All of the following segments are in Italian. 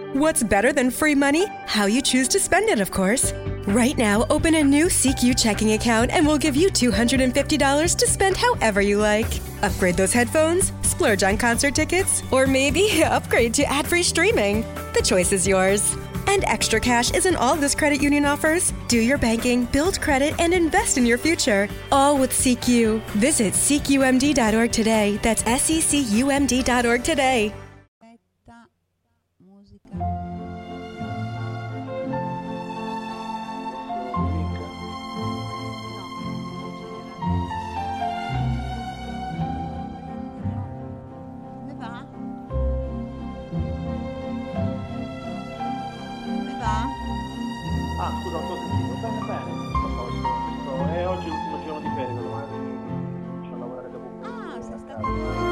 What's better than free money? How you choose to spend it, of course. Right now, open a new CQ checking account and we'll give you $250 to spend however you like. Upgrade those headphones, splurge on concert tickets, or maybe upgrade to ad-free streaming. The choice is yours. And extra cash isn't all this credit union offers. Do your banking, build credit, and invest in your future. All with CQ. Visit CQMD.org today. That's SECUMD.org today. Scusa, non so sentito. Bene, a posto. È oggi l'ultimo giorno di ferie, domani comincio a lavorare dopo un po'. Ah, sei stato...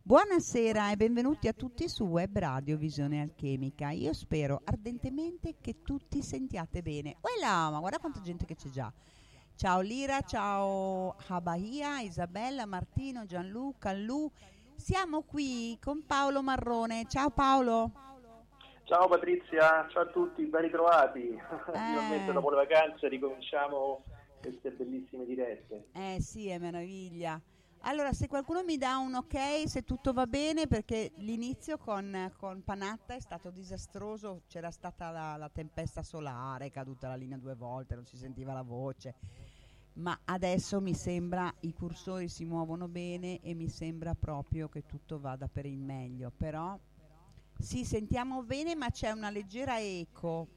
Buonasera e benvenuti a tutti su Web Radio Visione Alchemica. Io spero ardentemente che tutti sentiate bene. Uela, ma guarda quanta gente che c'è già. Ciao Lira, ciao Abahia, Isabella, Martino, Gianluca, Lu. Siamo qui con Paolo Marrone. Ciao Paolo. Ciao Patrizia, ciao a tutti, ben ritrovati. Finalmente dopo le vacanze ricominciamo queste bellissime dirette. Sì, è meraviglia. Allora, se qualcuno mi dà un ok, se tutto va bene, perché l'inizio con Panatta è stato disastroso, c'era stata la tempesta solare, è caduta la linea 2 volte, non si sentiva la voce, ma adesso mi sembra i cursori si muovono bene e mi sembra proprio che tutto vada per il meglio, però sì, sentiamo bene, ma c'è una leggera eco.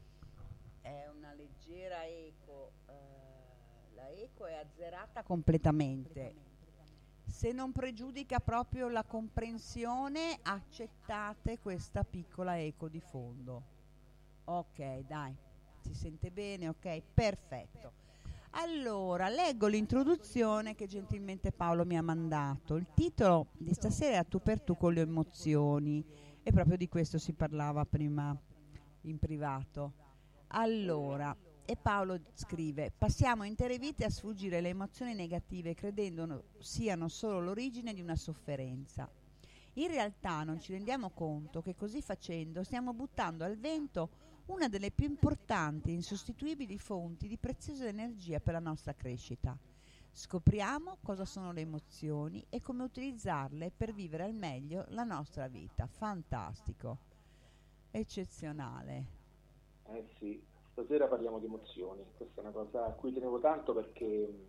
La eco è azzerata completamente. Se non pregiudica proprio la comprensione, accettate questa piccola eco di fondo. Ok, dai, si sente bene? Ok, perfetto. Allora, leggo l'introduzione che gentilmente Paolo mi ha mandato. Il titolo di stasera è Tu per tu con le emozioni, e proprio di questo si parlava prima in privato. Allora, e Paolo scrive: passiamo intere vite a sfuggire le emozioni negative credendo siano solo l'origine di una sofferenza. In realtà non ci rendiamo conto che così facendo stiamo buttando al vento una delle più importanti e insostituibili fonti di preziosa energia per la nostra crescita. Scopriamo cosa sono le emozioni e come utilizzarle per vivere al meglio la nostra vita. Fantastico, eccezionale. Sì, stasera parliamo di emozioni, questa è una cosa a cui tenevo tanto perché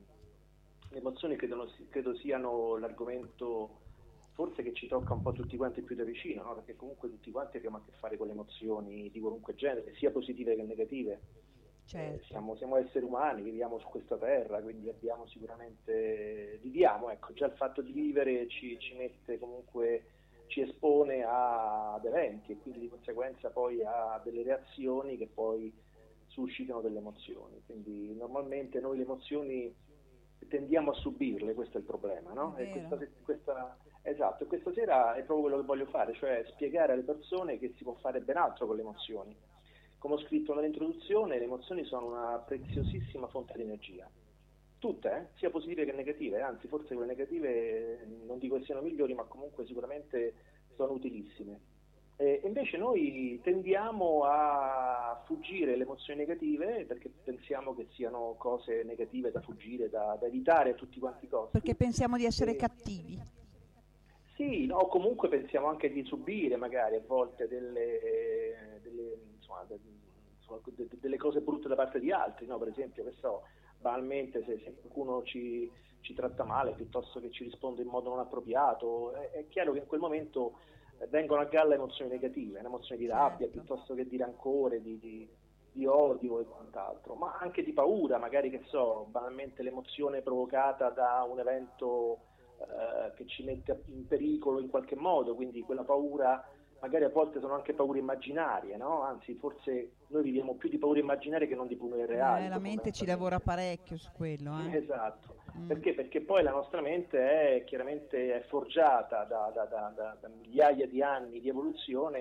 le emozioni credo siano l'argomento forse che ci tocca un po' tutti quanti più da vicino, no? Perché comunque tutti quanti abbiamo a che fare con le emozioni di qualunque genere, sia positive che negative. Certo. Siamo esseri umani, viviamo su questa terra, quindi viviamo, ecco, già il fatto di vivere ci mette comunque, ci espone ad eventi e quindi di conseguenza poi a delle reazioni che poi suscitano delle emozioni. Quindi normalmente noi le emozioni tendiamo a subirle, questo è il problema, no? E esatto, e questa sera è proprio quello che voglio fare, cioè spiegare alle persone che si può fare ben altro con le emozioni. Come ho scritto nell'introduzione, le emozioni sono una preziosissima fonte di energia. Tutte, sia positive che negative, anzi forse quelle negative non dico che siano migliori, ma comunque sicuramente sono utilissime. E invece noi tendiamo a fuggire le emozioni negative perché pensiamo che siano cose negative da fuggire, da evitare a tutti quanti i costi. Perché pensiamo di essere cattivi. Sì, no, comunque pensiamo anche di subire magari a volte delle cose brutte da parte di altri, no? Per esempio, che so, banalmente se qualcuno ci tratta male piuttosto che ci risponde in modo non appropriato, è chiaro che in quel momento vengono a galla emozioni negative, emozioni di rabbia, certo, piuttosto che di rancore, di odio e quant'altro, ma anche di paura, magari che so, banalmente l'emozione provocata da un evento che ci mette in pericolo in qualche modo, quindi quella paura magari a volte sono anche paure immaginarie, no? Anzi forse noi viviamo più di paure immaginarie che non di paure reali. La mente ci lavora parecchio su quello. Esatto, perché poi la nostra mente è chiaramente forgiata da migliaia di anni di evoluzione,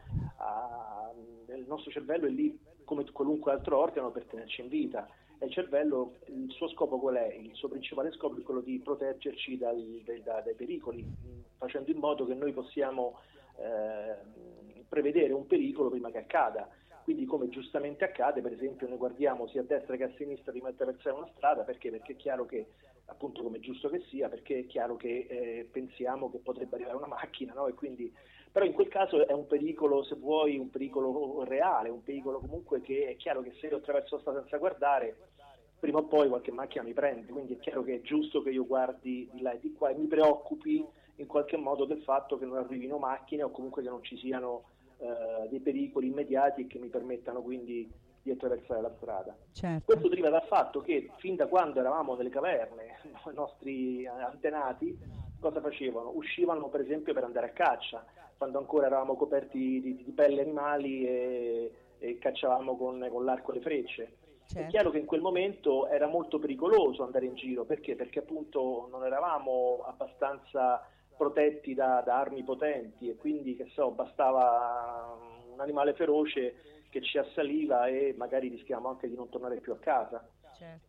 il nostro cervello è lì come qualunque altro organo per tenerci in vita. E il cervello, il suo scopo qual è? Il suo principale scopo è quello di proteggerci dai pericoli, facendo in modo che noi possiamo prevedere un pericolo prima che accada. Quindi, come giustamente accade, per esempio, noi guardiamo sia a destra che a sinistra prima di attraversare una strada, perché è chiaro che, appunto, come è giusto che sia, perché è chiaro che pensiamo che potrebbe arrivare una macchina, no? E quindi, però in quel caso è un pericolo, se vuoi, un pericolo reale, un pericolo comunque che è chiaro che se io attraverso la strada senza guardare, prima o poi qualche macchina mi prende, quindi è chiaro che è giusto che io guardi di là e di qua e mi preoccupi in qualche modo del fatto che non arrivino macchine o comunque che non ci siano dei pericoli immediati e che mi permettano quindi di attraversare la strada. Certo. Questo deriva dal fatto che fin da quando eravamo nelle caverne, i nostri antenati cosa facevano? Uscivano per esempio per andare a caccia, quando ancora eravamo coperti di pelle animali e cacciavamo con l'arco e le frecce. Certo. È chiaro che in quel momento era molto pericoloso andare in giro, perché? Perché appunto non eravamo abbastanza protetti da armi potenti, e quindi, che so, bastava un animale feroce che ci assaliva e magari rischiamo anche di non tornare più a casa. Certo.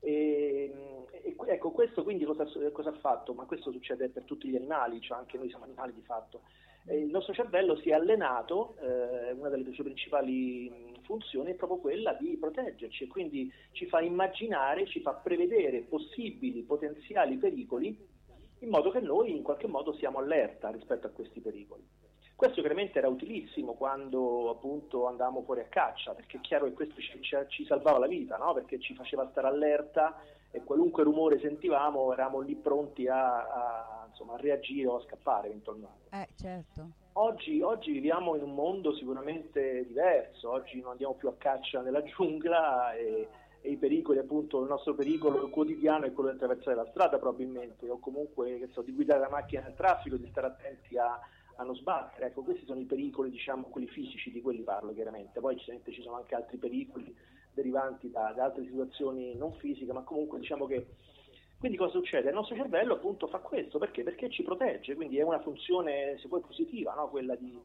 Ecco, questo quindi cosa ha fatto? Ma questo succede per tutti gli animali, cioè anche noi siamo animali di fatto. Il nostro cervello si è allenato, una delle sue principali funzioni è proprio quella di proteggerci, e quindi ci fa immaginare, ci fa prevedere possibili, potenziali pericoli, in modo che noi in qualche modo siamo allerta rispetto a questi pericoli. Questo chiaramente era utilissimo quando appunto andavamo fuori a caccia, perché è chiaro che questo ci salvava la vita, no? Perché ci faceva stare allerta, e qualunque rumore sentivamo eravamo lì pronti insomma, a reagire o a scappare eventualmente. Certo. Oggi viviamo in un mondo sicuramente diverso, oggi non andiamo più a caccia nella giungla, e i pericoli, appunto, il nostro pericolo quotidiano è quello di attraversare la strada probabilmente, o comunque, che so, di guidare la macchina nel traffico, di stare attenti a non sbattere. Ecco, questi sono i pericoli, diciamo, quelli fisici, di quelli parlo chiaramente. Poi ci sono anche altri pericoli derivanti da altre situazioni non fisiche, ma comunque diciamo che... Quindi cosa succede? Il nostro cervello appunto fa questo, perché ci protegge, quindi è una funzione, se vuoi, positiva, no? Quella di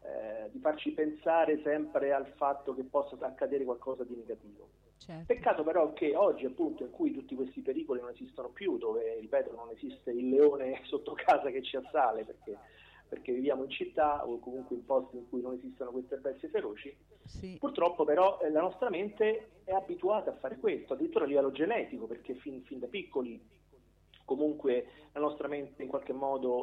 farci pensare sempre al fatto che possa accadere qualcosa di negativo. Certo. Peccato però che oggi, appunto, in cui tutti questi pericoli non esistono più, dove, ripeto, non esiste il leone sotto casa che ci assale perché viviamo in città o comunque in posti in cui non esistono queste bestie feroci, Sì. purtroppo però la nostra mente è abituata a fare questo, addirittura a livello genetico, perché fin da piccoli comunque la nostra mente in qualche modo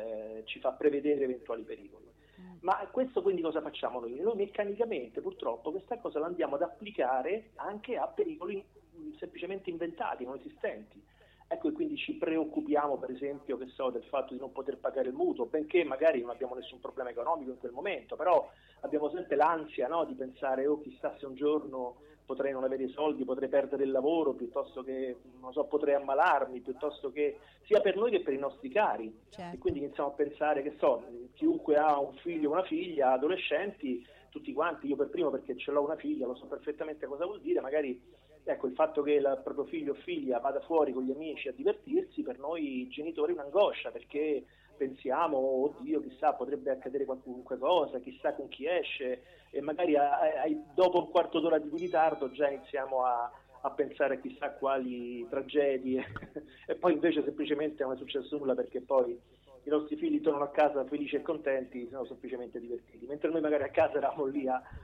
ci fa prevedere eventuali pericoli. Ma questo quindi cosa facciamo noi? Noi meccanicamente purtroppo questa cosa la andiamo ad applicare anche a pericoli semplicemente inventati, non esistenti. Ecco, e quindi ci preoccupiamo, per esempio, che so, del fatto di non poter pagare il mutuo, benché magari non abbiamo nessun problema economico in quel momento, però abbiamo sempre l'ansia, no, di pensare, oh, chissà se un giorno potrei non avere i soldi, potrei perdere il lavoro, piuttosto che, non so, potrei ammalarmi, piuttosto che, sia per noi che per i nostri cari. Certo. E quindi iniziamo a pensare, che so, chiunque ha un figlio o una figlia, adolescenti, tutti quanti, io per primo perché ce l'ho una figlia, lo so perfettamente cosa vuol dire, magari, ecco, il fatto che il proprio figlio o figlia vada fuori con gli amici a divertirsi, per noi genitori è un'angoscia, perché pensiamo, oddio, chissà, potrebbe accadere qualunque cosa, chissà con chi esce, e magari dopo un quarto d'ora di ritardo già iniziamo a pensare a chissà quali tragedie e poi invece semplicemente non è successo nulla, perché poi i nostri figli tornano a casa felici e contenti, sono semplicemente divertiti, mentre noi magari a casa eravamo lì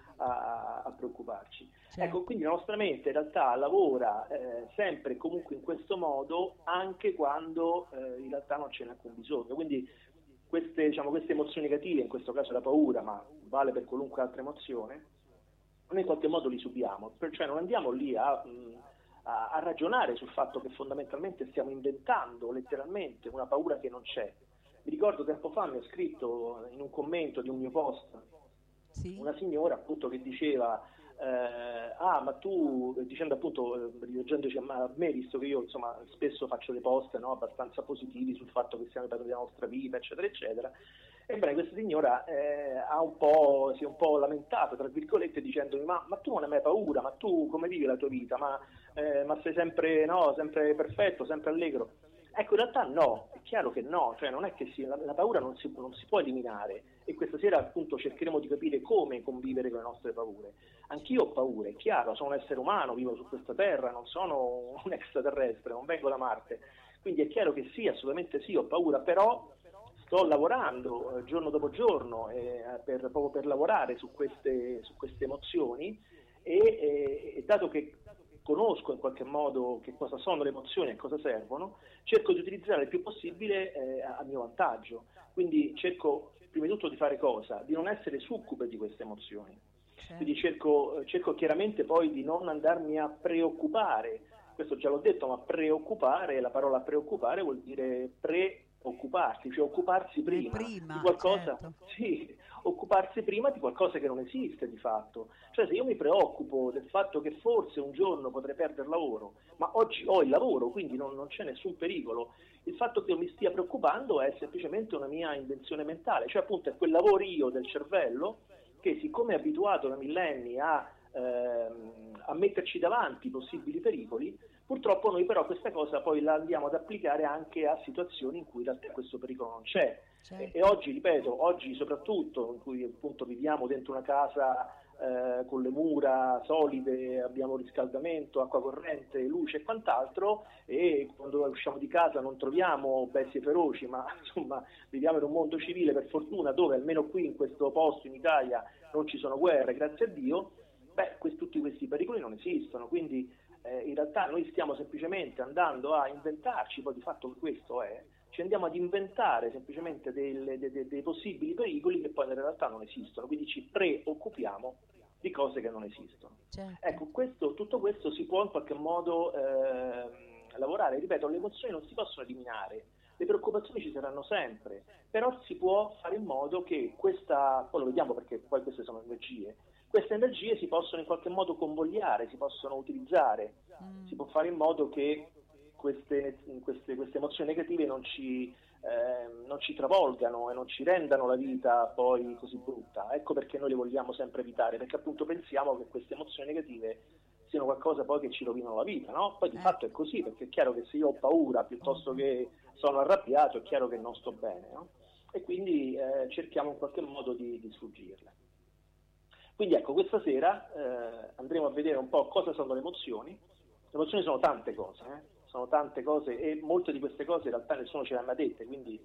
a preoccuparci. Certo. Ecco, quindi la nostra mente in realtà lavora sempre e comunque in questo modo, anche quando in realtà non ce n'è alcun bisogno. Quindi queste emozioni negative, in questo caso la paura, ma vale per qualunque altra emozione, noi in qualche modo li subiamo, cioè non andiamo lì a ragionare sul fatto che fondamentalmente stiamo inventando letteralmente una paura che non c'è. Mi ricordo tempo fa mi ha scritto in un commento di un mio post, Sì. una signora appunto che diceva ma tu, dicendo appunto, rivolgendoci a me, visto che io insomma spesso faccio dei post, no, abbastanza positivi sul fatto che stiamo parlando della nostra vita, eccetera eccetera, ebbene questa signora si è un po' lamentato, tra virgolette, dicendomi ma tu non hai mai paura, ma tu come vivi la tua vita, ma sei sempre perfetto, sempre allegro. Ecco, in realtà no, è chiaro che no, cioè non è che la paura non si può eliminare, e questa sera appunto cercheremo di capire come convivere con le nostre paure. Anch'io ho paure, è chiaro, sono un essere umano, vivo su questa terra, non sono un extraterrestre, non vengo da Marte, quindi è chiaro che sì, assolutamente sì, ho paura, però sto lavorando giorno dopo giorno proprio per lavorare su queste emozioni, e dato che conosco in qualche modo che cosa sono le emozioni e cosa servono, cerco di utilizzare il più possibile a mio vantaggio. Quindi cerco prima di tutto di fare cosa? Di non essere succube di queste emozioni. Certo. Quindi cerco chiaramente poi di non andarmi a preoccupare. Questo già l'ho detto, ma preoccupare, la parola preoccupare vuol dire preoccuparsi, cioè occuparsi prima di qualcosa, certo. Sì, occuparsi prima di qualcosa che non esiste di fatto. Cioè, se io mi preoccupo del fatto che forse un giorno potrei perdere lavoro, ma oggi ho il lavoro, quindi non c'è nessun pericolo, il fatto che io mi stia preoccupando è semplicemente una mia invenzione mentale, cioè appunto è quel lavorio del cervello che, siccome è abituato da millenni a a metterci davanti possibili pericoli. Purtroppo noi però questa cosa poi la andiamo ad applicare anche a situazioni in cui in realtà questo pericolo non c'è. Certo. E oggi, ripeto, oggi soprattutto in cui appunto viviamo dentro una casa con le mura solide, abbiamo riscaldamento, acqua corrente, luce e quant'altro, e quando usciamo di casa non troviamo bestie feroci, ma insomma viviamo in un mondo civile, per fortuna, dove almeno qui in questo posto in Italia non ci sono guerre, grazie a Dio. Tutti questi pericoli non esistono, quindi in realtà noi stiamo semplicemente andando a inventarci, poi di fatto questo ci andiamo ad inventare semplicemente dei possibili pericoli che poi in realtà non esistono, quindi ci preoccupiamo di cose che non esistono. Certo. Ecco, tutto questo si può in qualche modo lavorare. Ripeto, le emozioni non si possono eliminare, le preoccupazioni ci saranno sempre, però si può fare in modo che poi lo vediamo perché poi queste sono energie, queste energie si possono in qualche modo convogliare, si possono utilizzare, si può fare in modo che queste emozioni negative non ci travolgano e non ci rendano la vita poi così brutta. Ecco perché noi le vogliamo sempre evitare, perché appunto pensiamo che queste emozioni negative siano qualcosa poi che ci rovinano la vita, no? Poi di fatto è così, perché è chiaro che se io ho paura piuttosto che sono arrabbiato, è chiaro che non sto bene, no? E quindi cerchiamo in qualche modo di sfuggirle. Quindi ecco, questa sera andremo a vedere un po' cosa sono le emozioni. Le emozioni sono tante cose e molte di queste cose in realtà nessuno ce le ha mai dette, quindi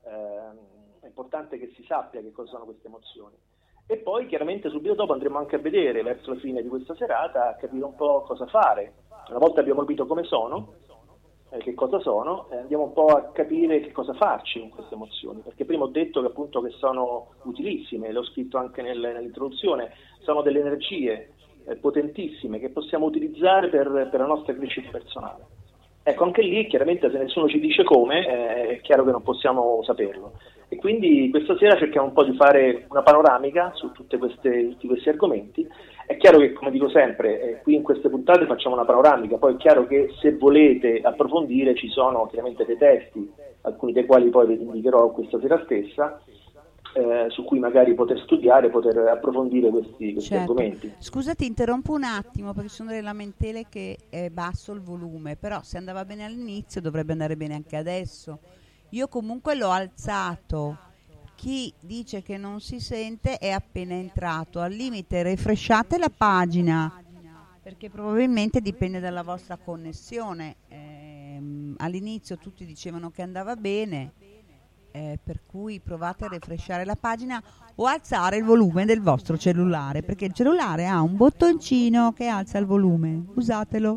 è importante che si sappia che cosa sono queste emozioni. E poi chiaramente subito dopo andremo anche a vedere, verso la fine di questa serata, a capire un po' cosa fare. Una volta abbiamo capito come sono, che cosa sono, andiamo un po' a capire che cosa farci con queste emozioni, perché prima ho detto che appunto che sono utilissime, l'ho scritto anche nell'introduzione, sono delle energie potentissime che possiamo utilizzare per la nostra crescita personale. Ecco, anche lì chiaramente se nessuno ci dice come, è chiaro che non possiamo saperlo. E quindi questa sera cerchiamo un po' di fare una panoramica su tutti questi argomenti. È chiaro che, come dico sempre, qui in queste puntate facciamo una panoramica, poi è chiaro che se volete approfondire ci sono chiaramente dei testi, alcuni dei quali poi vi indicherò questa sera stessa, su cui magari poter studiare, poter approfondire questi argomenti. Scusa, ti interrompo un attimo perché ci sono delle lamentele che è basso il volume, però se andava bene all'inizio dovrebbe andare bene anche adesso. Io comunque l'ho alzato. Chi dice che non si sente è appena entrato. Al limite refreshate la pagina, perché probabilmente dipende dalla vostra connessione. All'inizio tutti dicevano che andava bene, per cui provate a refreshare la pagina o alzare il volume del vostro cellulare, perché il cellulare ha un bottoncino che alza il volume. Usatelo.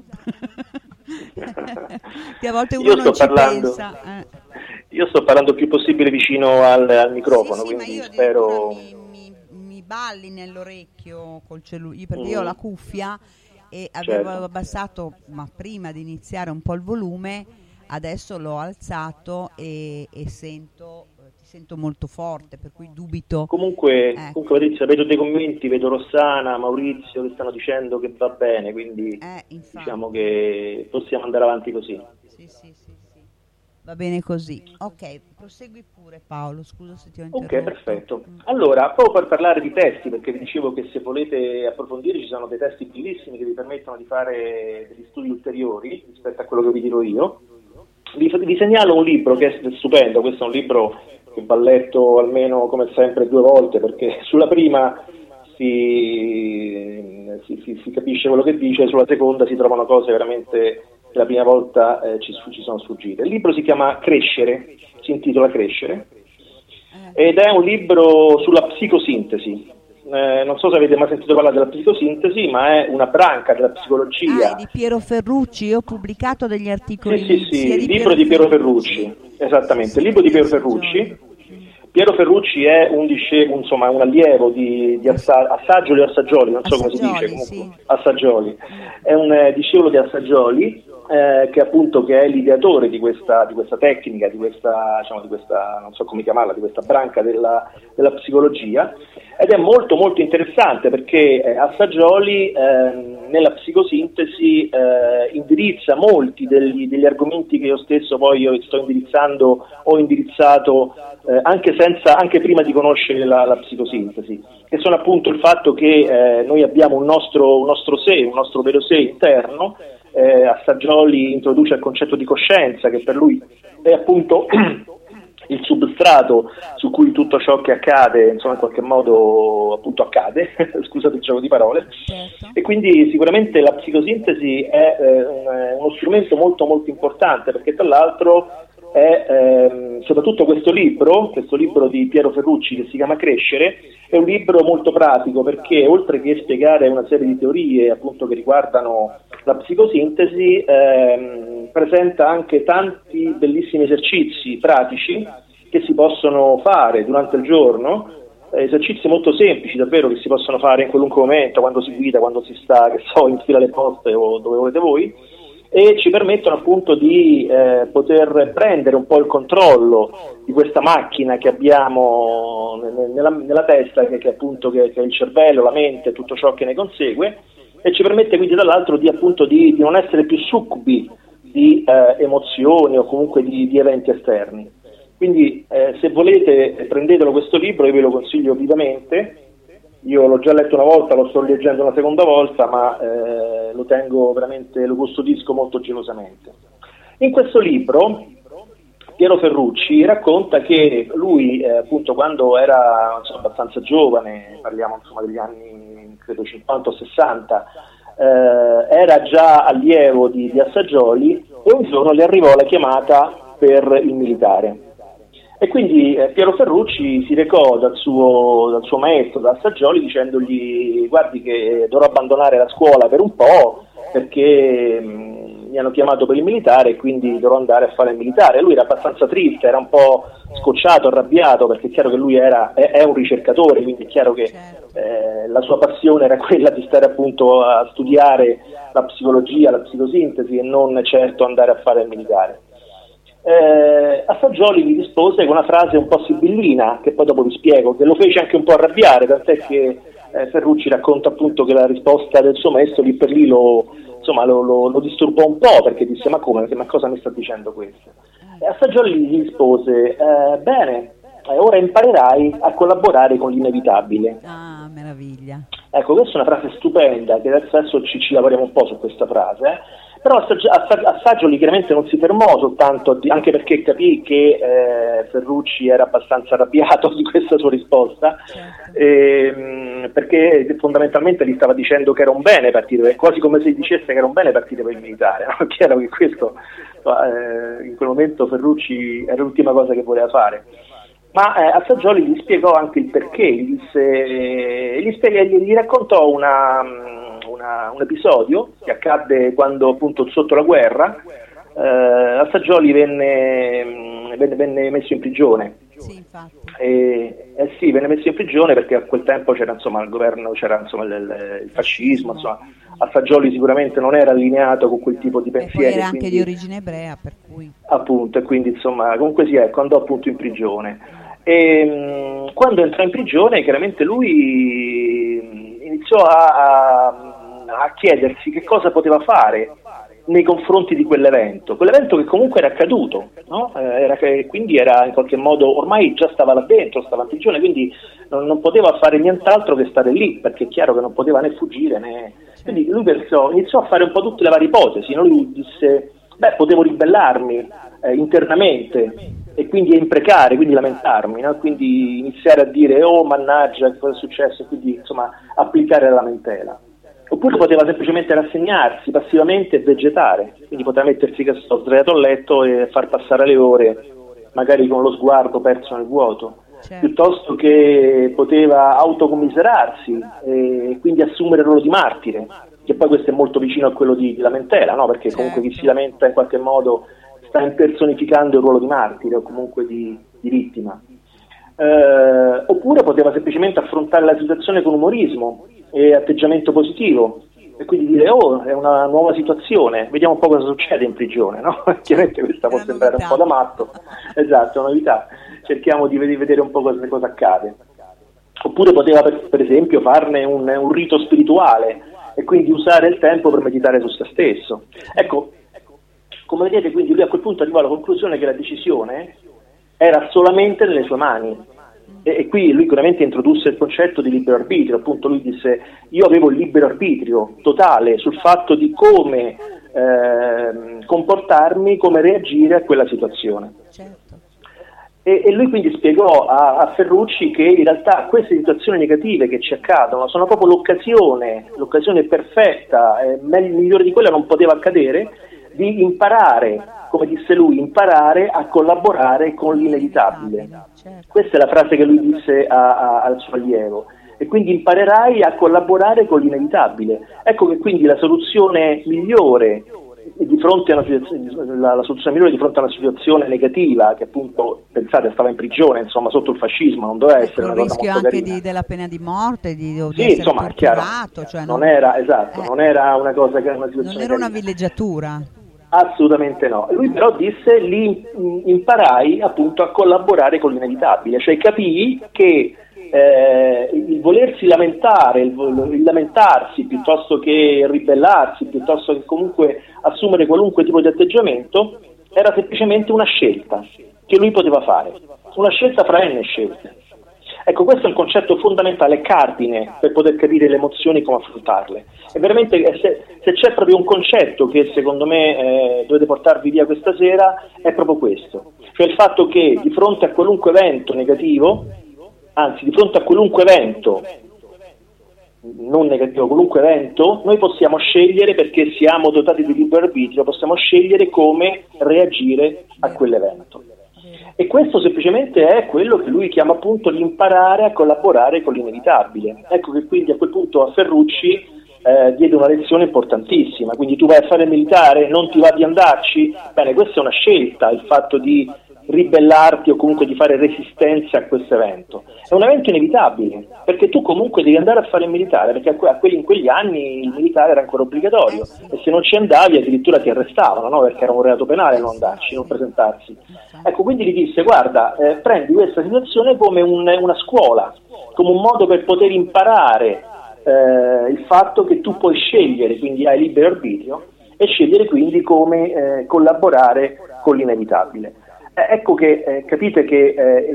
Che a volte uno non ci pensa. Io sto parlando il più possibile vicino al microfono, sì, quindi ma io spero mi balli nell'orecchio col cellulare, perché io ho la cuffia e avevo abbassato, ma prima di iniziare un po' il volume, adesso l'ho alzato e ti sento molto forte, per cui dubito. Comunque Patrizia, vedo dei commenti, vedo Rossana, Maurizio che stanno dicendo che va bene, quindi diciamo che possiamo andare avanti così. Sì. Va bene così. Ok, prosegui pure Paolo, scusa se ti ho interrotto. Ok, perfetto. Allora, poi per parlare di testi, perché vi dicevo che se volete approfondire ci sono dei testi bellissimi che vi permettono di fare degli studi ulteriori rispetto a quello che vi dirò io. Vi segnalo un libro che è stupendo, questo è un libro che va letto almeno come sempre 2 volte, perché sulla prima si capisce quello che dice, sulla seconda si trovano cose veramente che la prima volta ci sono sfuggite. Il libro si chiama Crescere, si intitola Crescere, ed è un libro sulla psicosintesi. Non so se avete mai sentito parlare della psicosintesi, ma è una branca della psicologia. È di Piero Ferrucci, io ho pubblicato degli articoli. Sì, il libro di Piero Ferrucci, esattamente, il libro di Piero Ferrucci. Piero Ferrucci è un allievo di Assagioli o Assaggioli, non so come si dice, comunque. Sì. Assagioli. È un discepolo di Assagioli, che è l'ideatore di questa tecnica, di questa non so come chiamarla, di questa branca della psicologia, ed è molto molto interessante perché Assagioli nella psicosintesi indirizza molti degli argomenti che io stesso poi io sto indirizzando, ho indirizzato anche prima di conoscere la psicosintesi, che sono appunto il fatto che noi abbiamo un nostro sé, un nostro vero sé interno. Assagioli introduce il concetto di coscienza, che per lui è appunto il substrato su cui tutto ciò che accade, insomma, in qualche modo appunto accade, scusate il gioco di parole, certo. E quindi sicuramente la psicosintesi è uno strumento molto molto importante, perché tra l'altro è soprattutto questo libro di Piero Ferrucci, che si chiama Crescere, è un libro molto pratico, perché oltre che spiegare una serie di teorie appunto che riguardano la psicosintesi, presenta anche tanti bellissimi esercizi pratici che si possono fare durante il giorno, esercizi molto semplici davvero, che si possono fare in qualunque momento, quando si guida, quando si sta, che so, in fila alle poste o dove volete voi, e ci permettono appunto di poter prendere un po' il controllo di questa macchina che abbiamo nella testa, che appunto che è il cervello, la mente, tutto ciò che ne consegue, e ci permette quindi dall'altro di non essere più succubi di emozioni o comunque di eventi esterni. Quindi se volete prendetelo questo libro, io ve lo consiglio vivamente. Io l'ho già letto una volta, lo sto leggendo una seconda volta, ma lo tengo veramente, lo custodisco molto gelosamente. In questo libro Piero Ferrucci racconta che lui appunto quando era abbastanza giovane, parliamo insomma degli anni credo 50 o 60, era già allievo di Assagioli, e un giorno gli arrivò la chiamata per il militare. E quindi Piero Ferrucci si recò dal suo maestro, da Assagioli, dicendogli: guardi che dovrò abbandonare la scuola per un po', perché mi hanno chiamato per il militare e quindi dovrò andare a fare il militare. Lui era abbastanza triste, era un po' scocciato, arrabbiato, perché è chiaro che lui è un ricercatore, quindi è chiaro che la sua passione era quella di stare appunto a studiare la psicologia, la psicosintesi, e non certo andare a fare il militare. Assagioli gli rispose con una frase un po' sibillina, che poi dopo vi spiego, che lo fece anche un po' arrabbiare, tant'è che Ferrucci racconta appunto che la risposta del suo maestro lì per lì lo disturbò un po', perché disse: ma come, ma cosa mi sta dicendo questo? E Assagioli gli rispose: bene, ora imparerai a collaborare con l'inevitabile. Ah, meraviglia. Ecco, questa è una frase stupenda, che adesso ci lavoriamo un po' su questa frase, però Assagioli chiaramente non si fermò soltanto, anche perché capì che Ferrucci era abbastanza arrabbiato di questa sua risposta, certo. Perché fondamentalmente gli stava dicendo che era un bene partire, quasi come se dicesse che era un bene partire per il militare, no? Chiaro che questo in quel momento Ferrucci era l'ultima cosa che voleva fare. Ma Assagioli gli spiegò anche il perché, gli raccontò un episodio che accadde quando appunto sotto la guerra Assagioli venne messo in prigione. Sì, infatti. Sì, venne messo in prigione perché a quel tempo c'era insomma il governo, c'era insomma il fascismo, insomma Assagioli sicuramente non era allineato con quel tipo di pensieri. E poi era anche quindi, di origine ebrea, per cui appunto, e quindi insomma comunque sì, andò appunto in prigione. E quando entrò in prigione chiaramente lui iniziò a chiedersi che cosa poteva fare nei confronti di quell'evento che comunque era accaduto, no? Quindi era in qualche modo, ormai già stava là dentro, stava in prigione, quindi non poteva fare nient'altro che stare lì, perché è chiaro che non poteva né fuggire né... Quindi lui iniziò a fare un po' tutte le varie ipotesi, no? Lui disse: potevo ribellarmi internamente e quindi imprecare, quindi lamentarmi, no? Quindi iniziare a dire: oh mannaggia, che cosa è successo, e quindi insomma applicare la lamentela. Oppure poteva semplicemente rassegnarsi passivamente e vegetare, quindi poteva mettersi sdraiato a letto e far passare le ore, magari con lo sguardo perso nel vuoto, certo. Piuttosto che poteva autocommiserarsi e quindi assumere il ruolo di martire, che poi questo è molto vicino a quello di lamentela, no? Perché certo. Comunque chi si lamenta in qualche modo sta impersonificando il ruolo di martire o comunque di vittima. Oppure poteva semplicemente affrontare la situazione con umorismo e atteggiamento positivo, e quindi dire: oh, è una nuova situazione, vediamo un po' cosa succede in prigione, no? Chiaramente questa può sembrare un po' da matto, esatto, è una novità, cerchiamo di vedere un po' cosa accade. Oppure poteva per esempio farne un rito spirituale, e quindi usare il tempo per meditare su se stesso. Ecco, come vedete, quindi lui a quel punto arrivò alla conclusione che la decisione era solamente nelle sue mani. E qui lui chiaramente introdusse il concetto di libero arbitrio. Appunto lui disse: io avevo il libero arbitrio totale sul fatto di come comportarmi, come reagire a quella situazione. Certo. E lui quindi spiegò a Ferrucci che in realtà queste situazioni negative che ci accadono sono proprio l'occasione perfetta, migliore di quella non poteva accadere, di imparare, come disse lui, imparare a collaborare con l'inevitabile. Certo. Questa è la frase che lui disse al suo allievo. E quindi imparerai a collaborare con l'inevitabile. Ecco che quindi la soluzione migliore di fronte a la soluzione migliore di fronte a una situazione negativa, che appunto, pensate, stava in prigione, insomma, sotto il fascismo, non doveva essere una cosa molto carina. Il rischio anche della pena di morte, di sì, essere insomma, torturato, chiaro, cioè non era, esatto, non era una cosa che era una situazione non era una carina. villeggiatura. Assolutamente no. Lui però disse: lì imparai appunto a collaborare con l'inevitabile, cioè capii che il volersi lamentare, il lamentarsi piuttosto che ribellarsi, piuttosto che comunque assumere qualunque tipo di atteggiamento, era semplicemente una scelta che lui poteva fare, una scelta fra n scelte. Ecco, questo è un concetto fondamentale, cardine, per poter capire le emozioni, come affrontarle. E veramente, se c'è proprio un concetto che secondo me dovete portarvi via questa sera, è proprio questo. Cioè il fatto che di fronte a qualunque evento negativo, anzi di fronte a qualunque evento non negativo, qualunque evento, noi possiamo scegliere, perché siamo dotati di libero arbitrio, possiamo scegliere come reagire a quell'evento. E questo semplicemente è quello che lui chiama appunto l'imparare a collaborare con l'inevitabile. Ecco che quindi a quel punto a Ferrucci diede una lezione importantissima. Quindi tu vai a fare il militare, non ti va di andarci? Bene, questa è una scelta, il fatto di ribellarti o comunque di fare resistenza a questo evento. È un evento inevitabile, perché tu comunque devi andare a fare il militare, perché in quegli anni il militare era ancora obbligatorio, e se non ci andavi addirittura ti arrestavano, no? Perché era un reato penale non andarci, non presentarsi. Ecco, quindi gli disse: guarda, prendi questa situazione come una scuola, come un modo per poter imparare il fatto che tu puoi scegliere, quindi hai libero arbitrio, e scegliere quindi come collaborare con l'inevitabile. Ecco che capite che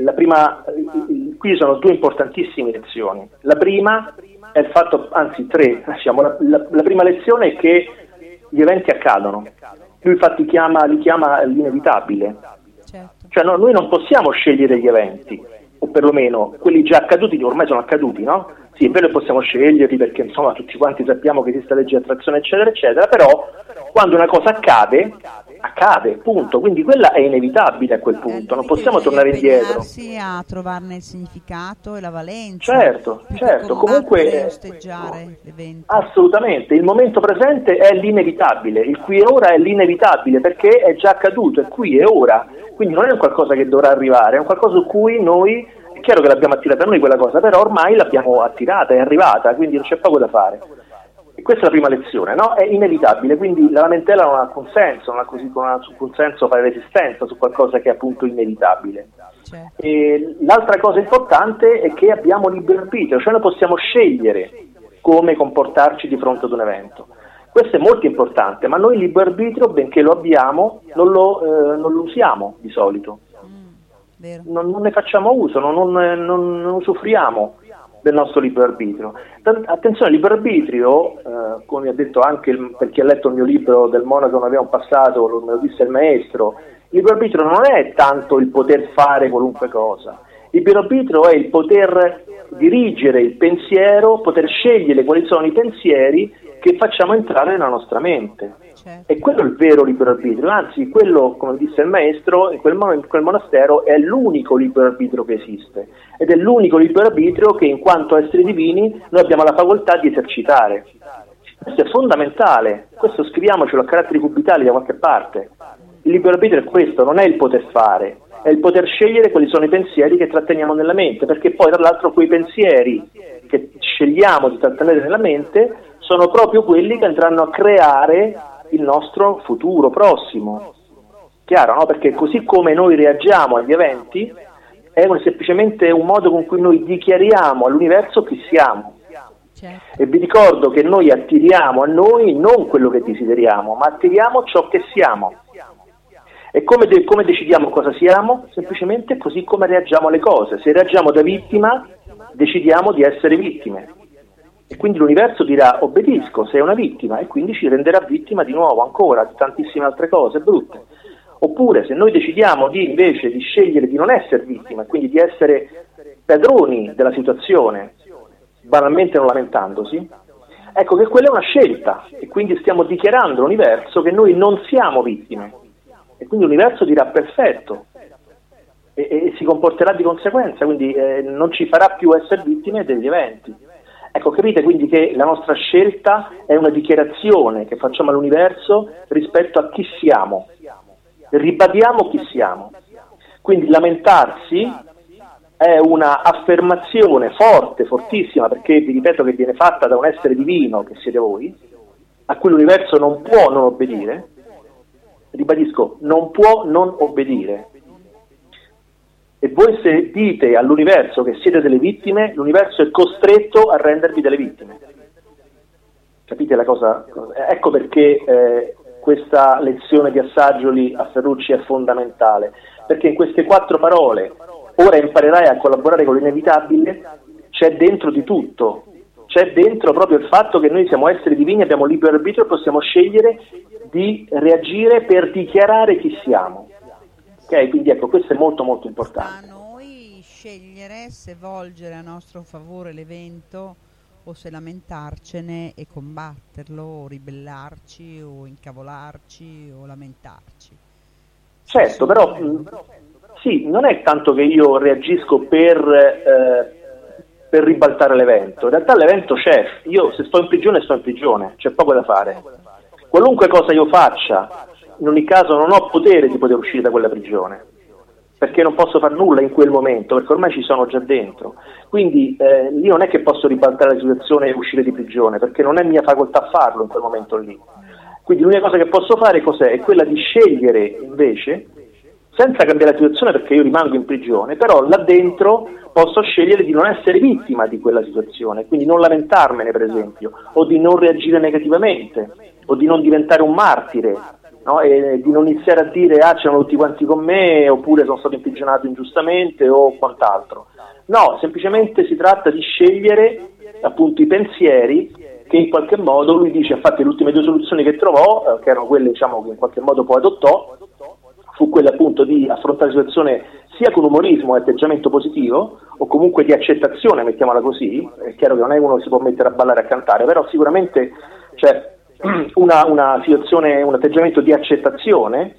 qui sono due importantissime lezioni. La prima è il fatto, anzi tre, diciamo, la prima lezione è che gli eventi accadono. Lui infatti li chiama l'inevitabile. Certo. Cioè noi non possiamo scegliere gli eventi, o perlomeno quelli già accaduti, ormai sono accaduti, no? Sì, è vero che possiamo sceglierli perché insomma tutti quanti sappiamo che esiste la legge di attrazione eccetera eccetera, però quando una cosa accade, punto, quindi quella è inevitabile a quel punto, non possiamo tornare indietro. A trovarne il significato e la valenza. Certo, comunque osteggiare l'evento. Assolutamente, il momento presente è l'inevitabile, il qui e ora è l'inevitabile perché è già accaduto, è qui e ora, quindi non è un qualcosa che dovrà arrivare, è un qualcosa su cui noi, è chiaro che l'abbiamo attirata noi quella cosa, però ormai l'abbiamo attirata, è arrivata, quindi non c'è poco da fare. Questa è la prima lezione, no? È inevitabile, quindi la lamentela non ha alcun senso, non ha alcun senso fare resistenza su qualcosa che è appunto inevitabile. Certo. E l'altra cosa importante è che abbiamo libero arbitrio, cioè noi possiamo scegliere come comportarci di fronte ad un evento. Questo è molto importante, ma noi il libero arbitrio, benché lo abbiamo, non lo usiamo di solito. Vero. Non ne facciamo uso, non usufruiamo del nostro libero arbitrio. Attenzione, il libero arbitrio, come ha detto anche per chi ha letto il mio libro Del monaco non aveva un passato, me lo disse il maestro, il libero arbitrio non è tanto il poter fare qualunque cosa, il libero arbitrio è il poter dirigere il pensiero, poter scegliere quali sono i pensieri che facciamo entrare nella nostra mente. Certo. E quello è il vero libero arbitrio, anzi quello, come disse il maestro, in quel monastero è l'unico libero arbitrio che esiste, ed è l'unico libero arbitrio che in quanto esseri divini noi abbiamo la facoltà di esercitare. Questo è fondamentale, questo scriviamocelo a caratteri cubitali da qualche parte. Il libero arbitrio è questo, non è il poter fare, è il poter scegliere quali sono i pensieri che tratteniamo nella mente, perché poi tra l'altro quei pensieri che scegliamo di trattenere nella mente sono proprio quelli che andranno a creare il nostro futuro prossimo. Chiaro, no? Perché così come noi reagiamo agli eventi è semplicemente un modo con cui noi dichiariamo all'universo chi siamo. E vi ricordo che noi attiriamo a noi non quello che desideriamo, ma attiriamo ciò che siamo. E come decidiamo cosa siamo? Semplicemente così come reagiamo alle cose. Se reagiamo da vittima, decidiamo di essere vittime. E quindi l'universo dirà obbedisco, sei una vittima, e quindi ci renderà vittima di nuovo, ancora, di tantissime altre cose brutte. Oppure se noi decidiamo invece di scegliere di non essere vittima, quindi di essere padroni della situazione, banalmente non lamentandosi, ecco che quella è una scelta, e quindi stiamo dichiarando all'universo che noi non siamo vittime. E quindi l'universo dirà perfetto e si comporterà di conseguenza, quindi non ci farà più essere vittime degli eventi. Ecco, capite quindi che la nostra scelta è una dichiarazione che facciamo all'universo rispetto a chi siamo. Ribadiamo chi siamo. Quindi lamentarsi è una affermazione forte, fortissima, perché vi ripeto che viene fatta da un essere divino, che siete voi, a cui l'universo non può non obbedire. Ribadisco, non può non obbedire. E voi se dite all'universo che siete delle vittime, l'universo è costretto a rendervi delle vittime. Capite la cosa? Ecco perché questa lezione di Assaggioli a Ferrucci è fondamentale, perché in queste 4 parole, ora imparerai a collaborare con l'inevitabile, c'è dentro di tutto. C'è dentro proprio il fatto che noi siamo esseri divini, abbiamo libero arbitrio e possiamo scegliere di reagire per dichiarare chi siamo. Ok? Quindi ecco, questo è molto molto importante. Sta a noi scegliere se volgere a nostro favore l'evento o se lamentarcene e combatterlo, o ribellarci, o incavolarci, o lamentarci. Certo, però sì, non è tanto che io reagisco per ribaltare l'evento. In realtà l'evento c'è, io se sto in prigione, c'è poco da fare. Qualunque cosa io faccia, in ogni caso non ho potere di poter uscire da quella prigione, perché non posso fare nulla in quel momento, perché ormai ci sono già dentro. Quindi io non è che posso ribaltare la situazione e uscire di prigione, perché non è mia facoltà farlo in quel momento lì. Quindi l'unica cosa che posso fare cos'è? È quella di scegliere invece, senza cambiare la situazione perché io rimango in prigione, però là dentro posso scegliere di non essere vittima di quella situazione, quindi non lamentarmene per esempio, o di non reagire negativamente, o di non diventare un martire, no? E di non iniziare a dire c'erano tutti quanti con me, oppure sono stato imprigionato ingiustamente o quant'altro. No, semplicemente si tratta di scegliere appunto i pensieri che in qualche modo lui dice, infatti le ultime 2 soluzioni che trovò, che erano quelle diciamo che in qualche modo poi adottò, fu quella appunto di affrontare la situazione sia con umorismo e atteggiamento positivo, o comunque di accettazione, mettiamola così. È chiaro che non è uno che si può mettere a ballare e a cantare, però sicuramente c'è una situazione, un atteggiamento di accettazione,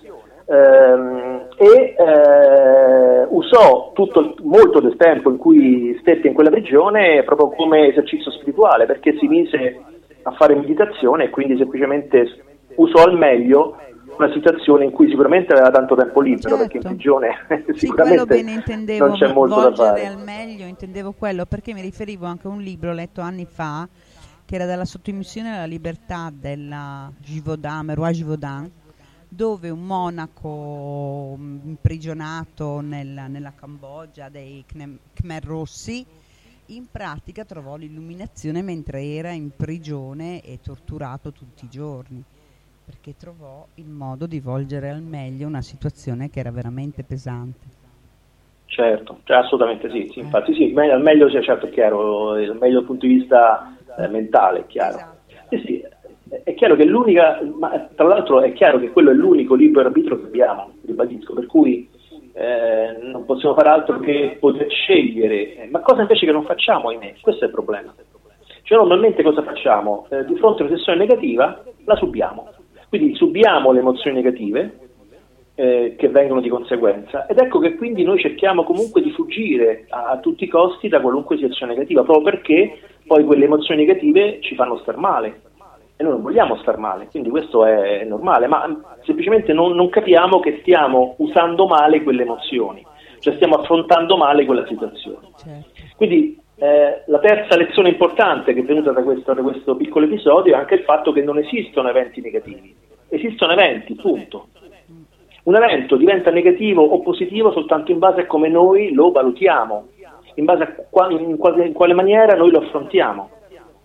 usò molto del tempo in cui stette in quella prigione proprio come esercizio spirituale, perché si mise a fare meditazione e quindi semplicemente usò al meglio una situazione in cui sicuramente aveva tanto tempo libero, perché in prigione sicuramente non c'è molto da fare. Al meglio intendevo quello, perché mi riferivo anche a un libro letto anni fa che era dalla sottomissione alla libertà della Merois Givaudan, dove un monaco imprigionato nella Cambogia dei Khmer Rossi in pratica trovò l'illuminazione mentre era in prigione e torturato tutti i giorni, perché trovò il modo di volgere al meglio una situazione che era veramente pesante. Certo, assolutamente sì, infatti sì, al meglio sia certo, è chiaro, il meglio dal punto di vista mentale, è chiaro. Esatto. Sì, è chiaro che ma tra l'altro è chiaro che quello è l'unico libero arbitrio che abbiamo, ribadisco, per cui non possiamo fare altro che poter scegliere, ma cosa invece che non facciamo, ahimè, questo è il problema. Cioè normalmente cosa facciamo? Di fronte a una situazione negativa la subiamo, quindi subiamo le emozioni negative che vengono di conseguenza, ed ecco che quindi noi cerchiamo comunque di fuggire a tutti i costi da qualunque situazione negativa, proprio perché poi quelle emozioni negative ci fanno star male e noi non vogliamo star male, quindi questo è normale, ma semplicemente non capiamo che stiamo usando male quelle emozioni, cioè stiamo affrontando male quella situazione. Certo. Quindi la terza lezione importante che è venuta da questo piccolo episodio è anche il fatto che non esistono eventi negativi, esistono eventi, punto. Un evento diventa negativo o positivo soltanto in base a come noi lo valutiamo, in base a in quale maniera noi lo affrontiamo.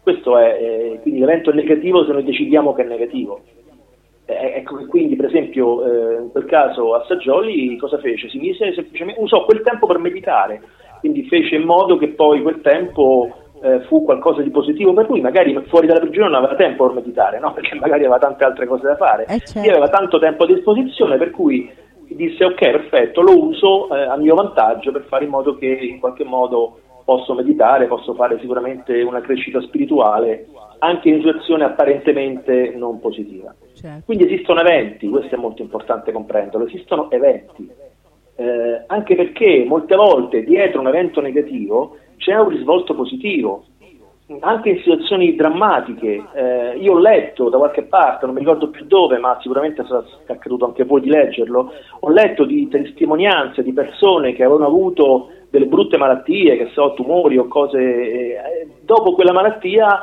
Questo è, quindi l'evento è negativo se noi decidiamo che è negativo. Ecco che quindi per esempio in quel caso Assagioli cosa fece? Si mise semplicemente, usò quel tempo per meditare, quindi fece in modo che poi quel tempo fu qualcosa di positivo per lui. Magari fuori dalla prigione non aveva tempo per meditare, no? Perché magari aveva tante altre cose da fare, certo. Lui aveva tanto tempo a disposizione, per cui disse ok, perfetto, lo uso a mio vantaggio per fare in modo che in qualche modo posso meditare, posso fare sicuramente una crescita spirituale anche in situazione apparentemente non positiva. Certo. Quindi esistono eventi, questo è molto importante comprenderlo, esistono eventi, anche perché molte volte dietro un evento negativo c'è un risvolto positivo, anche in situazioni drammatiche. Io ho letto da qualche parte, non mi ricordo più dove, ma sicuramente è accaduto anche a voi di leggerlo, ho letto di testimonianze di persone che avevano avuto delle brutte malattie, che so, tumori o cose, dopo quella malattia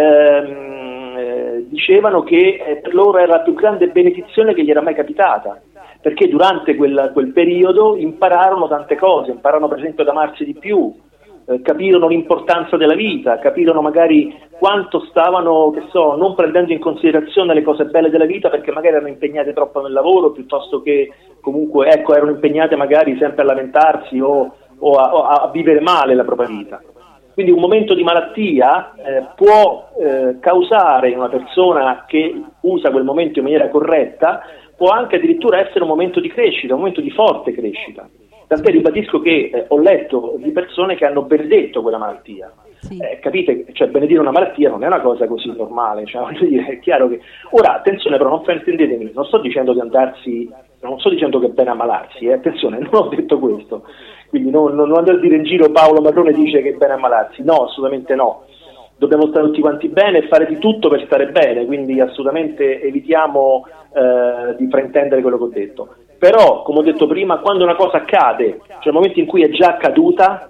dicevano che per loro era la più grande benedizione che gli era mai capitata, perché durante quel periodo impararono tante cose, impararono per esempio ad amarsi di più, capirono l'importanza della vita, capirono magari quanto stavano, che so, non prendendo in considerazione le cose belle della vita perché magari erano impegnate troppo nel lavoro, piuttosto che comunque erano impegnate magari sempre a lamentarsi o a vivere male la propria vita. Quindi un momento di malattia può causare in una persona che usa quel momento in maniera corretta, può anche addirittura essere un momento di crescita, un momento di forte crescita. Tant'è, ribadisco che ho letto di persone che hanno benedetto quella malattia. Sì. Capite? Cioè, benedire una malattia non è una cosa così normale, cioè, voglio dire, è chiaro che... Ora, attenzione però, non fraintendetemi, non sto dicendo di andarsi, non sto dicendo che è bene ammalarsi, attenzione, non ho detto questo. Quindi non andare a dire in giro Paolo Marrone dice che è bene ammalarsi, no, assolutamente no. Dobbiamo stare tutti quanti bene e fare di tutto per stare bene, quindi assolutamente evitiamo di fraintendere quello che ho detto. Però, come ho detto prima, quando una cosa accade, cioè nel momento in cui è già accaduta,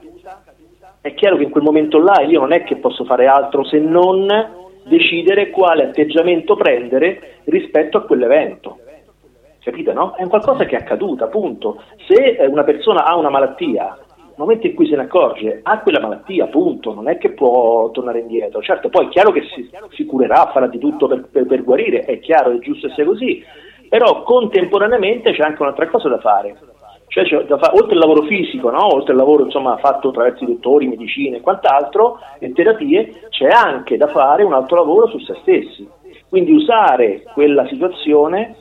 è chiaro che in quel momento là io non è che posso fare altro se non decidere quale atteggiamento prendere rispetto a quell'evento. Capite, no? È un qualcosa che è accaduta, punto. Se una persona ha una malattia, nel momento in cui se ne accorge, ha quella malattia, punto, non è che può tornare indietro. Certo, poi è chiaro che si curerà, farà di tutto per guarire, è chiaro, è giusto che sia così, però contemporaneamente c'è anche un'altra cosa da fare. Cioè oltre al lavoro fisico, no? Oltre al lavoro insomma fatto attraverso i dottori, medicine e quant'altro, e terapie, c'è anche da fare un altro lavoro su se stessi. Quindi usare quella situazione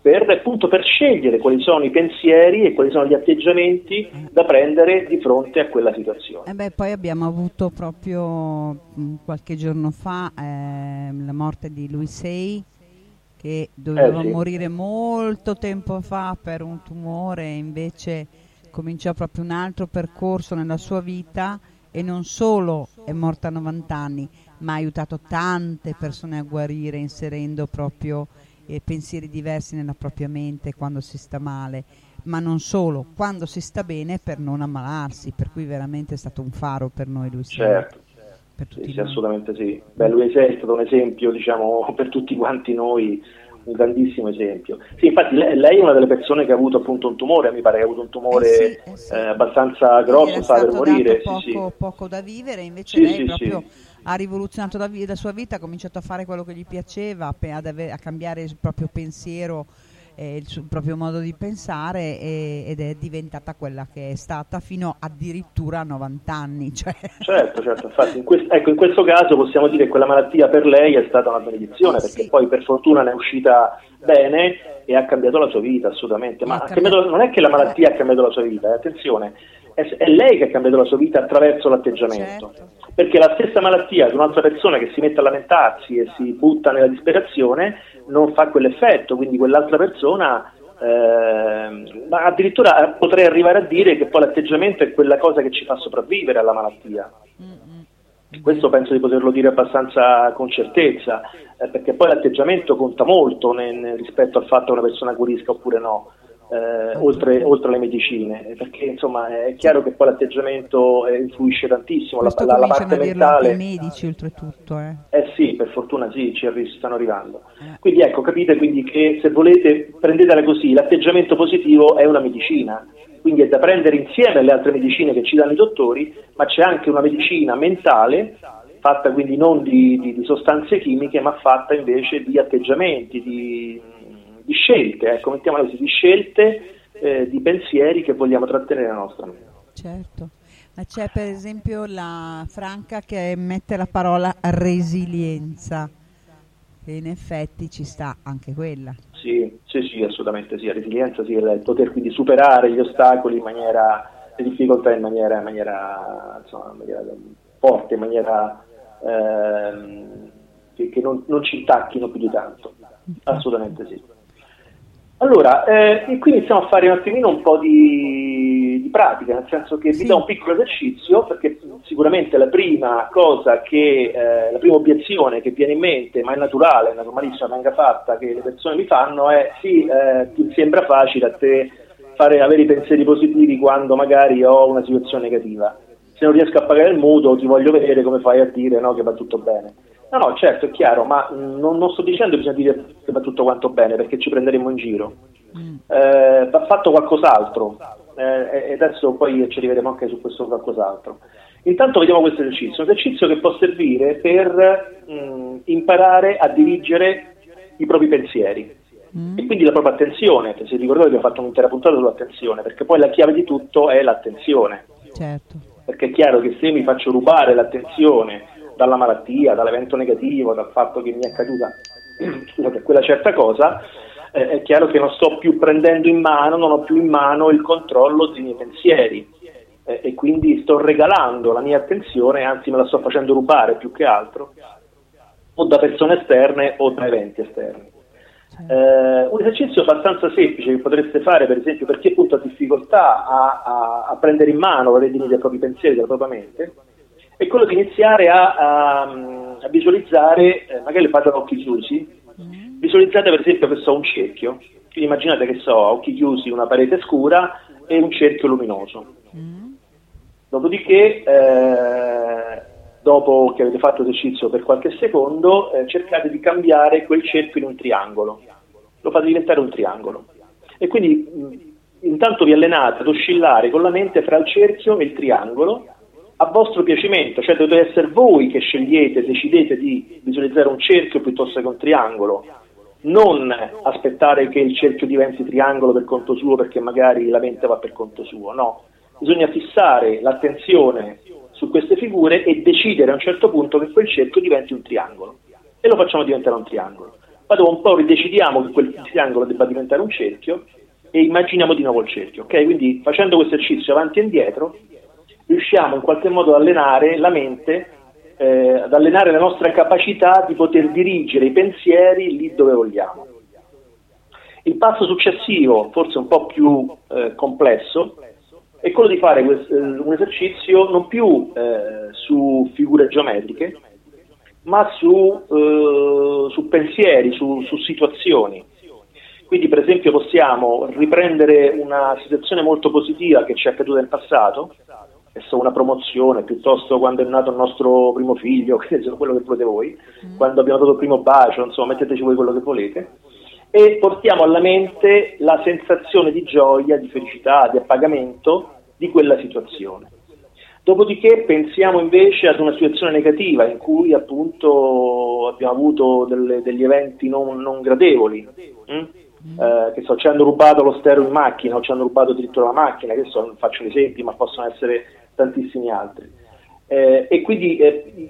per scegliere quali sono i pensieri e quali sono gli atteggiamenti da prendere di fronte a quella situazione. Poi abbiamo avuto proprio qualche giorno fa la morte di Louis Hay, che doveva morire molto tempo fa per un tumore, e invece cominciò proprio un altro percorso nella sua vita, e non solo è morta a 90 anni, ma ha aiutato tante persone a guarire, inserendo proprio pensieri diversi nella propria mente quando si sta male, ma non solo, quando si sta bene, per non ammalarsi, per cui veramente è stato un faro per noi lui. Certo, per tutti sì, assolutamente sì. Beh, lui è stato un esempio, diciamo, per tutti quanti noi, un grandissimo esempio. Sì, infatti lei è una delle persone che ha avuto appunto un tumore, mi pare che ha avuto un tumore abbastanza grosso, sta per morire. Poco da vivere, invece lei proprio ha rivoluzionato la sua vita, ha cominciato a fare quello che gli piaceva, a cambiare il proprio pensiero, il proprio modo di pensare, ed è diventata quella che è stata fino addirittura a 90 anni. Cioè. Certo, infatti in questo caso possiamo dire che quella malattia per lei è stata una benedizione, perché poi per fortuna ne è uscita bene e ha cambiato la sua vita, assolutamente. Ma non è che la malattia ha cambiato la sua vita, attenzione, è lei che ha cambiato la sua vita attraverso l'atteggiamento. Certo. Perché la stessa malattia di un'altra persona che si mette a lamentarsi e si butta nella disperazione non fa quell'effetto, quindi quell'altra persona, ma addirittura potrei arrivare a dire che poi l'atteggiamento è quella cosa che ci fa sopravvivere alla malattia. Questo penso di poterlo dire abbastanza con certezza, perché poi l'atteggiamento conta molto rispetto al fatto che una persona guarisca oppure no. Oltre alle medicine, perché insomma è chiaro che poi l'atteggiamento influisce tantissimo, la parte mentale. I medici oltretutto. Sì, per fortuna sì, ci stanno arrivando. Quindi ecco, capite quindi che se volete prendetela così, l'atteggiamento positivo è una medicina, quindi è da prendere insieme alle altre medicine che ci danno i dottori, ma c'è anche una medicina mentale fatta quindi non di sostanze chimiche, ma fatta invece di atteggiamenti, di scelte, ecco, mettiamola così, di scelte, di pensieri che vogliamo trattenere nella nostra mente. Certo, ma c'è per esempio la Franca che mette la parola resilienza, e in effetti ci sta anche quella. Sì, assolutamente sì, la resilienza sì, il poter quindi superare gli ostacoli le difficoltà in maniera forte, in maniera che non ci intacchino più di tanto, assolutamente sì. Allora, qui iniziamo a fare un attimino un po' di pratica, nel senso che vi do un piccolo esercizio, perché sicuramente la prima obiezione che viene in mente, ma è naturale, normalissima, venga fatta, che le persone mi fanno è: sì, ti sembra facile a te avere i pensieri positivi quando magari ho una situazione negativa. Se non riesco a pagare il mutuo ti voglio vedere come fai a dire, no, che va tutto bene. No, certo, è chiaro, ma non sto dicendo che bisogna dire che va tutto quanto bene, perché ci prenderemo in giro. Va fatto qualcos'altro, e adesso poi ci arriveremo anche su questo qualcos'altro. Intanto vediamo questo esercizio, un esercizio che può servire per imparare a dirigere i propri pensieri e quindi la propria attenzione. Se ricordate, abbiamo fatto un'intera puntata sull'attenzione, perché poi la chiave di tutto è l'attenzione. Certo. Perché è chiaro che se mi faccio rubare l'attenzione dalla malattia, dall'evento negativo, dal fatto che mi è accaduta quella certa cosa, è chiaro che non sto più prendendo in mano, non ho più in mano il controllo dei miei pensieri, e quindi sto regalando la mia attenzione, anzi me la sto facendo rubare più che altro, o da persone esterne o da eventi esterni. Un esercizio abbastanza semplice che potreste fare, per esempio, per chi appunto ha difficoltà a prendere in mano la redini dei propri pensieri, della propria mente, è quello di iniziare a visualizzare, magari le fate a occhi chiusi, visualizzate per esempio che un cerchio, quindi immaginate che a occhi chiusi una parete scura e un cerchio luminoso. Dopodiché, dopo che avete fatto l'esercizio per qualche secondo, cercate di cambiare quel cerchio in un triangolo, lo fate diventare un triangolo, e quindi intanto vi allenate ad oscillare con la mente fra il cerchio e il triangolo a vostro piacimento, cioè dovete essere voi che decidete di visualizzare un cerchio piuttosto che un triangolo, non aspettare che il cerchio diventi triangolo per conto suo perché magari la mente va per conto suo, no, bisogna fissare l'attenzione su queste figure e decidere a un certo punto che quel cerchio diventi un triangolo, e lo facciamo diventare un triangolo. Poi dopo un po' ridecidiamo che quel triangolo debba diventare un cerchio e immaginiamo di nuovo il cerchio, ok? Quindi facendo questo esercizio avanti e indietro riusciamo in qualche modo ad allenare la mente, ad allenare la nostra capacità di poter dirigere i pensieri lì dove vogliamo. Il passo successivo, forse un po' più complesso, è quello di fare un esercizio non più su figure geometriche, ma su pensieri, su situazioni. Quindi per esempio possiamo riprendere una situazione molto positiva che ci è accaduta nel passato, una promozione, piuttosto quando è nato il nostro primo figlio, quello che volete voi, quando abbiamo dato il primo bacio, insomma metteteci voi quello che volete, e portiamo alla mente la sensazione di gioia, di felicità, di appagamento di quella situazione. Dopodiché pensiamo invece ad una situazione negativa in cui appunto abbiamo avuto degli eventi non gradevoli, ci hanno rubato lo stereo in macchina o ci hanno rubato addirittura la macchina, faccio esempi ma possono essere tantissimi altri, e quindi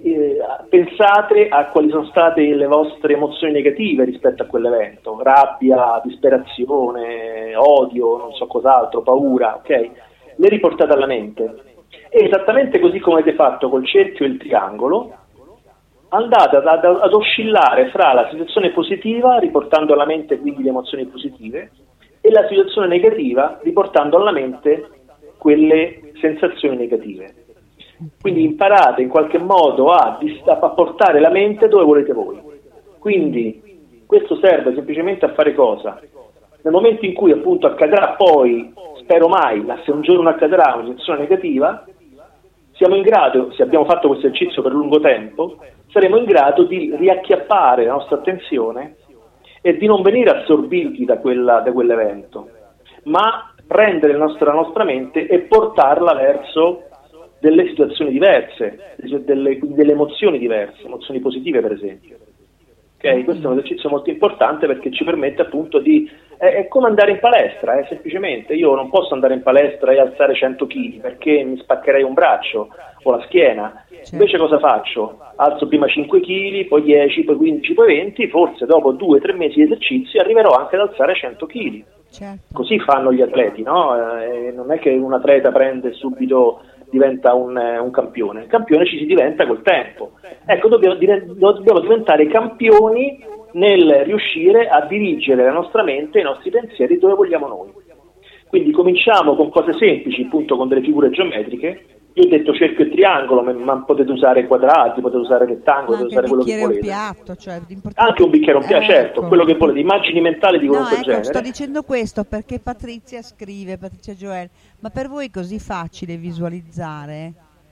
pensate a quali sono state le vostre emozioni negative rispetto a quell'evento: rabbia, disperazione, odio, non so cos'altro, paura, ok? Le riportate alla mente e esattamente così come avete fatto col cerchio e il triangolo andate ad oscillare fra la situazione positiva, riportando alla mente quindi le emozioni positive, e la situazione negativa, riportando alla mente quelle sensazioni negative. Quindi imparate in qualche modo a portare la mente dove volete voi. Quindi questo serve semplicemente a fare cosa? Nel momento in cui appunto accadrà poi, spero mai, ma se un giorno accadrà una situazione negativa, siamo in grado, se abbiamo fatto questo esercizio per lungo tempo, saremo in grado di riacchiappare la nostra attenzione e di non venire assorbiti da quell'evento, ma prendere la nostra mente e portarla verso delle situazioni diverse, delle emozioni diverse, emozioni positive per esempio. Okay? Questo è un esercizio molto importante perché ci permette appunto di... È come andare in palestra, semplicemente. Io non posso andare in palestra e alzare 100 kg perché mi spaccherei un braccio o la schiena. Invece cosa faccio? Alzo prima 5 kg, poi 10, poi 15, poi 20, forse dopo 2-3 mesi di esercizi arriverò anche ad alzare 100 kg. Certo. Così fanno gli atleti, no? Non è che un atleta prende subito diventa un campione. Il campione ci si diventa col tempo. Ecco, dobbiamo diventare campioni nel riuscire a dirigere la nostra mente e i nostri pensieri dove vogliamo noi. Quindi cominciamo con cose semplici, appunto con delle figure geometriche. Io ho detto cerchio e triangolo, ma potete usare quadrati, potete usare rettangoli, potete usare quello che volete. Piatto, cioè, anche un bicchiere, un piatto, certo, quello che volete, immagini mentali di qualunque genere. Sto dicendo questo perché Patrizia Joel, ma per voi è così facile visualizzare?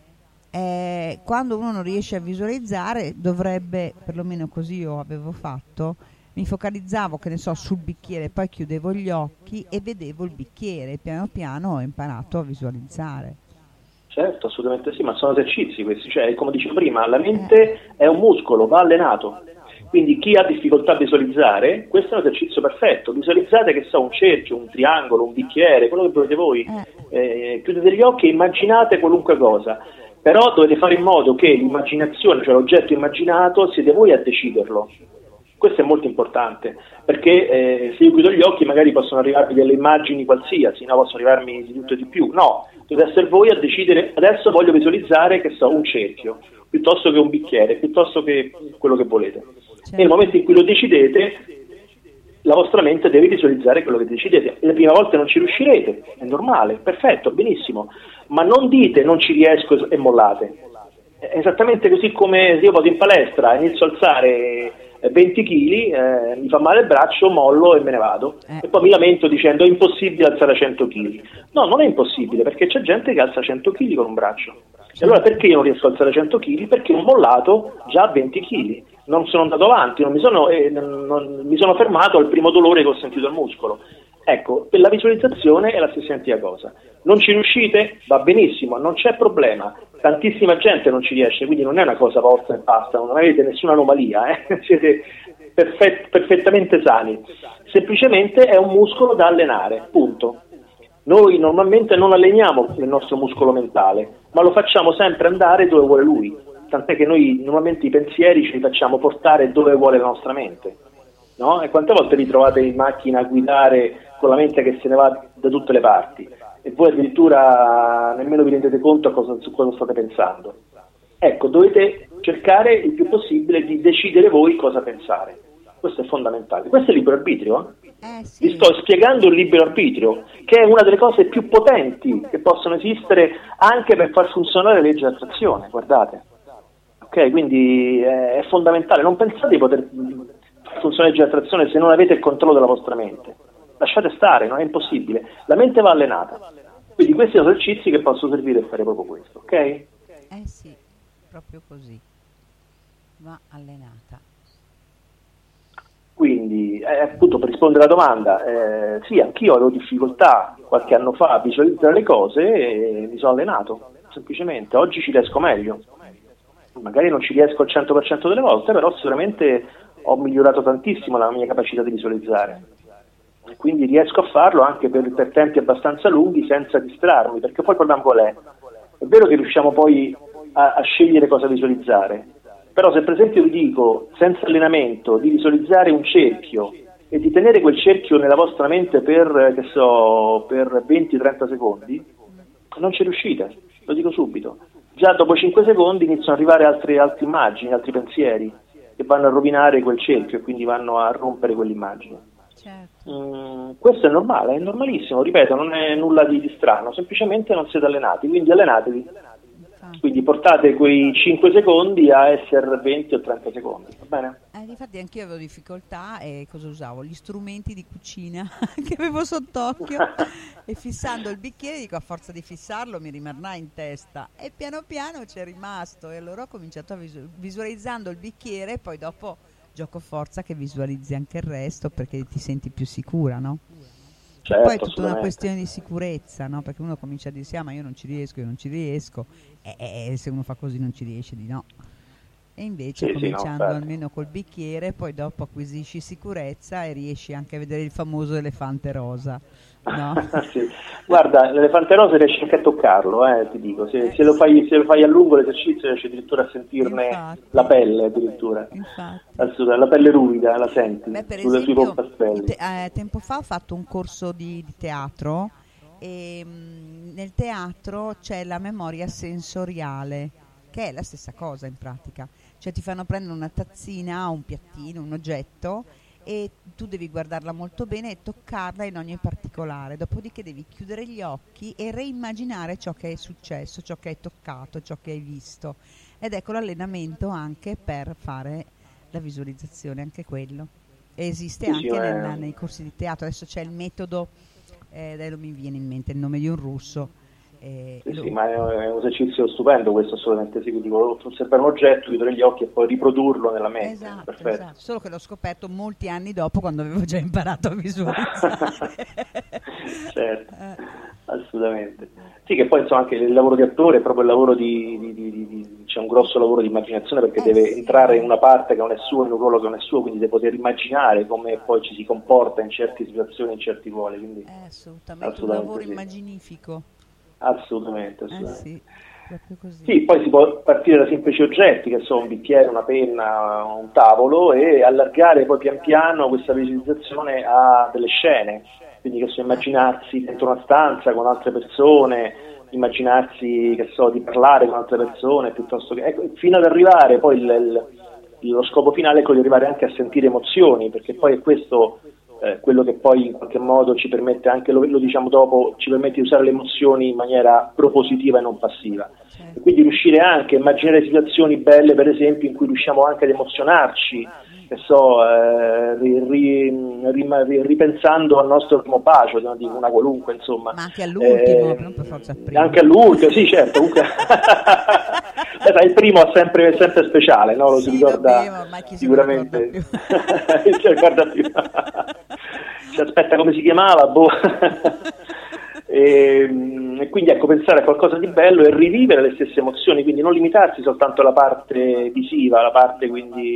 Quando uno non riesce a visualizzare dovrebbe, perlomeno così io avevo fatto, mi focalizzavo, che ne so, sul bicchiere, poi chiudevo gli occhi e vedevo il bicchiere, piano piano ho imparato a visualizzare. Certo, assolutamente sì, ma sono esercizi questi, cioè come dicevo prima, la mente è un muscolo, va allenato, quindi chi ha difficoltà a visualizzare, questo è un esercizio perfetto, visualizzate che so, un cerchio, un triangolo, un bicchiere, quello che volete voi, chiudete gli occhi e immaginate qualunque cosa, però dovete fare in modo che l'immaginazione, cioè l'oggetto immaginato, siete voi a deciderlo. Questo è molto importante, perché se io chiudo gli occhi magari possono arrivarmi delle immagini qualsiasi, no? Possono arrivarmi di tutto e di più, no, dovete essere voi a decidere, adesso voglio visualizzare, che so, un cerchio, piuttosto che un bicchiere, piuttosto che quello che volete. Certo. Nel momento in cui lo decidete, la vostra mente deve visualizzare quello che decidete. Le prime volte non ci riuscirete, è normale, perfetto, benissimo, ma non dite non ci riesco e mollate. È esattamente così come se io vado in palestra e inizio a alzare 20 kg, mi fa male il braccio, mollo e me ne vado e poi mi lamento dicendo è impossibile alzare 100 kg. No, non è impossibile, perché c'è gente che alza 100 kg con un braccio. E allora perché io non riesco a alzare 100 kg? Perché ho mollato già a 20 kg, non sono andato avanti, non mi sono fermato al primo dolore che ho sentito al muscolo. Ecco, per la visualizzazione è la stessa identica cosa. Non ci riuscite? Va benissimo, non c'è problema. Tantissima gente non ci riesce, quindi non è una cosa vostra e basta, non avete nessuna anomalia, siete perfettamente sani. Semplicemente è un muscolo da allenare, punto. Noi normalmente non alleniamo il nostro muscolo mentale, ma lo facciamo sempre andare dove vuole lui. Tant'è che noi normalmente i pensieri ce li facciamo portare dove vuole la nostra mente. No? E quante volte vi trovate in macchina a guidare con la mente che se ne va da tutte le parti e voi addirittura nemmeno vi rendete conto su cosa state pensando? Ecco, dovete cercare il più possibile di decidere voi cosa pensare. Questo è fondamentale. Questo è il libero arbitrio. Sì. Vi sto spiegando il libero arbitrio, che è una delle cose più potenti che possono esistere anche per far funzionare la legge dell'attrazione, guardate. Ok, quindi è fondamentale. Non pensate di poter funzione di attrazione se non avete il controllo della vostra mente. Lasciate stare, non è impossibile. La mente va allenata. Quindi questi sono esercizi che possono servire a fare proprio questo, ok? Sì, proprio così. Va allenata. Quindi, appunto, per rispondere alla domanda, sì, anch'io avevo difficoltà qualche anno fa a visualizzare le cose e mi sono allenato, semplicemente. Oggi ci riesco meglio. Magari non ci riesco al 100% delle volte, però sicuramente ho migliorato tantissimo la mia capacità di visualizzare e quindi riesco a farlo anche per tempi abbastanza lunghi senza distrarmi, perché poi il problema qual è? È vero che riusciamo poi a scegliere cosa visualizzare, però se per esempio vi dico senza allenamento di visualizzare un cerchio e di tenere quel cerchio nella vostra mente per 20-30 secondi, non ci riuscite, lo dico subito. Già dopo 5 secondi iniziano ad arrivare altre immagini, altri pensieri che vanno a rovinare quel cerchio e quindi vanno a rompere quell'immagine. Certo. Questo è normale, è normalissimo, ripeto, non è nulla di strano, semplicemente non siete allenati, quindi allenatevi. Quindi portate quei 5 secondi a essere 20 o 30 secondi, va bene? Infatti anch'io avevo difficoltà e cosa usavo? Gli strumenti di cucina che avevo sott'occhio e fissando il bicchiere dico a forza di fissarlo mi rimarrà in testa e piano piano c'è rimasto e allora ho cominciato a visualizzando il bicchiere e poi dopo gioco forza che visualizzi anche il resto perché ti senti più sicura, no? Certo, poi è tutta una assolutamente. questione di sicurezza, no? Perché uno comincia a dirsi, ma io non ci riesco, e se uno fa così non ci riesce, di no. E invece Sì, no, cominciando infatti. almeno col bicchiere, poi dopo acquisisci sicurezza e riesci anche a vedere il famoso elefante rosa, no? Sì. Guarda, l'elefante rosa riesci anche a toccarlo, ti dico, se lo Sì. fai a lungo l'esercizio riesci addirittura a sentirne la Infatti, pelle, addirittura. infatti. Assolutamente, la pelle ruvida, la Beh, senti per sui esempio, polpastrelli. tempo fa ho fatto un corso di teatro e nel teatro c'è la memoria sensoriale, che è la stessa cosa in pratica. Cioè ti fanno prendere una tazzina, un piattino, un oggetto e tu devi guardarla molto bene e toccarla in ogni particolare. Dopodiché devi chiudere gli occhi e reimmaginare ciò che è successo, ciò che hai toccato, ciò che hai visto. Ed ecco l'allenamento anche per fare la visualizzazione, anche quello. E esiste Sì, sì, anche nei corsi di teatro. Adesso c'è il metodo, adesso non mi viene in mente il nome di un russo. sì, ma è un esercizio stupendo questo, assolutamente sì, quindi osservare un oggetto, chiudere gli occhi e poi riprodurlo nella mente. Esatto, Perfetto. esatto, solo che l'ho scoperto molti anni dopo quando avevo già imparato a visualizzare. Certo, assolutamente. Sì, che poi insomma anche il lavoro di attore è proprio il lavoro c'è un grosso lavoro di immaginazione perché deve Sì. entrare in una parte che non è sua, in un ruolo che non è suo, quindi deve poter immaginare come poi ci si comporta in certe situazioni, in certi ruoli. Quindi, È assolutamente un lavoro sì. immaginifico. Assolutamente, assolutamente. Sì, proprio così. Sì, poi si può partire da semplici oggetti che sono un bicchiere, una penna, un tavolo e allargare poi pian piano questa visualizzazione a delle scene, quindi che so, immaginarsi dentro una stanza con altre persone, immaginarsi che so, di parlare con altre persone, piuttosto che ecco, fino ad arrivare poi lo scopo finale è quello di arrivare anche a sentire emozioni, perché poi è questo quello che poi in qualche modo ci permette anche, lo diciamo dopo, ci permette di usare le emozioni in maniera propositiva e non passiva. Certo. E quindi riuscire anche a immaginare situazioni belle, per esempio, in cui riusciamo anche ad emozionarci, che so, ripensando al nostro primo bacio, di una qualunque, insomma. Ma anche all'ultimo, non per forza al primo. Anche all'ultimo, sì, certo. Comunque il primo è sempre speciale, no? Lo si ricorda vabbè, ormai chi sicuramente. se lo Chi se lo ricorda più. Ci aspetta come si chiamava, boh. E quindi ecco, pensare a qualcosa di bello e rivivere le stesse emozioni, quindi non limitarsi soltanto alla parte visiva, la parte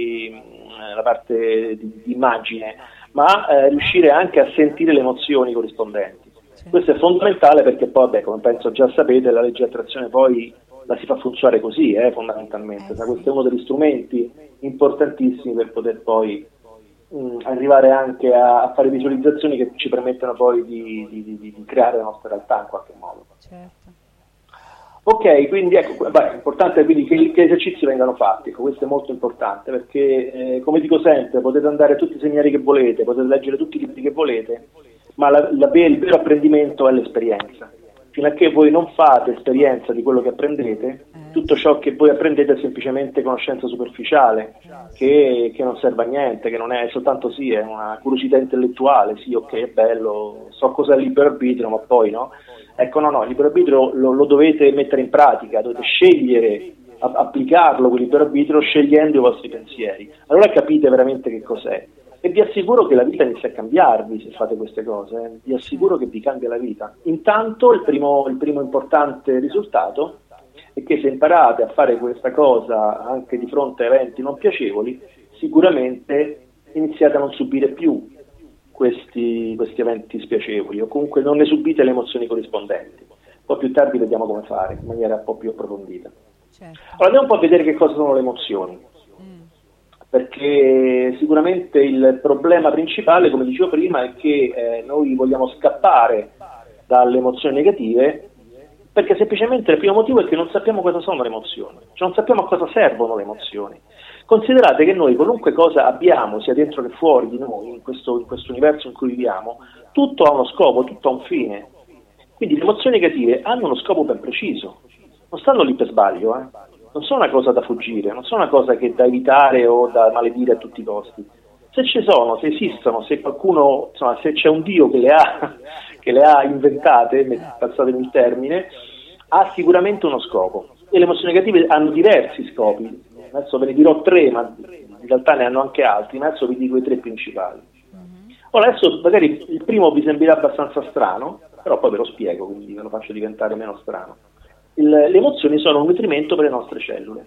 di immagine, ma riuscire anche a sentire le emozioni corrispondenti. Questo è fondamentale perché poi, vabbè, come penso già sapete, la legge di attrazione poi la si fa funzionare così, fondamentalmente. Questo è uno degli strumenti importantissimi per poter poi arrivare anche a fare visualizzazioni che ci permettono poi di creare la nostra realtà in qualche modo. Certo. Ok, quindi ecco, è importante quindi che esercizi vengano fatti, ecco, questo è molto importante perché come dico sempre, potete andare a tutti i seminari che volete, potete leggere tutti i libri che volete, ma il vero apprendimento è l'esperienza. Fino a che voi non fate esperienza di quello che apprendete, tutto ciò che voi apprendete è semplicemente conoscenza superficiale, che non serve a niente, che non è soltanto è una curiosità intellettuale, sì, ok, è bello, so cos'è il libero arbitrio, ma poi no. Ecco, no, il libero arbitrio lo dovete mettere in pratica, dovete scegliere, applicarlo quel libero arbitrio scegliendo i vostri pensieri. Allora capite veramente che cos'è. E vi assicuro che la vita inizia a cambiarvi se fate queste cose, vi assicuro che vi cambia la vita. Intanto il primo importante risultato è che se imparate a fare questa cosa anche di fronte a eventi non piacevoli, sicuramente iniziate a non subire più questi eventi spiacevoli o comunque non ne subite le emozioni corrispondenti. Poi più tardi vediamo come fare in maniera un po' più approfondita. Certo. Allora andiamo un po' a vedere che cosa sono le emozioni. Perché sicuramente il problema principale, come dicevo prima, è che noi vogliamo scappare dalle emozioni negative perché semplicemente il primo motivo è che non sappiamo cosa sono le emozioni, cioè non sappiamo a cosa servono le emozioni. Considerate che noi qualunque cosa abbiamo, sia dentro che fuori di noi, in questo universo in cui viviamo, tutto ha uno scopo, tutto ha un fine. Quindi le emozioni negative hanno uno scopo ben preciso, non stanno lì per sbaglio, non sono una cosa da fuggire, non sono una cosa che da evitare o da maledire a tutti i costi. Se ci sono, se esistono, se qualcuno, insomma, se c'è un Dio che le ha inventate, passatemi il termine, ha sicuramente uno scopo. E le emozioni negative hanno diversi scopi. Adesso ve ne dirò tre, ma in realtà ne hanno anche altri, ma adesso vi dico i tre principali. Ora adesso magari il primo vi sembrerà abbastanza strano, però poi ve lo spiego, quindi ve lo faccio diventare meno strano. Le emozioni sono un nutrimento per le nostre cellule.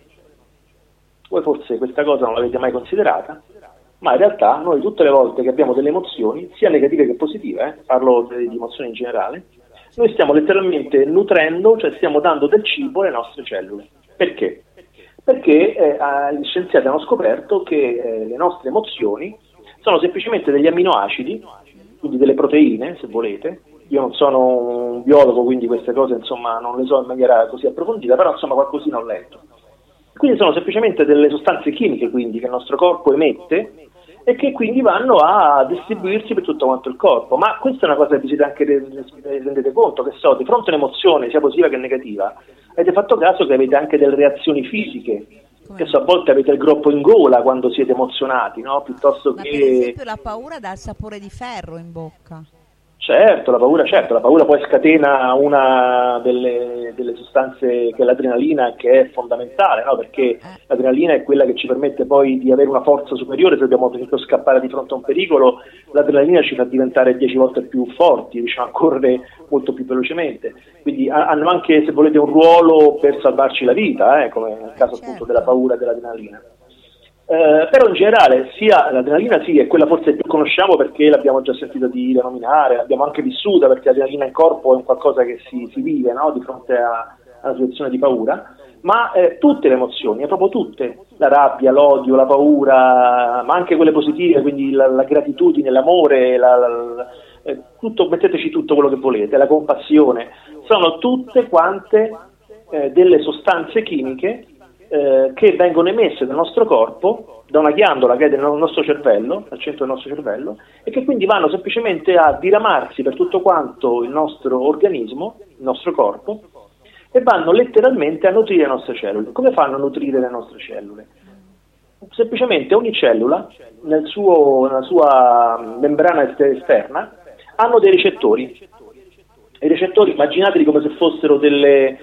Voi forse questa cosa non l'avete mai considerata, ma in realtà noi tutte le volte che abbiamo delle emozioni, sia negative che positive, parlo di emozioni in generale, noi stiamo letteralmente nutrendo, cioè stiamo dando del cibo alle nostre cellule. Perché? Perché gli scienziati hanno scoperto che le nostre emozioni sono semplicemente degli amminoacidi, quindi delle proteine, se volete. Io non sono un biologo, quindi queste cose insomma non le so in maniera così approfondita, però insomma qualcosina ho letto. Quindi sono semplicemente delle sostanze chimiche quindi che il nostro corpo emette e che quindi vanno a distribuirsi per tutto quanto il corpo. Ma questa è una cosa che vi siete anche rendete conto, che so, di fronte a un'emozione sia positiva che negativa, avete fatto caso che avete anche delle reazioni fisiche, che so, a volte avete il groppo in gola quando siete emozionati, no? Piuttosto che... per esempio la paura dà il sapore di ferro in bocca. Certo, la paura poi scatena una delle sostanze che è l'adrenalina, che è fondamentale, no? Perché l'adrenalina è quella che ci permette poi di avere una forza superiore. Se abbiamo dovuto scappare di fronte a un pericolo, l'adrenalina ci fa diventare 10 volte più forti, riusciamo a correre molto più velocemente. Quindi hanno anche, se volete, un ruolo per salvarci la vita, come nel caso appunto della paura e dell'adrenalina. Però in generale sia l'adrenalina sì è quella forse più conosciamo perché l'abbiamo già sentita dire, nominare, l'abbiamo anche vissuta perché l'adrenalina in corpo è un qualcosa che si vive, no? Di fronte a una situazione di paura, ma tutte le emozioni, proprio tutte, la rabbia, l'odio, la paura, ma anche quelle positive, quindi la gratitudine, l'amore, tutto, metteteci tutto quello che volete, la compassione, sono tutte quante delle sostanze chimiche che vengono emesse dal nostro corpo, da una ghiandola che è nel nostro cervello, al centro del nostro cervello, e che quindi vanno semplicemente a diramarsi per tutto quanto il nostro organismo, il nostro corpo, e vanno letteralmente a nutrire le nostre cellule. Come fanno a nutrire le nostre cellule? Semplicemente ogni cellula, nella sua membrana esterna, hanno dei recettori. I recettori, immaginateli come se fossero delle...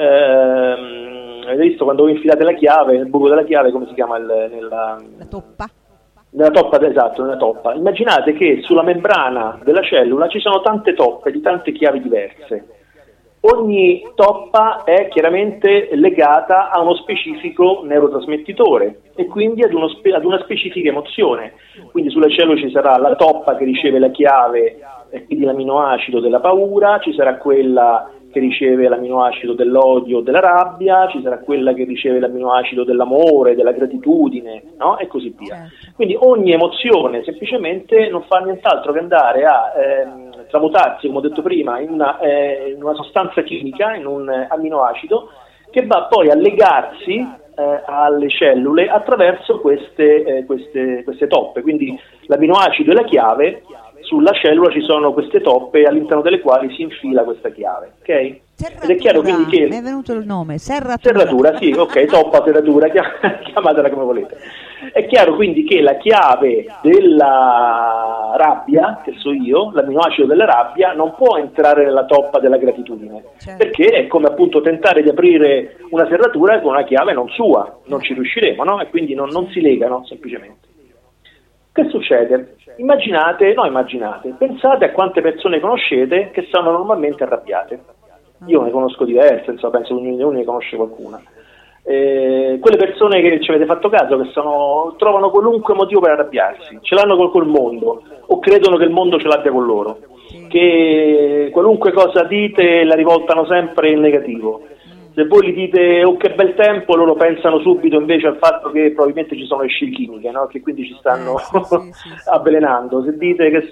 avete visto quando voi infilate la chiave, nel buco della chiave, come si chiama? La toppa? Nella toppa, esatto, nella toppa. Immaginate che sulla membrana della cellula ci sono tante toppe di tante chiavi diverse. Ogni toppa è chiaramente legata a uno specifico neurotrasmettitore e quindi ad una specifica emozione. Quindi sulle cellule ci sarà la toppa che riceve la chiave e quindi l'aminoacido della paura, ci sarà quella che riceve l'aminoacido dell'odio, della rabbia, ci sarà quella che riceve l'aminoacido dell'amore, della gratitudine, no? E così via. Quindi ogni emozione semplicemente non fa nient'altro che andare a tramutarsi, come ho detto prima, in una sostanza chimica, in un amminoacido, che va poi a legarsi alle cellule attraverso queste toppe. Quindi l'amminoacido è la chiave. Sulla cellula ci sono queste toppe all'interno delle quali si infila questa chiave, ok? Ed è chiaro quindi che... Mi è venuto il nome, serratura, sì, ok, toppa, serratura, chiamatela come volete. È chiaro quindi che la chiave della rabbia, che so io, l'amminoacido della rabbia, non può entrare nella toppa della gratitudine, perché è come appunto tentare di aprire una serratura con una chiave non sua, non ci riusciremo, no? E quindi non si legano semplicemente. Che succede? Immaginate, pensate a quante persone conoscete che sono normalmente arrabbiate. Io ne conosco diverse, insomma, penso che ognuno ne conosce qualcuna. Quelle persone che ci avete fatto caso, che trovano qualunque motivo per arrabbiarsi, ce l'hanno col mondo, o credono che il mondo ce l'abbia con loro, che qualunque cosa dite la rivoltano sempre in negativo. Se voi gli dite oh che bel tempo, loro pensano subito invece al fatto che probabilmente ci sono le scie chimiche, no? Che quindi ci stanno avvelenando. Se dite che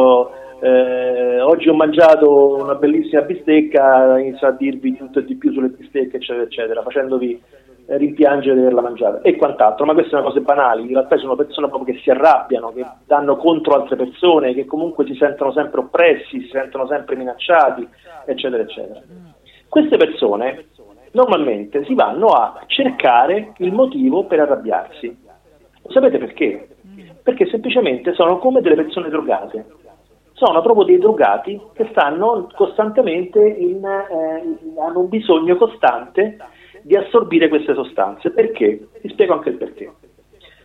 oggi ho mangiato una bellissima bistecca, inizia a dirvi tutto e di più sulle bistecche, eccetera, eccetera, facendovi rimpiangere di averla mangiata e quant'altro. Ma queste sono cose banali, in realtà sono persone proprio che si arrabbiano, che danno contro altre persone, che comunque si sentono sempre oppressi, si sentono sempre minacciati, eccetera, eccetera. Queste persone normalmente si vanno a cercare il motivo per arrabbiarsi. Lo sapete perché? Perché semplicemente sono come delle persone drogate. Sono proprio dei drogati che stanno costantemente hanno un bisogno costante di assorbire queste sostanze. Perché? Vi spiego anche il perché.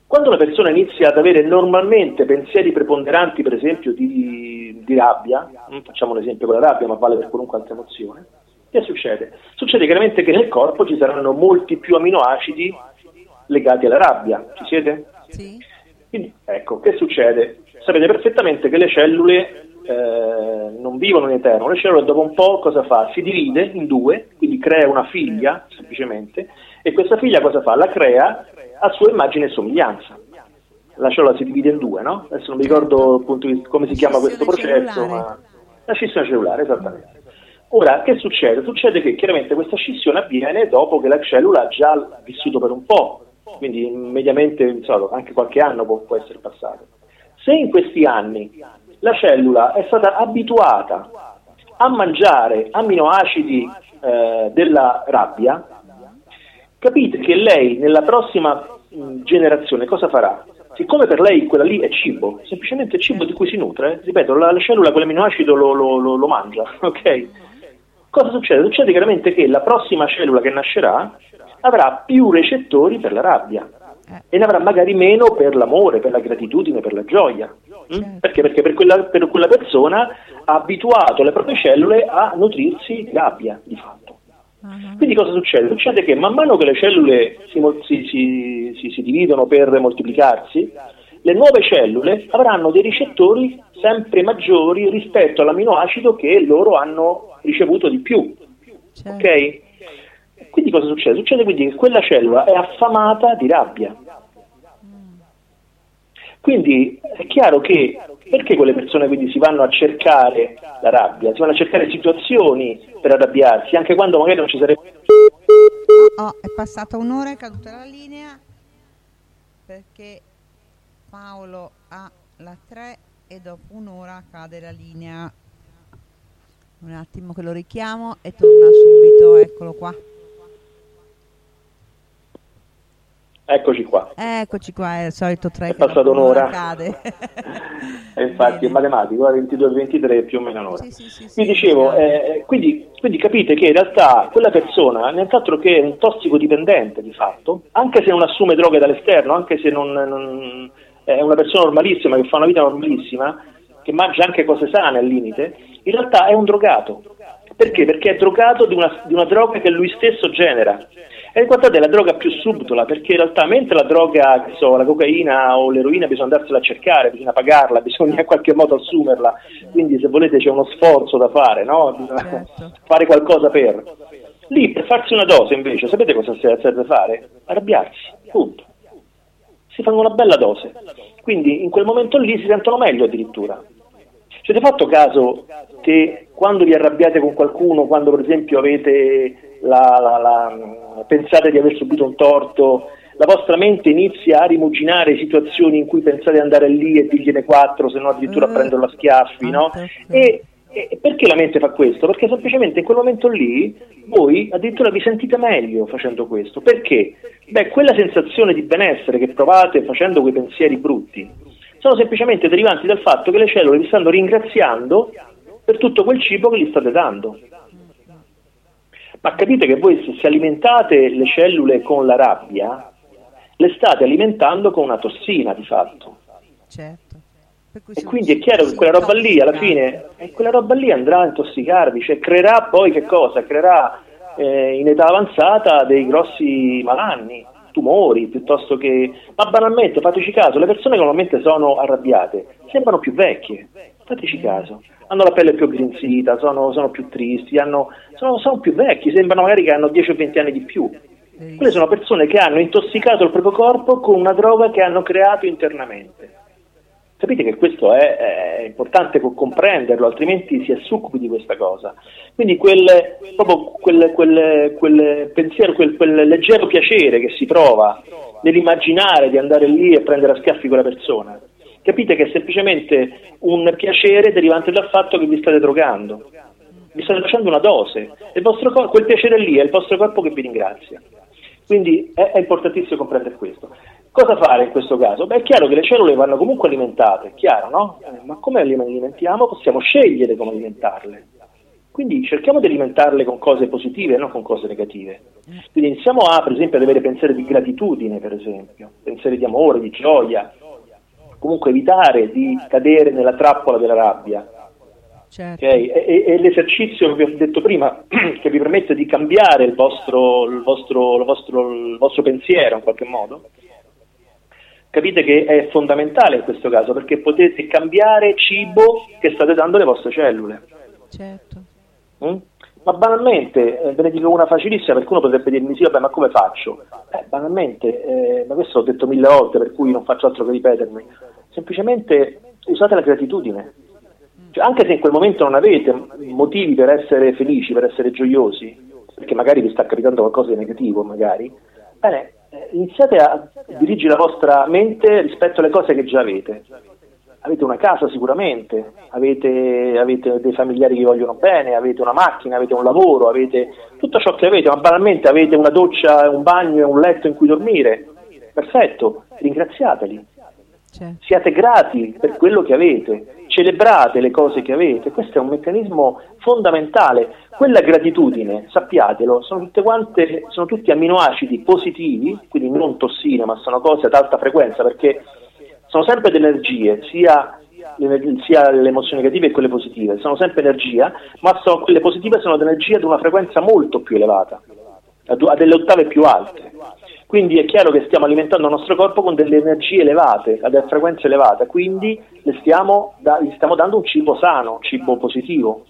Quando una persona inizia ad avere normalmente pensieri preponderanti, per esempio di rabbia, facciamo un esempio con la rabbia, ma vale per qualunque altra emozione, che succede? Succede chiaramente che nel corpo ci saranno molti più aminoacidi legati alla rabbia. Ci siete? Sì. Quindi, ecco, che succede? Sapete perfettamente che le cellule non vivono in eterno. Le cellule dopo un po' cosa fa? Si divide in due, quindi crea una figlia, semplicemente, e questa figlia cosa fa? La crea a sua immagine e somiglianza. La cellula si divide in due, no? Adesso non mi ricordo appunto come si chiama questo processo, ma la scissione cellulare, esattamente. Ora, che succede? Succede che chiaramente questa scissione avviene dopo che la cellula ha già vissuto per un po', quindi mediamente anche qualche anno può essere passato. Se in questi anni la cellula è stata abituata a mangiare amminoacidi della rabbia, capite che lei nella prossima generazione cosa farà? Siccome per lei quella lì è cibo, semplicemente cibo di cui si nutre, ripeto, la cellula quell'amminoacido lo mangia, ok? Cosa succede? Succede chiaramente che la prossima cellula che nascerà avrà più recettori per la rabbia e ne avrà magari meno per l'amore, per la gratitudine, per la gioia. Perché? Perché per quella persona ha abituato le proprie cellule a nutrirsi di rabbia, di fatto. Quindi cosa succede? Succede che man mano che le cellule si dividono per moltiplicarsi, le nuove cellule avranno dei ricettori sempre maggiori rispetto all'aminoacido che loro hanno ricevuto di più. Ok? Quindi cosa succede? Succede quindi che quella cellula è affamata di rabbia. Quindi è chiaro che perché quelle persone quindi si vanno a cercare la rabbia, si vanno a cercare situazioni per arrabbiarsi, anche quando magari non ci sarebbe... È passata un'ora, è caduta la linea, perché Paolo ha la 3 e dopo un'ora cade la linea. Un attimo che lo richiamo e torna subito, eccolo qua. Eccoci qua. Eccoci qua, è il solito 3 è passato un'ora. Cade. E infatti è matematico, 22-23 più o meno un'ora. Sì, Vi dicevo, quindi capite che in realtà quella persona nient'altro che è un tossicodipendente di fatto, anche se non assume droghe dall'esterno, anche se non è una persona normalissima che fa una vita normalissima, che mangia anche cose sane al limite, in realtà è un drogato. Perché? Perché è drogato di una droga che lui stesso genera. E guardate, è la droga più subdola, perché in realtà mentre la droga, la cocaina o l'eroina bisogna andarsela a cercare, bisogna pagarla, bisogna in qualche modo assumerla, quindi se volete c'è uno sforzo da fare, no? Bisogna fare qualcosa per. Lì per farsi una dose invece, sapete cosa serve fare? Arrabbiarsi, punto. Si fanno una bella dose, quindi in quel momento lì si sentono meglio addirittura. Ci avete fatto caso che quando vi arrabbiate con qualcuno, quando per esempio avete pensate di aver subito un torto, la vostra mente inizia a rimuginare situazioni in cui pensate di andare lì e dirgliene 4, se no addirittura a prenderlo a schiaffi, no? E perché la mente fa questo? Perché semplicemente in quel momento lì voi addirittura vi sentite meglio facendo questo. Perché? Quella sensazione di benessere che provate facendo quei pensieri brutti sono semplicemente derivanti dal fatto che le cellule vi stanno ringraziando per tutto quel cibo che gli state dando. Ma capite che voi se alimentate le cellule con la rabbia, le state alimentando con una tossina di fatto. Certo. E quindi è chiaro che quella roba lì alla fine, quella roba lì andrà a intossicarvi, cioè creerà poi che cosa? Creerà in età avanzata dei grossi malanni, tumori, piuttosto che... Ma banalmente, fateci caso, le persone che normalmente sono arrabbiate sembrano più vecchie, fateci caso. Hanno la pelle più aggrinzita, sono più tristi, sono più vecchi, sembrano magari che hanno 10 o 20 anni di più. Quelle sono persone che hanno intossicato il proprio corpo con una droga che hanno creato internamente. Capite che questo è importante comprenderlo, altrimenti si è succubi di questa cosa. Quindi quel pensiero, quel leggero piacere che si prova nell'immaginare di andare lì e prendere a schiaffi quella persona, capite che è semplicemente un piacere derivante dal fatto che vi state drogando, vi state facendo una dose, il vostro corpo, quel piacere lì è il vostro corpo che vi ringrazia. Quindi è importantissimo comprendere questo. Cosa fare in questo caso? È chiaro che le cellule vanno comunque alimentate, è chiaro, no? Ma come le alimentiamo? Possiamo scegliere come alimentarle. Quindi cerchiamo di alimentarle con cose positive e non con cose negative. Quindi iniziamo per esempio, ad avere pensieri di gratitudine, per esempio, pensieri di amore, di gioia, comunque evitare di cadere nella trappola della rabbia. Certo. Okay? E l'esercizio che vi ho detto prima, che vi permette di cambiare il vostro pensiero in qualche modo, capite che è fondamentale in questo caso, perché potete cambiare cibo che state dando alle vostre cellule. Certo. Ma banalmente, ve ne dico una facilissima, perché uno potrebbe dirmi sì, vabbè, ma come faccio? Banalmente, ma questo l'ho detto 1000 volte, per cui non faccio altro che ripetermi, semplicemente usate la gratitudine. Cioè, anche se in quel momento non avete motivi per essere felici, per essere gioiosi, perché magari vi sta capitando qualcosa di negativo, magari, bene, iniziate a dirigere la vostra mente rispetto alle cose che già avete. Avete una casa sicuramente, avete dei familiari che vi vogliono bene, avete una macchina, avete un lavoro, avete tutto ciò che avete, ma banalmente avete una doccia, un bagno e un letto in cui dormire. Perfetto, ringraziateli. Certo. Siate grati per quello che avete, celebrate le cose che avete. Questo è un meccanismo fondamentale. Quella gratitudine, sappiatelo, sono tutti amminoacidi positivi, quindi non tossine, ma sono cose ad alta frequenza, perché sono sempre delle energie, sia le emozioni negative che quelle positive, sono sempre energia, ma quelle positive sono energie ad una frequenza molto più elevata, a delle ottave più alte. Quindi è chiaro che stiamo alimentando il nostro corpo con delle energie elevate, a delle frequenze elevate, quindi gli stiamo dando un cibo sano, un cibo positivo.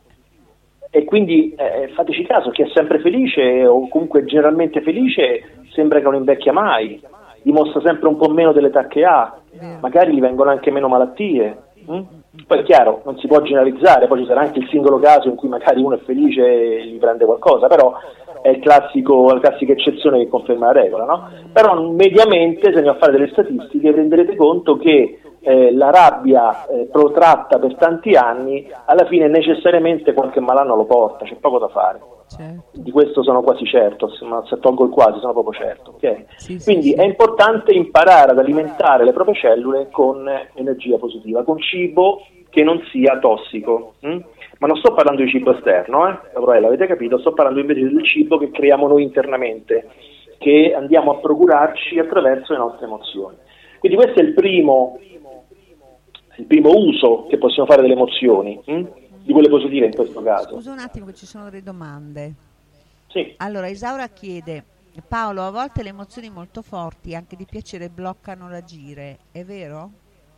E quindi fateci caso, chi è sempre felice o comunque generalmente felice sembra che non invecchia mai, dimostra sempre un po' meno dell'età che ha, magari gli vengono anche meno malattie. Poi è chiaro, non si può generalizzare, poi ci sarà anche il singolo caso in cui magari uno è felice e gli prende qualcosa, però è la classica eccezione che conferma la regola, no? Però mediamente, se andiamo a fare delle statistiche, renderete conto che la rabbia protratta per tanti anni alla fine necessariamente qualche malanno lo porta, c'è poco da fare. Certo. Di questo sono quasi certo, ma se tolgo il quasi sono proprio certo, okay? Quindi Sì. è importante imparare ad alimentare le proprie cellule con energia positiva, con cibo che non sia tossico. Ma non sto parlando di cibo esterno, però l'avete capito, sto parlando invece del cibo che creiamo noi internamente, che andiamo a procurarci attraverso le nostre emozioni. Quindi questo è il primo uso che possiamo fare delle emozioni, di quelle positive in questo caso. Scusa un attimo che ci sono delle domande. Sì. Allora, Isaura chiede: Paolo, a volte le emozioni molto forti, anche di piacere, bloccano l'agire, è vero?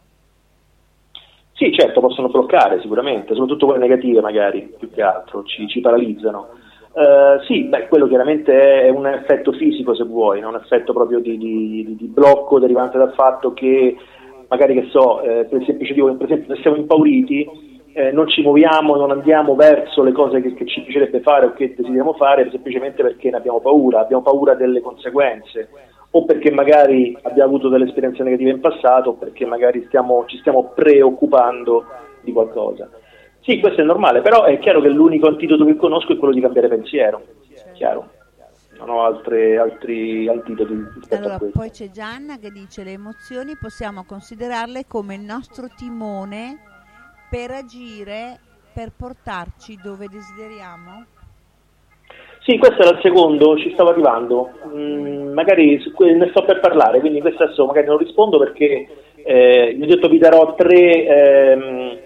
Sì, certo, possono bloccare sicuramente, soprattutto quelle negative magari, più che altro, ci paralizzano. Sì, quello chiaramente è un effetto fisico, se vuoi, un effetto proprio di blocco derivante dal fatto che magari, per il semplice motivo, per esempio, se siamo impauriti, non ci muoviamo, non andiamo verso le cose che ci piacerebbe fare o che desideriamo fare, semplicemente perché ne abbiamo paura delle conseguenze, o perché magari abbiamo avuto delle esperienze negative in passato, o perché magari ci stiamo preoccupando di qualcosa. Sì, questo è normale, però è chiaro che l'unico antidoto che conosco è quello di cambiare pensiero, chiaro. Non ho altri antidoti rispetto a questo. Poi c'è Gianna che dice: le emozioni possiamo considerarle come il nostro timone per agire, per portarci dove desideriamo? Sì, questo era il secondo, ci stavo arrivando, magari ne sto per parlare, quindi questo adesso magari non rispondo perché vi ho detto vi darò tre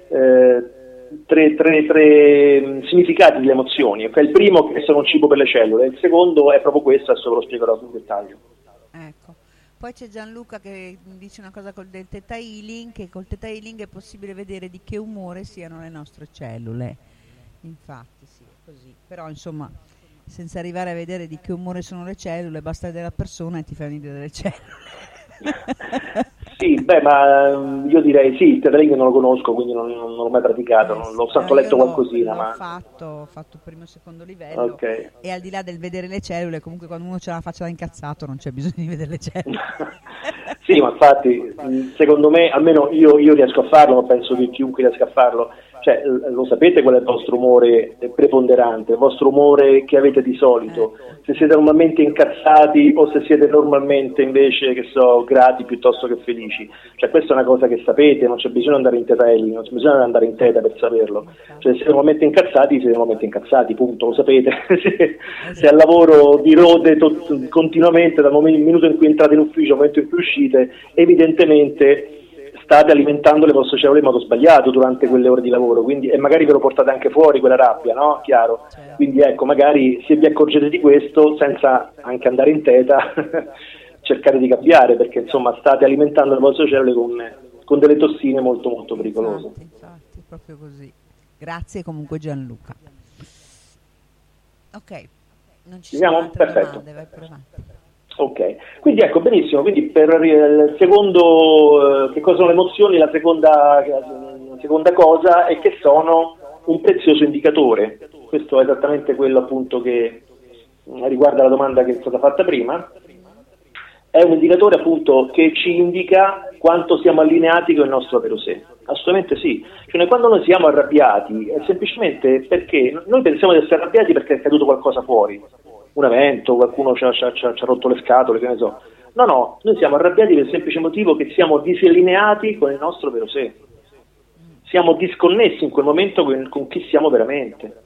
significati delle emozioni. Okay? Il primo che sono un cibo per le cellule, il secondo è proprio questo, adesso ve lo spiegherò in dettaglio. Ecco. Poi c'è Gianluca che dice una cosa del Theta Healing, che col Theta Healing è possibile vedere di che umore siano le nostre cellule. Infatti sì, è così. Però insomma, senza arrivare a vedere di che umore sono le cellule, basta vedere la persona e ti fai un'idea delle cellule. Sì, ma io direi sì, il Theta Healing non lo conosco, quindi non l'ho mai praticato, non l'ho soltanto letto qualcosina. Ho fatto primo e secondo livello, okay. E al di là del vedere le cellule, comunque quando uno ce la faccia da incazzato non c'è bisogno di vedere le cellule. Sì, ma infatti, secondo me, almeno io riesco a farlo, ma penso che chiunque riesca a farlo, Cioè, lo sapete qual è il vostro umore preponderante, il vostro umore che avete di solito, se siete normalmente incazzati o se siete normalmente invece, che so, grati piuttosto che felici. Cioè, questa è una cosa che sapete, non c'è bisogno di andare in tetelli, non c'è bisogno di andare in teta per saperlo. Cioè, se siete normalmente incazzati, siete normalmente incazzati, punto, lo sapete. Se al lavoro vi rode continuamente dal minuto in cui entrate in ufficio al momento in cui uscite, evidentemente state alimentando le vostre cellule in modo sbagliato durante quelle ore di lavoro, quindi, e magari ve lo portate anche fuori quella rabbia, no? Chiaro? Quindi ecco, magari se vi accorgete di questo, senza anche andare in teta, cercate di cambiare, perché insomma state alimentando le vostre cellule con delle tossine molto molto pericolose. Infatti, proprio così. Grazie comunque Gianluca. Ok, non ci sono altre domande, vai per avanti. Ok, quindi ecco, benissimo, quindi per il secondo, che cosa sono le emozioni, la seconda cosa è che sono un prezioso indicatore. Questo è esattamente quello appunto che riguarda la domanda che è stata fatta prima. È un indicatore appunto che ci indica quanto siamo allineati con il nostro vero sé. Assolutamente sì, cioè quando noi siamo arrabbiati è semplicemente perché noi pensiamo di essere arrabbiati perché è accaduto qualcosa fuori, un evento, qualcuno ci ha rotto le scatole, che ne so. No, noi siamo arrabbiati per il semplice motivo che siamo disallineati con il nostro vero sé. Siamo disconnessi in quel momento con chi siamo veramente.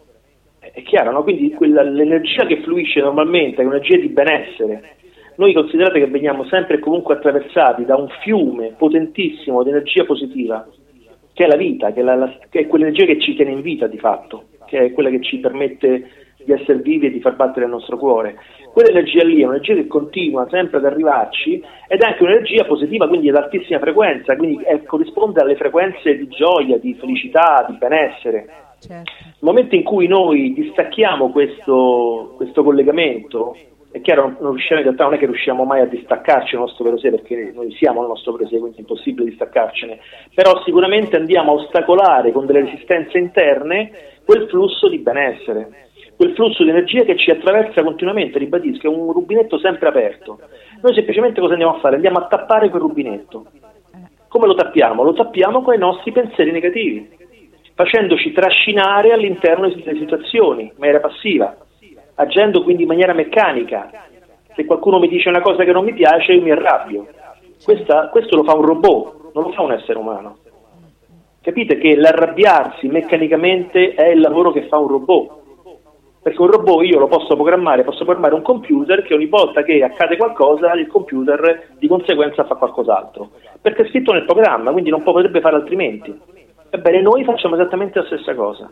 È chiaro, no? Quindi l'energia che fluisce normalmente è un'energia di benessere. Noi considerate che veniamo sempre e comunque attraversati da un fiume potentissimo di energia positiva, che è la vita, che è quell'energia che ci tiene in vita di fatto, che è quella che ci permette di essere vivi e di far battere il nostro cuore. Quell'energia lì è un'energia che continua sempre ad arrivarci ed è anche un'energia positiva, quindi ad altissima frequenza, quindi corrisponde alle frequenze di gioia, di felicità, di benessere. Certo. Nel momento in cui noi distacchiamo questo collegamento, è chiaro, non è che riusciamo mai a distaccarci dal nostro vero sé, perché noi siamo il nostro vero sé, quindi è impossibile distaccarcene, però sicuramente andiamo a ostacolare con delle resistenze interne quel flusso di benessere, quel flusso di energia che ci attraversa continuamente, ribadisco, è un rubinetto sempre aperto. Noi semplicemente cosa andiamo a fare? Andiamo a tappare quel rubinetto. Come lo tappiamo? Lo tappiamo con i nostri pensieri negativi, facendoci trascinare all'interno delle situazioni in maniera passiva, agendo quindi in maniera meccanica. Se qualcuno mi dice una cosa che non mi piace, io mi arrabbio. Questo lo fa un robot, non lo fa un essere umano. Capite che l'arrabbiarsi meccanicamente è il lavoro che fa un robot, perché un robot io lo posso programmare un computer che ogni volta che accade qualcosa il computer di conseguenza fa qualcos'altro, perché è scritto nel programma, quindi non potrebbe fare altrimenti. Ebbene, noi facciamo esattamente la stessa cosa.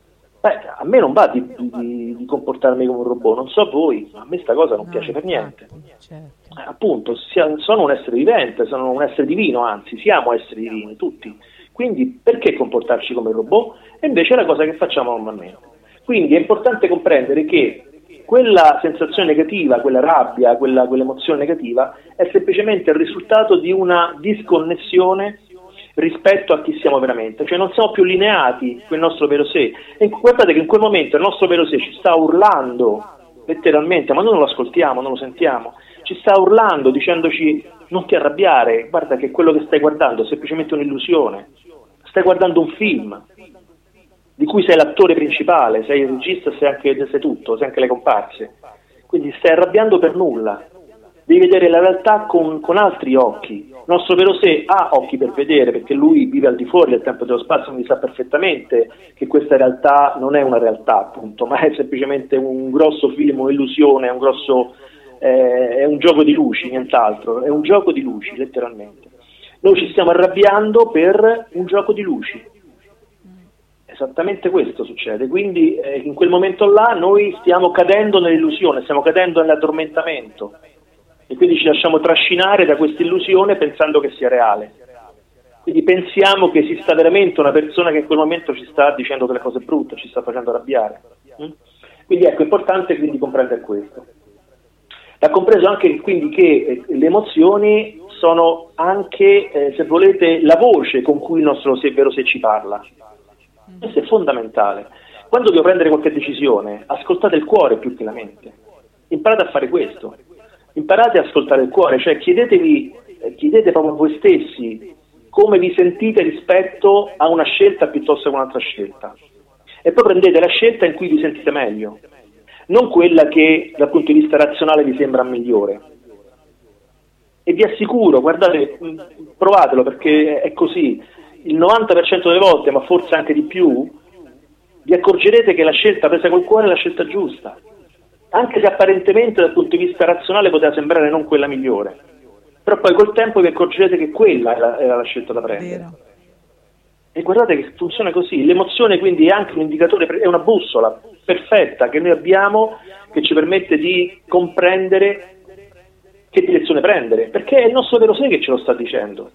A me non va di comportarmi come un robot, non so voi, ma a me sta cosa non piace per niente. Certo. Appunto, sono un essere vivente, sono un essere divino, anzi siamo esseri divini tutti, quindi perché comportarci come robot? E invece è la cosa che facciamo normalmente. Quindi è importante comprendere che quella sensazione negativa, quella rabbia, quell'emozione negativa è semplicemente il risultato di una disconnessione rispetto a chi siamo veramente, cioè non siamo più lineati con il nostro vero sé. E guardate che in quel momento il nostro vero sé ci sta urlando letteralmente, ma noi non lo ascoltiamo, non lo sentiamo, ci sta urlando dicendoci non ti arrabbiare, guarda che quello che stai guardando è semplicemente un'illusione, stai guardando un film di cui sei l'attore principale, sei il regista, sei tutto, sei anche le comparse, quindi stai arrabbiando per nulla. Devi vedere la realtà con altri occhi. Il nostro vero sé ha occhi per vedere, perché lui vive al di fuori del tempo e dello spazio, quindi sa perfettamente che questa realtà non è una realtà, appunto, ma è semplicemente un grosso film, un'illusione, è un gioco di luci, nient'altro, è un gioco di luci, letteralmente. Noi ci stiamo arrabbiando per un gioco di luci. Esattamente questo succede, quindi in quel momento là noi stiamo cadendo nell'illusione, stiamo cadendo nell'addormentamento. E quindi ci lasciamo trascinare da questa illusione pensando che sia reale. Quindi pensiamo che esista veramente una persona che in quel momento ci sta dicendo delle cose brutte, ci sta facendo arrabbiare. Quindi ecco, è importante quindi comprendere questo. Va compreso anche quindi che le emozioni sono anche, se volete, la voce con cui il nostro vero sé ci parla. Questo è fondamentale. Quando devo prendere qualche decisione, ascoltate il cuore più che la mente. Imparate a fare questo. Imparate ad ascoltare il cuore, cioè chiedete proprio a voi stessi come vi sentite rispetto a una scelta piuttosto che un'altra scelta, e poi prendete la scelta in cui vi sentite meglio, non quella che dal punto di vista razionale vi sembra migliore. E vi assicuro, guardate, provatelo, perché è così, il 90% delle volte, ma forse anche di più, vi accorgerete che la scelta presa col cuore è la scelta giusta, anche se apparentemente dal punto di vista razionale poteva sembrare non quella migliore, però poi col tempo vi accorgerete che quella era la scelta da prendere. Vero. E guardate che funziona così, l'emozione quindi è anche un indicatore, è una bussola perfetta che noi abbiamo, che ci permette di comprendere che direzione prendere, perché è il nostro vero sé che ce lo sta dicendo.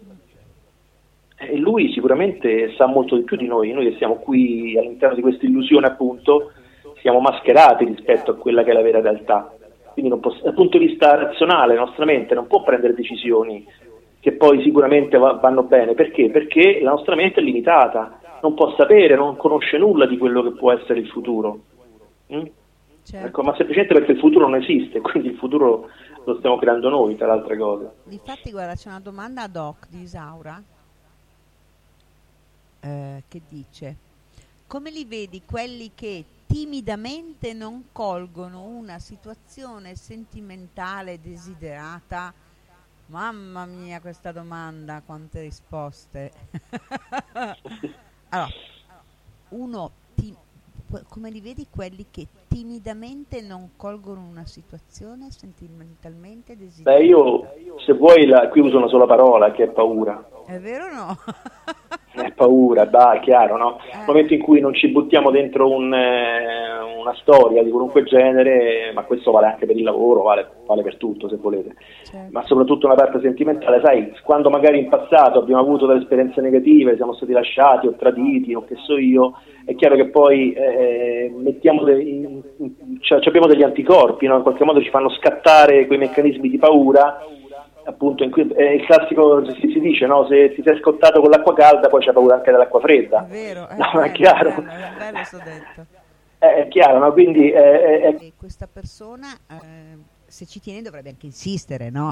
E lui sicuramente sa molto di più di noi che siamo qui all'interno di questa illusione, appunto, siamo mascherati rispetto a quella che è la vera realtà. Quindi dal punto di vista razionale la nostra mente non può prendere decisioni che poi sicuramente vanno bene. Perché? Perché la nostra mente è limitata, non può sapere, non conosce nulla di quello che può essere il futuro. Certo. Ecco, ma semplicemente perché il futuro non esiste, quindi il futuro lo stiamo creando noi, tra le altre cose. Difatti, guarda, c'è una domanda ad hoc di Isaura che dice: come li vedi quelli che timidamente non colgono una situazione sentimentale desiderata? Mamma mia, questa domanda, quante risposte. Allora, come li vedi quelli che timidamente non colgono una situazione sentimentalmente desiderata? Beh, io, se vuoi, qui uso una sola parola, che è paura. È vero o no? È paura, è chiaro, no? Nel momento in cui non ci buttiamo dentro una storia di qualunque genere, ma questo vale anche per il lavoro, vale per tutto, se volete, certo. Ma soprattutto una parte sentimentale, sai, quando magari in passato abbiamo avuto delle esperienze negative, siamo stati lasciati o traditi, o che so io, è chiaro che poi abbiamo degli anticorpi, no? In qualche modo ci fanno scattare quei meccanismi di paura, appunto, in cui il classico si dice, no? Se ti sei scottato con l'acqua calda, poi c'è paura anche dell'acqua fredda. È vero, è chiaro. È bello sto detto. È chiaro, no? Quindi E questa persona, se ci tiene, dovrebbe anche insistere, no?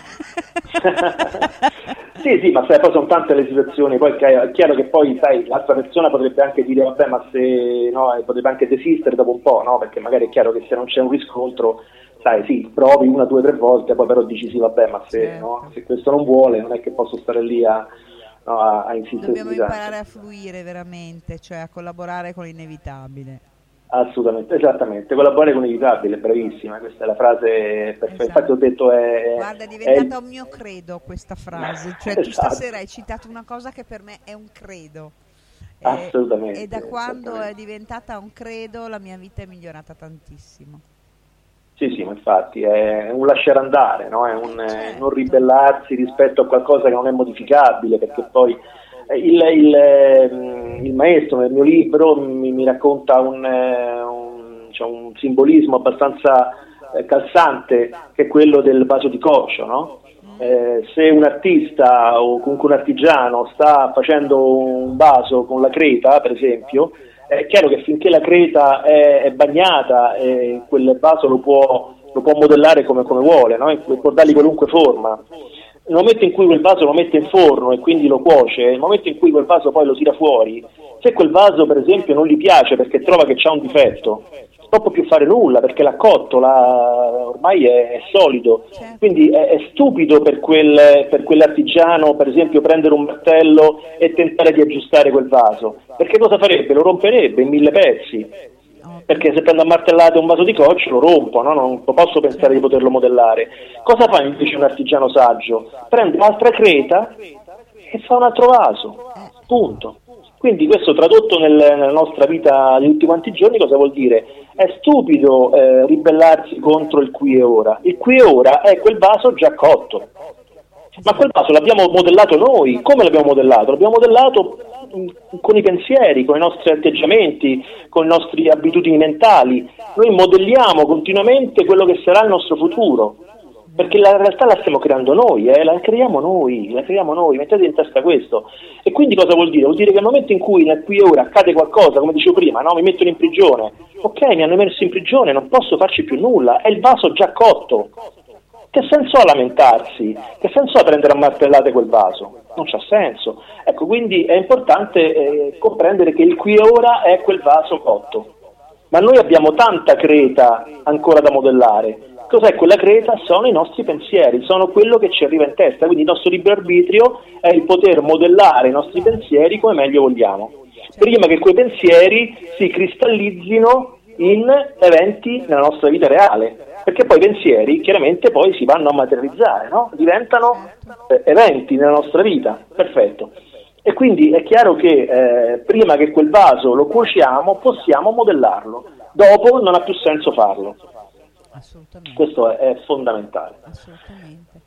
Sì, ma sai, poi sono tante le situazioni, poi è chiaro che poi, sai, l'altra persona potrebbe anche dire, vabbè, ma se no, potrebbe anche desistere dopo un po', no? Perché magari è chiaro che se non c'è un riscontro, sai, sì, provi 1, 2, 3 volte, poi però dici sì, vabbè, ma se, certo. no, se questo non vuole, non è che posso stare lì a insistere. Dobbiamo imparare a fluire veramente, cioè a collaborare con l'inevitabile. Assolutamente, esattamente, collaborare con l'inevitabile, bravissima, questa è la frase perfetta. Esatto. Infatti ho detto guarda, è diventata un mio credo questa frase, cioè tu stasera hai citato una cosa che per me è un credo. Assolutamente. E da quando è diventata un credo la mia vita è migliorata tantissimo. Sì, ma infatti è un lasciare andare, no? È un certo. Non ribellarsi rispetto a qualcosa che non è modificabile, perché poi il maestro nel mio libro mi racconta un simbolismo abbastanza calzante, che è quello del vaso di coccio, no? Se un artista o comunque un artigiano sta facendo un vaso con la creta, per esempio, è chiaro che finché la creta è bagnata, quel vaso lo può modellare come vuole, no? Può dargli qualunque forma. Nel momento in cui quel vaso lo mette in forno e quindi lo cuoce, nel momento in cui quel vaso poi lo tira fuori, se quel vaso per esempio non gli piace perché trova che c'ha un difetto, non può più fare nulla perché l'ha cotto, ormai è solido. Certo. Quindi è stupido per quell'artigiano, per esempio, prendere un martello e tentare di aggiustare quel vaso, perché cosa farebbe? Lo romperebbe in 1000 pezzi, perché se prendo a martellate un vaso di coccio lo rompo, no? Non posso pensare di poterlo modellare. Cosa fa invece un artigiano saggio? Prende un'altra creta e fa un altro vaso, punto. Quindi questo tradotto nella nostra vita di tutti quanti i giorni cosa vuol dire? È stupido ribellarsi contro il qui e ora. Il qui e ora è quel vaso già cotto. Ma quel vaso l'abbiamo modellato noi. Come l'abbiamo modellato? L'abbiamo modellato con i pensieri, con i nostri atteggiamenti, con le nostre abitudini mentali. Noi modelliamo continuamente quello che sarà il nostro futuro. Perché la realtà la stiamo creando noi, la creiamo noi, mettete in testa questo. E quindi cosa vuol dire? Vuol dire che nel momento in cui nel qui e ora accade qualcosa, come dicevo prima, no? Mi mettono in prigione, ok, mi hanno messo in prigione, non posso farci più nulla, è il vaso già cotto. Che senso ha lamentarsi? Che senso ha prendere a martellate quel vaso? Non c'ha senso. Ecco, quindi è importante comprendere che il qui e ora è quel vaso cotto. Ma noi abbiamo tanta creta ancora da modellare. Cos'è quella creta? Sono i nostri pensieri, sono quello che ci arriva in testa. Quindi il nostro libero arbitrio è il poter modellare i nostri pensieri come meglio vogliamo, prima che quei pensieri si cristallizzino in eventi nella nostra vita reale. Perché poi i pensieri chiaramente poi si vanno a materializzare, no? Diventano eventi nella nostra vita. Perfetto. E quindi è chiaro che prima che quel vaso lo cuociamo possiamo modellarlo, dopo non ha più senso farlo. Assolutamente. Questo è fondamentale. Assolutamente.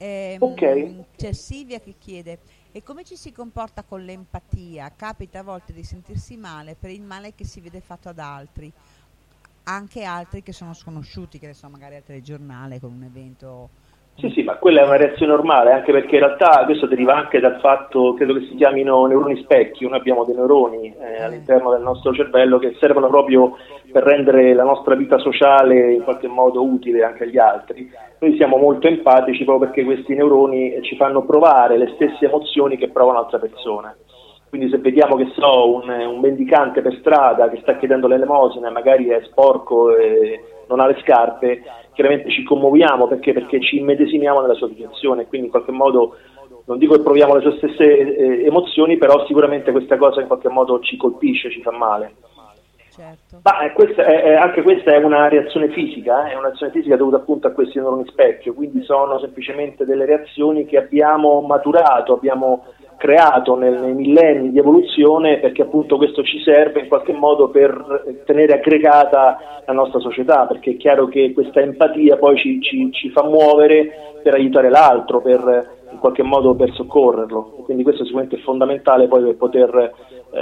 Ok. C'è Silvia che chiede: e come ci si comporta con l'empatia? Capita a volte di sentirsi male per il male che si vede fatto ad altri, anche altri che sono sconosciuti, che ne so, magari al telegiornale con un evento. Sì, ma quella è una reazione normale, anche perché in realtà questo deriva anche dal fatto, credo che si chiamino neuroni specchi. Noi abbiamo dei neuroni all'interno del nostro cervello che servono proprio per rendere la nostra vita sociale in qualche modo utile anche agli altri. Noi siamo molto empatici proprio perché questi neuroni ci fanno provare le stesse emozioni che provano altre persone. Quindi se vediamo che un mendicante per strada che sta chiedendo l'elemosina e magari è sporco e non ha le scarpe, chiaramente ci commuoviamo perché ci immedesimiamo nella sua situazione, quindi in qualche modo, non dico che proviamo le sue stesse emozioni, però sicuramente questa cosa in qualche modo ci colpisce, ci fa male. Certo. Ma anche questa è una reazione fisica, è un'azione fisica dovuta appunto a questi neuroni specchio, quindi sono semplicemente delle reazioni che abbiamo maturato, abbiamo creato nei millenni di evoluzione, perché appunto questo ci serve in qualche modo per tenere aggregata la nostra società, perché è chiaro che questa empatia poi ci fa muovere per aiutare l'altro, in qualche modo per soccorrerlo, e quindi questo sicuramente è fondamentale poi per poter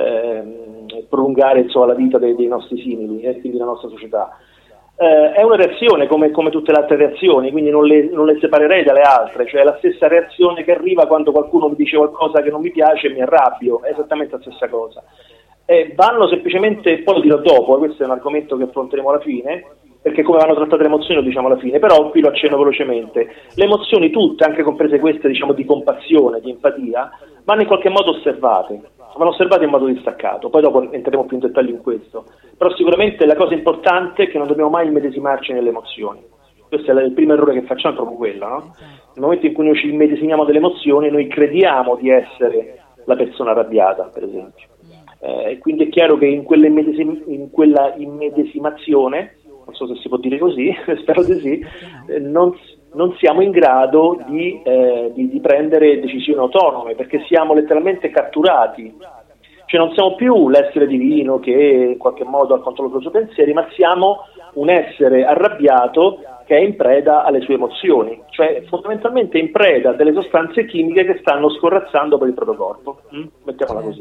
prolungare la vita dei nostri simili e quindi la nostra società. È una reazione come tutte le altre reazioni, quindi non le separerei dalle altre, cioè è la stessa reazione che arriva quando qualcuno mi dice qualcosa che non mi piace e mi arrabbio, è esattamente la stessa cosa. Vanno semplicemente, poi lo dirò dopo, questo è un argomento che affronteremo alla fine, perché come vanno trattate le emozioni lo diciamo alla fine, però qui lo accenno velocemente. Le emozioni tutte, anche comprese queste di compassione, di empatia, vanno in qualche modo osservate, vanno osservate in modo distaccato, poi dopo entreremo più in dettaglio in questo, però sicuramente la cosa importante è che non dobbiamo mai immedesimarci nelle emozioni. Questo è il primo errore che facciamo, è proprio quello, no? Nel momento in cui noi ci immedesimiamo delle emozioni, noi crediamo di essere la persona arrabbiata, per esempio. Quindi è chiaro che in quella immedesimazione, non so se si può dire così, spero di sì, non siamo in grado di prendere decisioni autonome, perché siamo letteralmente catturati. Cioè non siamo più l'essere divino che in qualche modo ha controllo dei suoi pensieri, ma siamo un essere arrabbiato che è in preda alle sue emozioni, cioè fondamentalmente in preda delle sostanze chimiche che stanno scorrazzando per il proprio corpo. Mettiamola così.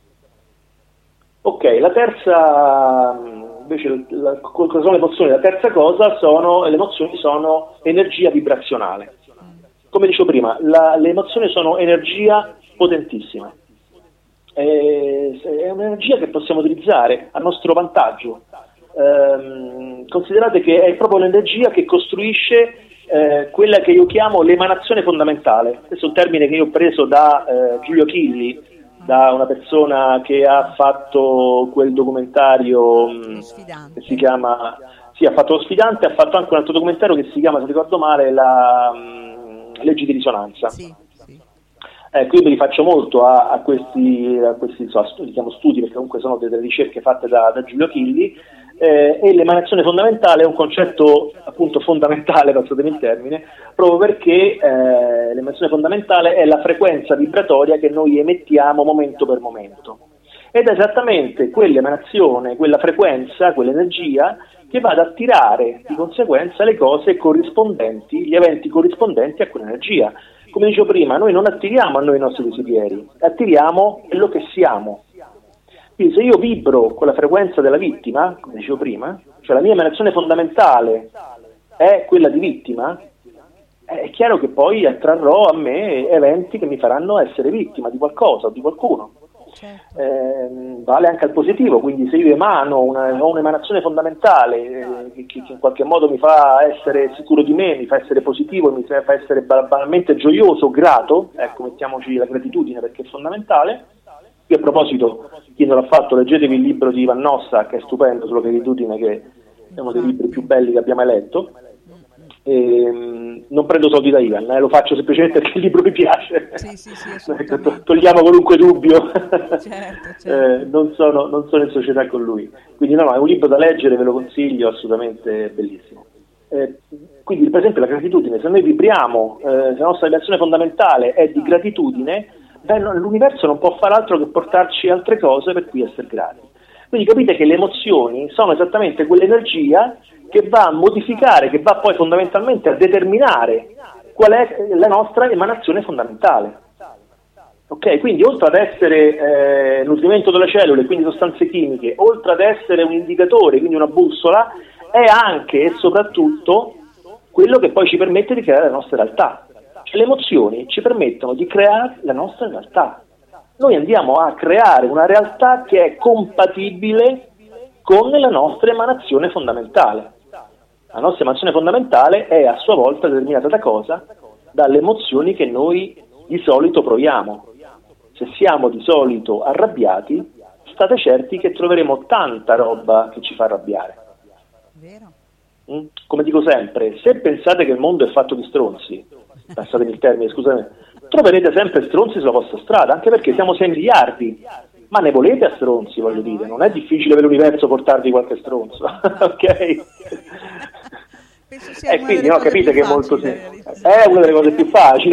Ok, la terza, invece, cosa sono le emozioni? La terza cosa le emozioni sono energia vibrazionale. Come dicevo prima, le emozioni sono energia potentissima. È un'energia che possiamo utilizzare a nostro vantaggio. Considerate che è proprio l'energia che costruisce quella che io chiamo l'emanazione fondamentale. Questo è un termine che io ho preso da Giulio Chilli, da una persona che ha fatto quel documentario che si chiama, ha fatto Lo Sfidante, ha fatto anche un altro documentario che si chiama, se ricordo male, la Leggi di risonanza. Sì. Io mi rifaccio molto a questi diciamo, studi, perché comunque sono delle ricerche fatte da Giulio Chilli, e l'emanazione fondamentale è un concetto appunto fondamentale, passatemi il termine, proprio perché l'emanazione fondamentale è la frequenza vibratoria che noi emettiamo momento per momento, ed è esattamente quell'emanazione, quella frequenza, quell'energia che va ad attirare di conseguenza le cose corrispondenti, gli eventi corrispondenti a quell'energia. Come dicevo prima, noi non attiriamo a noi i nostri desideri, attiriamo quello che siamo. Quindi se io vibro con la frequenza della vittima, come dicevo prima, cioè la mia emanazione fondamentale è quella di vittima, è chiaro che poi attrarrò a me eventi che mi faranno essere vittima di qualcosa o di qualcuno. vale anche al positivo, quindi se io emano ho un'emanazione fondamentale che in qualche modo mi fa essere sicuro di me, mi fa essere positivo, mi fa essere banalmente gioioso, grato, ecco, mettiamoci la gratitudine perché è fondamentale. Io a proposito, chi non l'ha fatto, leggetevi il libro di Ivan Nossa, che è stupendo, sulla gratitudine, che è uno dei libri più belli che abbiamo mai letto. Non prendo soldi da Ivan, lo faccio semplicemente perché il libro mi piace. Sì, assolutamente. Togliamo qualunque dubbio. Certo. Non sono in società con lui, quindi no, è un libro da leggere, ve lo consiglio, assolutamente bellissimo. Quindi per esempio la gratitudine, se noi vibriamo, se la nostra dimensione fondamentale è di gratitudine, l'universo non può fare altro che portarci altre cose per cui essere grati. Quindi capite che le emozioni sono esattamente quell'energia che va a modificare, che va poi fondamentalmente a determinare qual è la nostra emanazione fondamentale. Ok? Quindi oltre ad essere nutrimento delle cellule, quindi sostanze chimiche, oltre ad essere un indicatore, quindi una bussola, è anche e soprattutto quello che poi ci permette di creare la nostra realtà. Cioè, le emozioni ci permettono di creare la nostra realtà. Noi andiamo a creare una realtà che è compatibile con la nostra emanazione fondamentale. La nostra emanazione fondamentale è a sua volta determinata da cosa? Dalle emozioni che noi di solito proviamo. Se siamo di solito arrabbiati, state certi che troveremo tanta roba che ci fa arrabbiare. Vero. Come dico sempre, se pensate che il mondo è fatto di stronzi, passatemi il termine, scusate, troverete sempre stronzi sulla vostra strada, anche perché siamo 6 miliardi. Ma ne volete a stronzi, voglio dire, non è difficile per l'universo portarvi qualche stronzo, ok? Penso sia quindi no, capite che è molto è una delle cose più facili.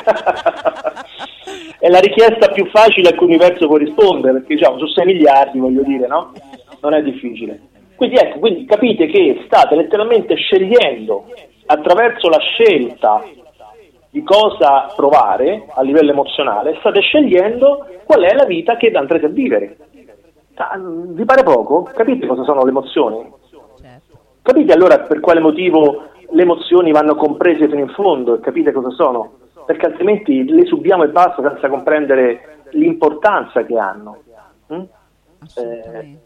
È la richiesta più facile a cui l'universo può rispondere, perché diciamo su 6 miliardi, voglio dire, no? Non è difficile. Quindi ecco, capite che state letteralmente scegliendo attraverso la scelta di cosa provare a livello emozionale, state scegliendo qual è la vita che andrete a vivere. Vi pare poco? Capite cosa sono le emozioni? Certo. Capite allora per quale motivo le emozioni vanno comprese fino in fondo e capite cosa sono? Perché altrimenti le subiamo e basta senza comprendere l'importanza che hanno. Assolutamente.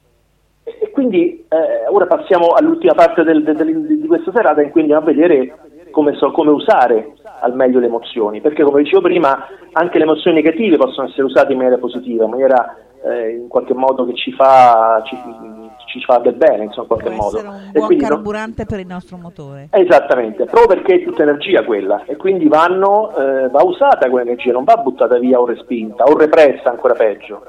E quindi ora passiamo all'ultima parte di questa serata, e quindi a vedere come usare al meglio le emozioni, perché come dicevo prima anche le emozioni negative possono essere usate in maniera positiva, in maniera in qualche modo che ci fa del bene, insomma, in qualche modo. Può essere un buon carburante per il nostro motore. Esattamente, proprio perché è tutta energia quella, e quindi va usata quell'energia, non va buttata via o respinta o repressa, ancora peggio.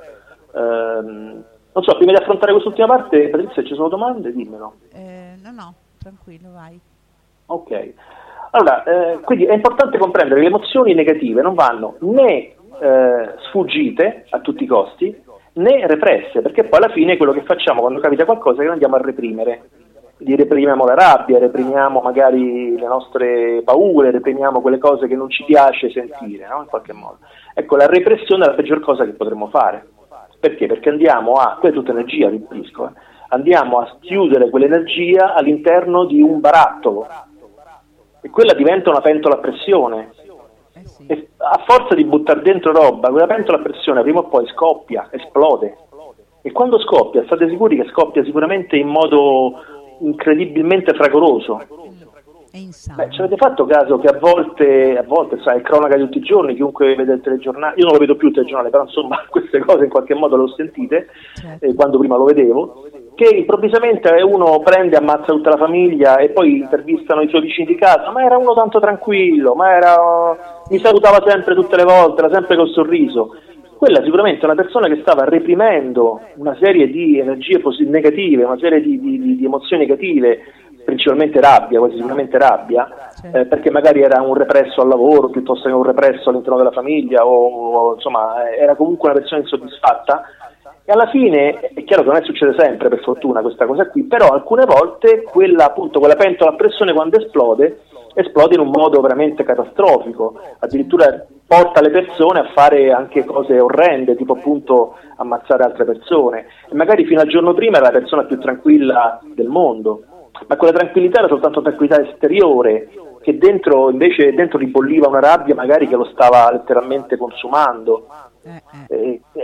Non so, prima di affrontare quest'ultima parte, Patrizia, ci sono domande? Dimmelo. No, tranquillo, vai. Ok. Allora, quindi è importante comprendere che le emozioni negative non vanno né sfuggite a tutti i costi, né represse, perché poi alla fine quello che facciamo quando capita qualcosa è che noi andiamo a reprimere. Quindi reprimiamo la rabbia, reprimiamo magari le nostre paure, reprimiamo quelle cose che non ci piace sentire, no? In qualche modo. Ecco, la repressione è la peggior cosa che potremmo fare. Perché? Perché andiamo questa è tutta energia, ribadisco, andiamo a chiudere quell'energia all'interno di un barattolo e quella diventa una pentola a pressione. Sì. E a forza di buttare dentro roba, quella pentola a pressione prima o poi scoppia, esplode. E quando scoppia, state sicuri che scoppia sicuramente in modo incredibilmente fragoroso. È insano. Ci avete fatto caso che a volte sai, è cronaca di tutti i giorni, chiunque vede il telegiornale, io non lo vedo più il telegiornale, però insomma queste cose in qualche modo le ho sentite, certo. Quando prima lo vedevo, che improvvisamente uno prende, ammazza tutta la famiglia e poi intervistano i suoi vicini di casa, ma era uno tanto tranquillo, mi salutava sempre tutte le volte, era sempre col sorriso. Quella sicuramente è una persona che stava reprimendo una serie di energie negative, una serie di emozioni negative, principalmente rabbia, quasi sicuramente rabbia, perché magari era un represso al lavoro piuttosto che un represso all'interno della famiglia, o insomma era comunque una persona insoddisfatta. E alla fine è chiaro che non succede sempre, per fortuna, questa cosa qui, però alcune volte quella pentola a pressione, quando esplode in un modo veramente catastrofico, addirittura porta le persone a fare anche cose orrende, tipo appunto ammazzare altre persone, e magari fino al giorno prima era la persona più tranquilla del mondo, ma quella tranquillità era soltanto tranquillità esteriore, che dentro ribolliva una rabbia magari che lo stava letteralmente consumando.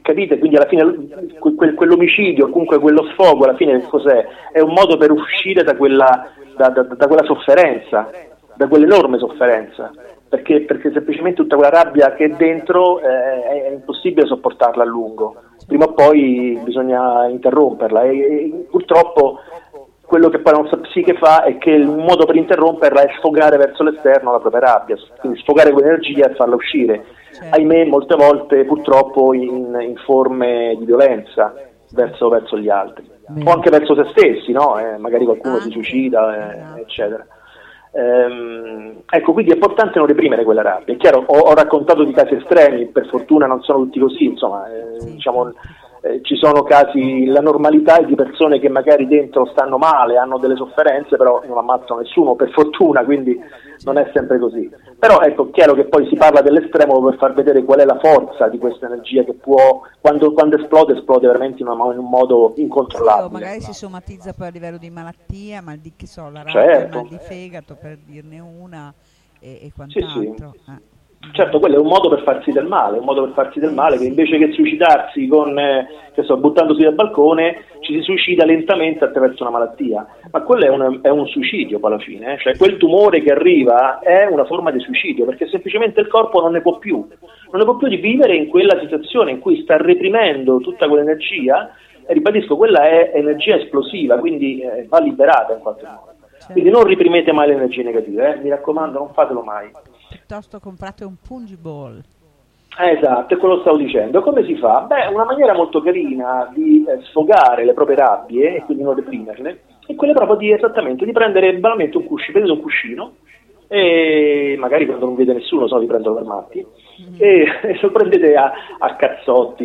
capite? Quindi alla fine quell'omicidio, comunque quello sfogo, alla fine cos'è? È un modo per uscire da quella sofferenza, da quell'enorme sofferenza, perché semplicemente tutta quella rabbia che è dentro è impossibile sopportarla a lungo, prima o poi bisogna interromperla e purtroppo quello che poi la nostra psiche fa è che un modo per interromperla è sfogare verso l'esterno la propria rabbia, quindi sfogare quell'energia e farla uscire. Certo. Ahimè, molte volte purtroppo in forme di violenza verso gli altri. Bene. O anche verso se stessi, no? Magari qualcuno si suicida, eccetera. Ecco, quindi è importante non reprimere quella rabbia. È chiaro, ho raccontato di casi estremi, per fortuna non sono tutti così, insomma, diciamo, ci sono casi, la normalità è di persone che magari dentro stanno male, hanno delle sofferenze, però non ammazzano nessuno, per fortuna, quindi non è sempre così. Però ecco, chiaro che poi si parla dell'estremo per far vedere qual è la forza di questa energia che può, quando esplode veramente in un modo incontrollabile. Sì, o magari si somatizza poi a livello di malattia, mal di, che so, la rabbia, certo. Mal di fegato, per dirne una, e quant'altro. Sì. Certo, quello è un modo per farsi del male, che invece che suicidarsi buttandosi dal balcone, ci si suicida lentamente attraverso una malattia. Ma quello è un suicidio poi alla fine, cioè quel tumore che arriva è una forma di suicidio, perché semplicemente il corpo non ne può più di vivere in quella situazione in cui sta reprimendo tutta quell'energia, e ribadisco, quella è energia esplosiva, quindi va liberata in qualche modo. Quindi non reprimete mai le energie negative, mi raccomando, non fatelo mai. Piuttosto comprate un punch ball. Esatto, è quello che stavo dicendo. Come si fa? Una maniera molto carina di sfogare le proprie rabbie e quindi non reprimerle è quella proprio di prendere banalmente prendete un cuscino e magari quando non vede nessuno, vi prendono per matti, e lo prendete a cazzotti,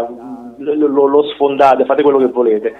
lo sfondate, fate quello che volete.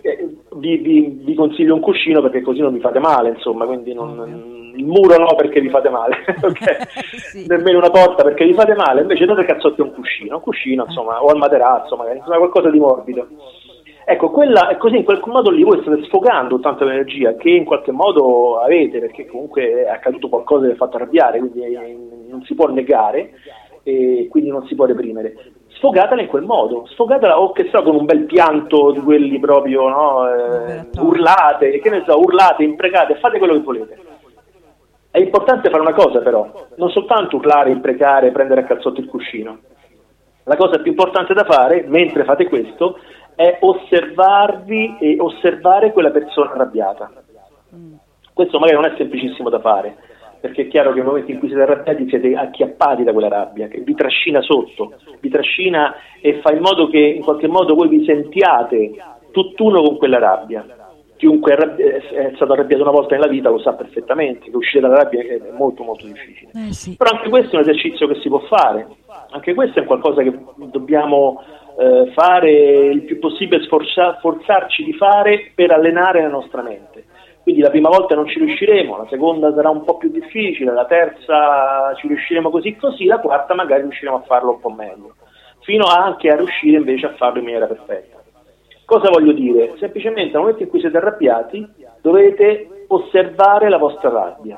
Vi consiglio un cuscino perché così non vi fate male, insomma, quindi il muro no perché vi fate male, okay? Sì. Nemmeno una porta perché vi fate male, invece date cazzotti un cuscino, insomma, o al materasso magari, insomma, qualcosa di morbido. Ecco, quella è così, in quel modo lì voi state sfogando tanta l'energia che in qualche modo avete, perché comunque è accaduto qualcosa che vi ha fatto arrabbiare, quindi non si può negare e quindi non si può reprimere. Sfogatela in quel modo, sfogatela o che so, con un bel pianto di quelli proprio, no? Urlate, imprecate, fate quello che volete. È importante fare una cosa però, non soltanto urlare, imprecare, prendere a cazzotti il cuscino. La cosa più importante da fare, mentre fate questo, è osservarvi e osservare quella persona arrabbiata. Questo magari non è semplicissimo da fare, perché è chiaro che nel momento in cui siete arrabbiati siete acchiappati da quella rabbia, che vi trascina sotto, vi trascina e fa in modo che in qualche modo voi vi sentiate tutt'uno con quella rabbia. Chiunque è stato arrabbiato una volta nella vita lo sa perfettamente, che uscire dalla rabbia è molto molto difficile. Sì. Però anche questo è un esercizio che si può fare, anche questo è qualcosa che dobbiamo fare il più possibile, sforzarci di fare per allenare la nostra mente. Quindi la prima volta non ci riusciremo, la seconda sarà un po' più difficile, la terza ci riusciremo così, la quarta magari riusciremo a farlo un po' meglio, fino anche a riuscire invece a farlo in maniera perfetta. Cosa voglio dire? Semplicemente nel momento in cui siete arrabbiati dovete osservare la vostra rabbia.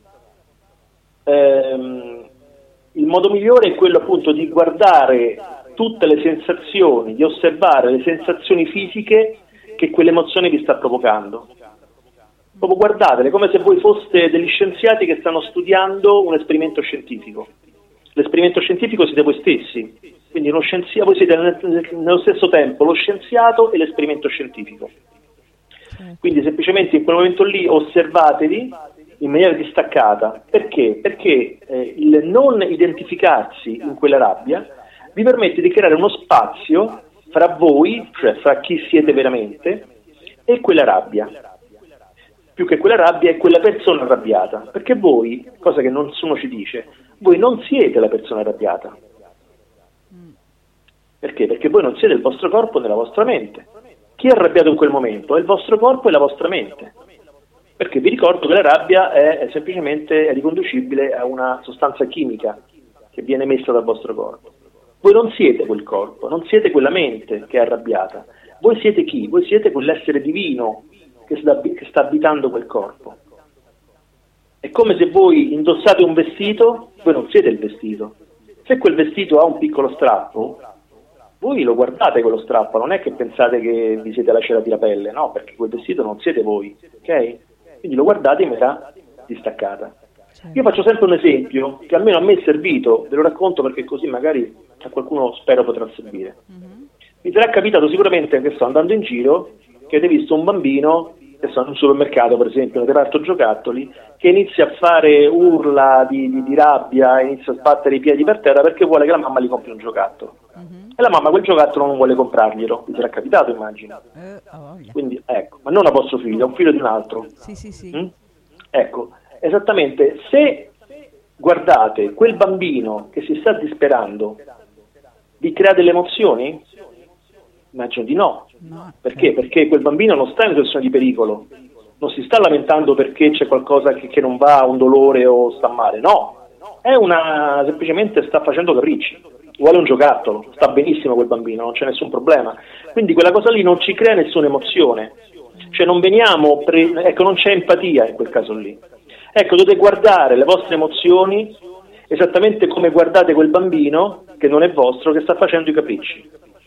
Il modo migliore è quello appunto di guardare tutte le sensazioni, di osservare le sensazioni fisiche che quell'emozione vi sta provocando. Proprio guardatele come se voi foste degli scienziati che stanno studiando un esperimento scientifico. L'esperimento scientifico siete voi stessi, quindi voi siete nello stesso tempo lo scienziato e l'esperimento scientifico. Quindi semplicemente in quel momento lì osservatevi in maniera distaccata. Perché? Perché il non identificarsi in quella rabbia vi permette di creare uno spazio fra voi, cioè fra chi siete veramente, e quella rabbia. Più che quella rabbia è quella persona arrabbiata, perché voi, cosa che nessuno ci dice, voi non siete la persona arrabbiata. Perché? Perché voi non siete il vostro corpo nella vostra mente. Chi è arrabbiato in quel momento è il vostro corpo e la vostra mente. Perché vi ricordo che la rabbia è semplicemente riconducibile a una sostanza chimica che viene emessa dal vostro corpo. Voi non siete quel corpo, non siete quella mente che è arrabbiata. Voi siete chi? Voi siete quell'essere divino che sta abitando quel corpo. È come se voi indossate un vestito, voi non siete il vestito. Se quel vestito ha un piccolo strappo, voi lo guardate quello strappo, non è che pensate che vi siete lacerati la pelle, no, perché quel vestito non siete voi, ok? Quindi lo guardate in metà distaccata. Io faccio sempre un esempio che almeno a me è servito, ve lo racconto perché così magari a qualcuno spero potrà servire. Vi sarà capitato sicuramente che sto andando in giro, che avete visto un bambino, che sta in un supermercato per esempio, nel reparto giocattoli, che inizia a fare urla di rabbia, inizia a sbattere i piedi per terra perché vuole che la mamma gli compri un giocattolo. E la mamma quel giocattolo non vuole comprarglielo, vi sarà capitato immagino. Quindi ecco, ma non a vostro figlio, è un figlio di un altro. Sì. Ecco, esattamente, se guardate quel bambino che si sta disperando, vi crea delle emozioni? Immagino di no. Perché? Perché quel bambino non sta in una situazione di pericolo, non si sta lamentando perché c'è qualcosa che non va, un dolore o sta male, no, semplicemente sta facendo capricci, vuole un giocattolo, sta benissimo quel bambino, non c'è nessun problema, quindi quella cosa lì non ci crea nessuna emozione, cioè non veniamo, ecco, non c'è empatia in quel caso lì. Ecco, dovete guardare le vostre emozioni esattamente come guardate quel bambino che non è vostro, che sta facendo i capricci.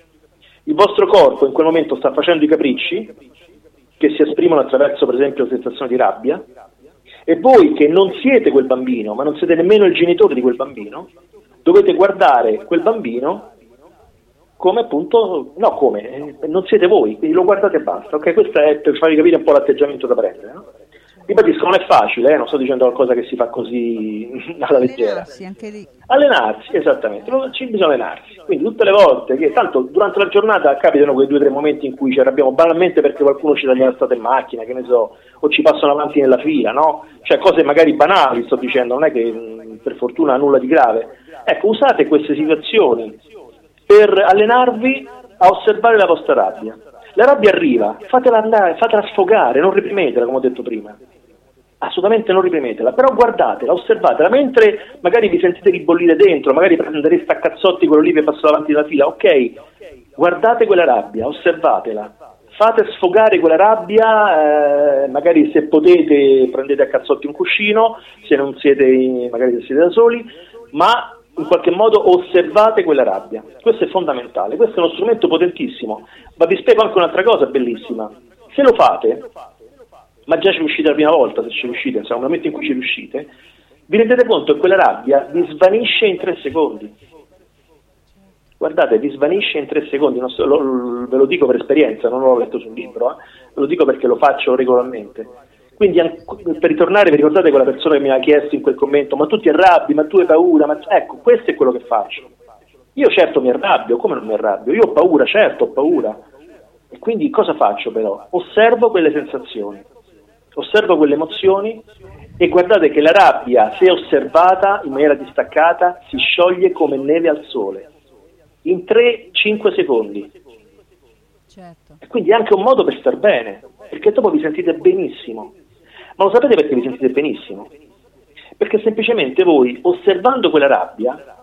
Il vostro corpo in quel momento sta facendo i capricci che si esprimono attraverso per esempio la sensazione di rabbia, e voi che non siete quel bambino, ma non siete nemmeno il genitore di quel bambino, dovete guardare quel bambino come appunto, non siete voi, quindi lo guardate e basta, ok? Questo è per farvi capire un po' l'atteggiamento da prendere, no? Ribadisco, non è facile, non sto dicendo qualcosa che si fa così alla leggera. Allenarsi anche lì. Allenarsi, esattamente, ci bisogna allenarsi. Quindi tutte le volte che, tanto durante la giornata capitano quei 2 o 3 momenti in cui ci arrabbiamo banalmente perché qualcuno ci taglia la strada in macchina, che ne so, o ci passano avanti nella fila, no? Cioè cose magari banali, sto dicendo, non è che per fortuna nulla di grave. Ecco, usate queste situazioni per allenarvi a osservare la vostra rabbia. La rabbia arriva, fatela andare, fatela sfogare, non reprimetela come ho detto prima. Assolutamente non reprimetela, però guardatela, osservatela, mentre magari vi sentite ribollire dentro, magari prendereste a cazzotti quello lì che passa davanti alla fila, ok, guardate quella rabbia, osservatela, fate sfogare quella rabbia, magari se potete prendete a cazzotti un cuscino, se non siete, magari se siete da soli, ma in qualche modo osservate quella rabbia. Questo è fondamentale, questo è uno strumento potentissimo, ma vi spiego anche un'altra cosa bellissima. Se lo fate, ma già ci riuscite la prima volta, se ci riuscite, insomma, nel momento in cui ci riuscite, vi rendete conto che quella rabbia vi svanisce in 3 secondi. Guardate, vi svanisce in 3 secondi, ve lo dico per esperienza, non l'ho letto sul libro, ve lo dico perché lo faccio regolarmente. Quindi per ritornare, vi ricordate quella persona che mi ha chiesto in quel commento, ma tu ti arrabbi, ma tu hai paura, ecco, questo è quello che faccio. Io certo mi arrabbio, come non mi arrabbio? Io ho paura, certo ho paura. E quindi cosa faccio però? Osservo quelle sensazioni, osservo quelle emozioni e guardate che la rabbia, se osservata in maniera distaccata, si scioglie come neve al sole, in 3-5 secondi. Certo. E quindi è anche un modo per star bene, perché dopo vi sentite benissimo. Ma lo sapete perché vi sentite benissimo? Perché semplicemente voi, osservando quella rabbia,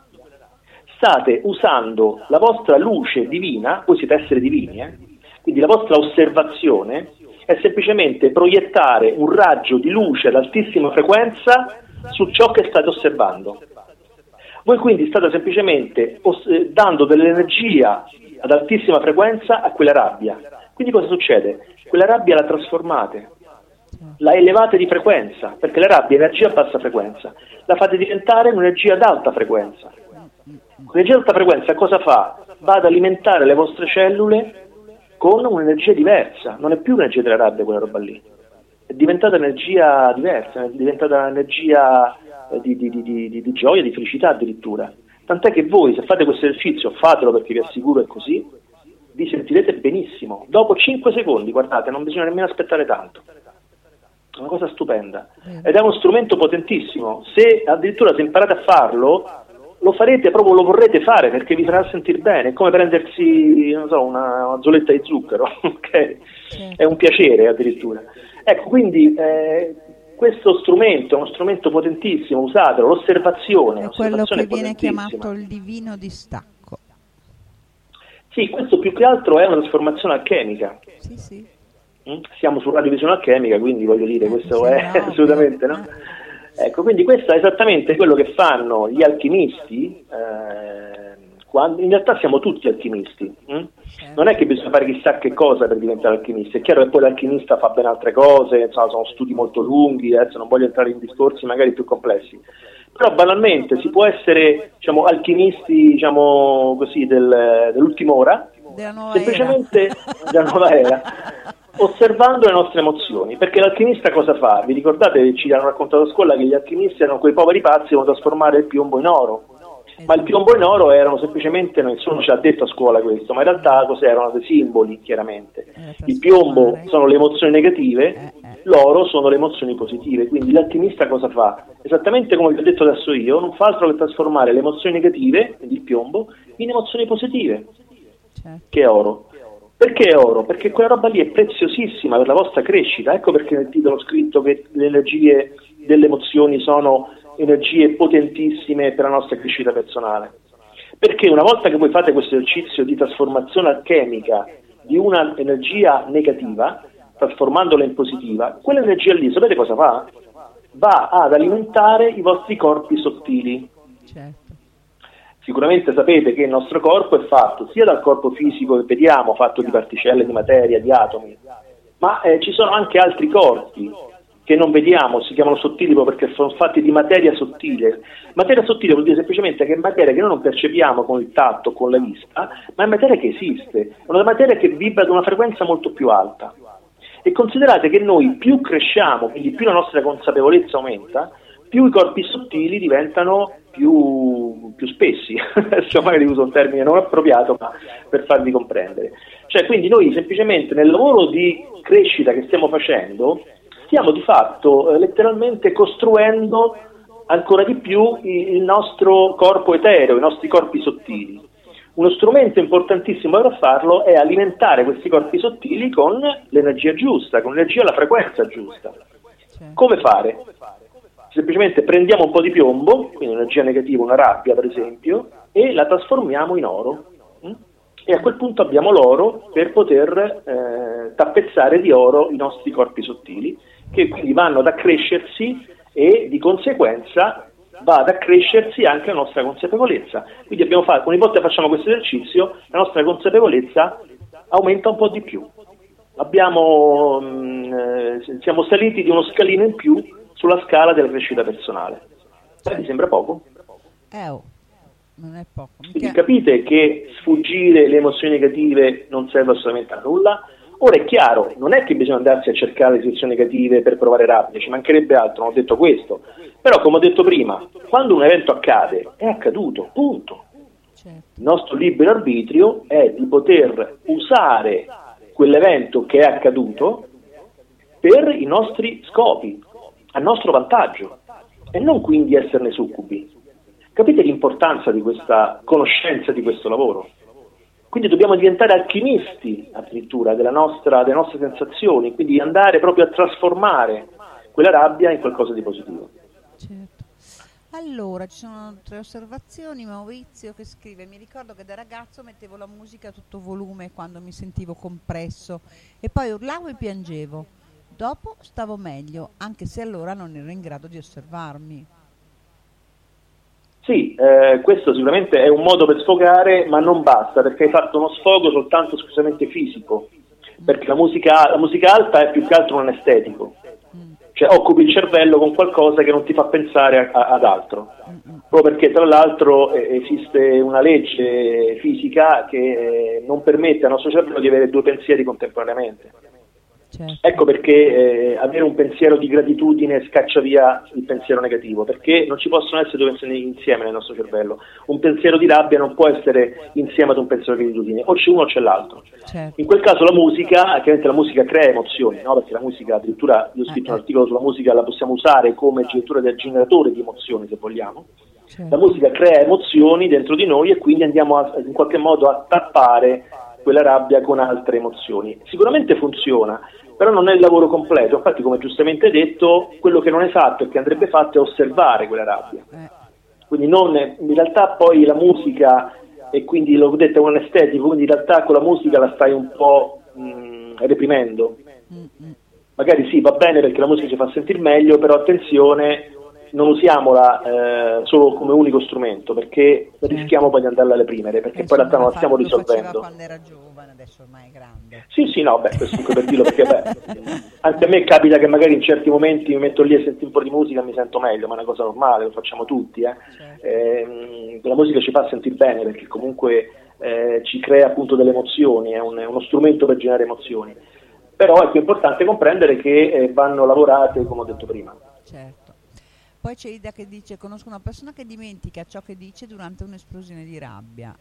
state usando la vostra luce divina, voi siete esseri divini, quindi la vostra osservazione è semplicemente proiettare un raggio di luce ad altissima frequenza su ciò che state osservando. Voi quindi state semplicemente dando dell'energia ad altissima frequenza a quella rabbia. Quindi cosa succede? Quella rabbia la trasformate, la elevate di frequenza, perché la rabbia è energia a bassa frequenza, la fate diventare un'energia ad alta frequenza. L'energia ad alta frequenza cosa fa? Va ad alimentare le vostre cellule con un'energia diversa, non è più l'energia della rabbia quella roba lì, è diventata energia diversa, è diventata energia di gioia, di felicità addirittura. Tant'è che voi, se fate questo esercizio, fatelo perché vi assicuro è così, vi sentirete benissimo. Dopo 5 secondi, guardate, non bisogna nemmeno aspettare tanto. È una cosa stupenda. Ed è uno strumento potentissimo. Se addirittura se imparate a farlo, lo farete proprio, lo vorrete fare perché vi farà sentire bene. È come prendersi, non so, una zolletta di zucchero, ok? È un piacere addirittura. Ecco, quindi questo strumento è uno strumento potentissimo, usatelo, l'osservazione. È quello che viene chiamato il divino distacco. Sì, questo più che altro è una trasformazione alchemica. Sì. Siamo su Radiovisione Alchemica, quindi voglio dire, questo è assolutamente, no? Ecco, quindi questo è esattamente quello che fanno gli alchimisti in realtà siamo tutti alchimisti. Non è che bisogna fare chissà che cosa per diventare alchimisti. È chiaro che poi l'alchimista fa ben altre cose, insomma, sono studi molto lunghi, adesso non voglio entrare in discorsi magari più complessi. Però banalmente si può essere, diciamo, alchimisti, diciamo così, dell'ultima ora, semplicemente della nuova era, osservando le nostre emozioni. Perché l'alchimista cosa fa? Vi ricordate, ci hanno raccontato a scuola che gli alchimisti erano quei poveri pazzi che devono trasformare il piombo in oro. Ma il piombo e l'oro erano semplicemente, nessuno ci ha detto a scuola questo, ma in realtà cos'erano? Dei simboli, chiaramente. Il piombo sono le emozioni negative, l'oro sono le emozioni positive. Quindi l'alchimista cosa fa? Esattamente come vi ho detto adesso io, non fa altro che trasformare le emozioni negative, quindi il piombo, in emozioni positive, che è oro. Perché è oro? Perché quella roba lì è preziosissima per la vostra crescita. Ecco perché nel titolo ho scritto che le energie delle emozioni sono energie potentissime per la nostra crescita personale, perché una volta che voi fate questo esercizio di trasformazione alchemica di una energia negativa, trasformandola in positiva, quell'energia lì, sapete cosa fa? Va ad alimentare i vostri corpi sottili. Sicuramente sapete che il nostro corpo è fatto sia dal corpo fisico che vediamo, fatto di particelle, di materia, di atomi, ma ci sono anche altri corpi che non vediamo, si chiamano sottili proprio perché sono fatti di materia sottile. Materia sottile vuol dire semplicemente che è materia che noi non percepiamo con il tatto, con la vista, ma è materia che esiste, è una materia che vibra ad una frequenza molto più alta. E considerate che noi più cresciamo, quindi più la nostra consapevolezza aumenta, più i corpi sottili diventano più spessi. Adesso magari uso un termine non appropriato, ma per farvi comprendere. Cioè, quindi noi semplicemente nel lavoro di crescita che stiamo facendo, stiamo di fatto letteralmente costruendo ancora di più il nostro corpo etereo, i nostri corpi sottili. Uno strumento importantissimo per farlo è alimentare questi corpi sottili con l'energia giusta, con l'energia alla frequenza giusta. Come fare? Semplicemente prendiamo un po' di piombo, quindi un'energia negativa, una rabbia per esempio, e la trasformiamo in oro. E a quel punto abbiamo l'oro per poter tappezzare di oro i nostri corpi sottili, che quindi vanno ad accrescersi e di conseguenza va ad accrescersi anche la nostra consapevolezza. Quindi abbiamo fatto, ogni volta che facciamo questo esercizio, la nostra consapevolezza aumenta un po' di più. Siamo saliti di uno scalino in più sulla scala della crescita personale. Vi sembra poco? Non è poco. Quindi capite che sfuggire le emozioni negative non serve assolutamente a nulla. Ora è chiaro, non è che bisogna andarsi a cercare le situazioni negative per provare rabbia, ci mancherebbe altro, non ho detto questo. Però, come ho detto prima, quando un evento accade, è accaduto, punto. Il nostro libero arbitrio è di poter usare quell'evento che è accaduto per i nostri scopi, a nostro vantaggio, e non quindi esserne succubi. Capite l'importanza di questa conoscenza, di questo lavoro? Quindi dobbiamo diventare alchimisti addirittura delle nostre sensazioni, quindi andare proprio a trasformare quella rabbia in qualcosa di positivo. Certo. Allora, ci sono 3 osservazioni. Maurizio che scrive: mi ricordo che da ragazzo mettevo la musica a tutto volume quando mi sentivo compresso e poi urlavo e piangevo. Dopo stavo meglio, anche se allora non ero in grado di osservarmi. Sì, questo sicuramente è un modo per sfogare, ma non basta, perché hai fatto uno sfogo soltanto esclusivamente fisico, perché la musica alta è più che altro un anestetico, cioè occupi il cervello con qualcosa che non ti fa pensare ad altro, proprio perché tra l'altro esiste una legge fisica che non permette al nostro cervello di avere 2 pensieri contemporaneamente. Certo. Ecco perché avere un pensiero di gratitudine scaccia via il pensiero negativo, perché non ci possono essere 2 pensieri insieme nel nostro cervello. Un pensiero di rabbia non può essere insieme ad un pensiero di gratitudine, o c'è uno o c'è l'altro. Certo. In quel caso la musica, chiaramente la musica crea emozioni, no? Perché la musica, addirittura io ho scritto un articolo sulla musica, la possiamo usare come addirittura del generatore di emozioni, se vogliamo. Certo. La musica crea emozioni dentro di noi e quindi andiamo in qualche modo a tappare quella rabbia con altre emozioni. Sicuramente funziona, però non è il lavoro completo. Infatti, come giustamente detto, quello che non è fatto e che andrebbe fatto è osservare quella rabbia. Quindi in realtà poi la musica, e quindi l'ho detto, è un anestetico, quindi in realtà con la musica la stai un po' reprimendo. Magari sì, va bene perché la musica ci fa sentire meglio, però attenzione, non usiamola solo come unico strumento, perché rischiamo poi di andarla a reprimere, perché poi in realtà non la stiamo risolvendo. Quando era giovane, adesso ormai è grande. Sì, no, questo per dirlo, perché anche a me capita che magari in certi momenti mi metto lì e sento un po' di musica e mi sento meglio, ma è una cosa normale, lo facciamo tutti. Certo. La musica ci fa sentire bene, perché comunque ci crea appunto delle emozioni, è uno strumento per generare emozioni. Però è più importante comprendere che vanno lavorate, come ho detto prima. Certo. Poi c'è Ida che dice: conosco una persona che dimentica ciò che dice durante un'esplosione di rabbia.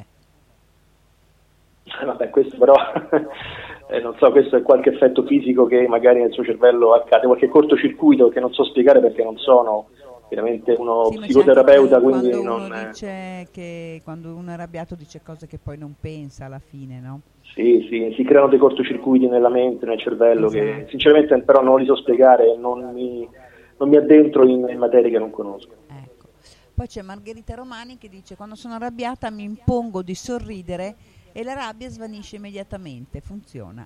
Vabbè, questo però non so, questo è qualche effetto fisico che magari nel suo cervello accade, qualche cortocircuito che non so spiegare perché non sono veramente uno psicoterapeuta, quindi quando uno dice che quando uno è arrabbiato dice cose che poi non pensa alla fine, no? Sì, si creano dei cortocircuiti nella mente, nel cervello, che sinceramente però non li so spiegare, non mi addentro in materie che non conosco. Ecco. Poi c'è Margherita Romani che dice: quando sono arrabbiata mi impongo di sorridere e la rabbia svanisce immediatamente. Funziona.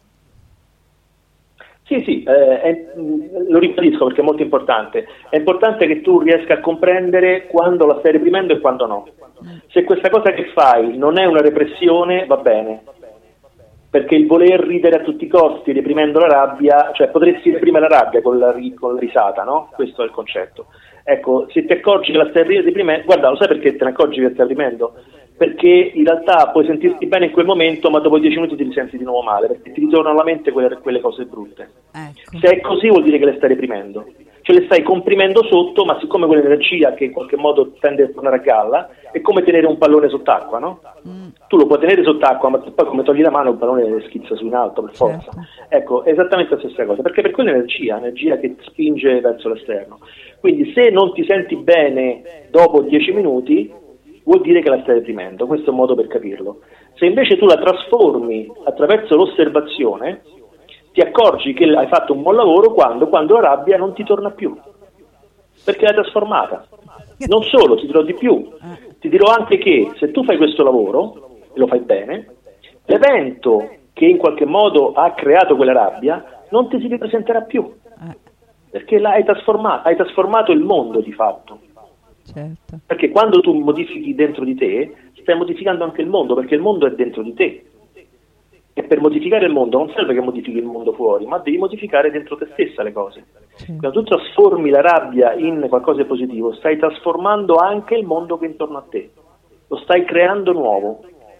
Sì, lo ribadisco perché è molto importante. È importante che tu riesca a comprendere quando la stai reprimendo e quando no. Se questa cosa che fai non è una repressione, va bene, perché il voler ridere a tutti i costi reprimendo la rabbia, cioè potresti reprimere la rabbia con la risata, no? Questo è il concetto. Ecco, se ti accorgi che la stai reprimendo, guarda, lo sai perché te ne accorgi che stai reprimendo? Perché in realtà puoi sentirti bene in quel momento, ma dopo 10 minuti ti risenti di nuovo male, perché ti ritornano alla mente quelle cose brutte. Ecco. Se è così vuol dire che le stai reprimendo, cioè le stai comprimendo sotto, ma siccome quell'energia che in qualche modo tende a tornare a galla è come tenere un pallone sott'acqua, no? Tu lo puoi tenere sott'acqua, ma poi come togli la mano il pallone schizza su in alto per forza. Certo. Ecco, è esattamente la stessa cosa, perché per quella energia che spinge verso l'esterno. Quindi se non ti senti bene dopo 10 minuti vuol dire che la stai reprimendo, questo è un modo per capirlo. Se invece tu la trasformi attraverso l'osservazione, ti accorgi che hai fatto un buon lavoro quando la rabbia non ti torna più, perché l'hai trasformata. Non solo, ti dirò di più, ti dirò anche che se tu fai questo lavoro, e lo fai bene, l'evento che in qualche modo ha creato quella rabbia non ti si ripresenterà più, perché hai trasformato il mondo di fatto. Certo. Perché quando tu modifichi dentro di te, stai modificando anche il mondo, perché il mondo è dentro di te. E per modificare il mondo non serve che modifichi il mondo fuori, ma devi modificare dentro te stessa le cose. Certo. Quando tu trasformi la rabbia in qualcosa di positivo, stai trasformando anche il mondo che è intorno a te. Lo stai creando nuovo.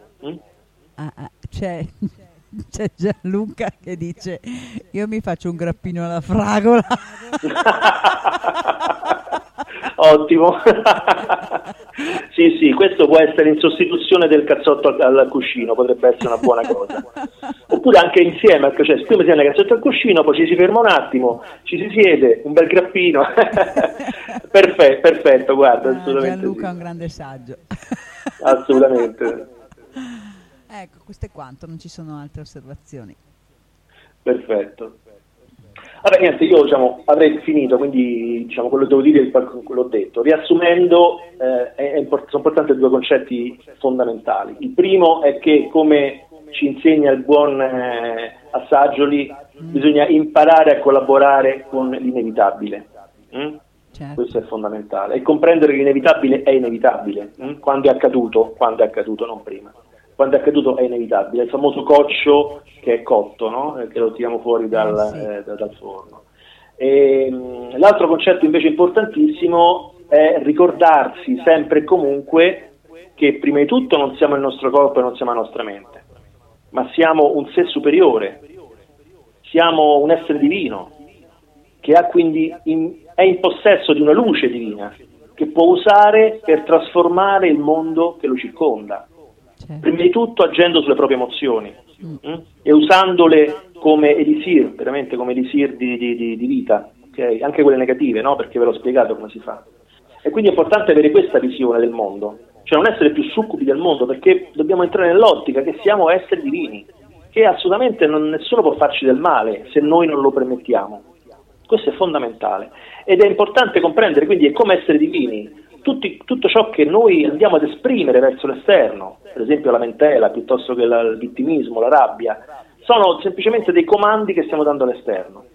C'è Gianluca che dice: io mi faccio un grappino alla fragola. Ottimo. Sì, questo può essere in sostituzione del cazzotto al cuscino, potrebbe essere una buona cosa. Oppure anche insieme, cioè prima si tiene il cazzotto al cuscino, poi ci si ferma un attimo, ci si siede, un bel grappino. Perfetto, guarda, assolutamente. Gianluca sì. è un grande saggio. Assolutamente. Ecco, questo è quanto, non ci sono altre osservazioni. Perfetto. Vabbè, niente, io avrei finito, quindi quello che devo dire l'ho detto. Riassumendo, sono importanti due concetti fondamentali. Il primo è che, come ci insegna il buon Assaggioli, bisogna imparare a collaborare con l'inevitabile. Certo. Questo è fondamentale. E comprendere che l'inevitabile è inevitabile. Quando è accaduto, non prima. Quando è accaduto è inevitabile, il famoso coccio che è cotto, no? Che lo tiriamo fuori dal forno. L'altro concetto invece importantissimo è ricordarsi sempre e comunque che prima di tutto non siamo il nostro corpo e non siamo la nostra mente, ma siamo un sé superiore, siamo un essere divino che ha quindi è in possesso di una luce divina che può usare per trasformare il mondo che lo circonda. Certo. Prima di tutto agendo sulle proprie emozioni e usandole come elisir, veramente come elisir di vita, okay? Anche quelle negative, no? Perché ve l'ho spiegato come si fa. E quindi è importante avere questa visione del mondo, cioè non essere più succubi del mondo, perché dobbiamo entrare nell'ottica che siamo esseri divini, che assolutamente nessuno può farci del male se noi non lo permettiamo. Questo è fondamentale ed è importante comprendere, quindi è come esseri divini. Tutto ciò che noi andiamo ad esprimere verso l'esterno, per esempio la lamentela piuttosto che il vittimismo, la rabbia, sono semplicemente dei comandi che stiamo dando all'esterno.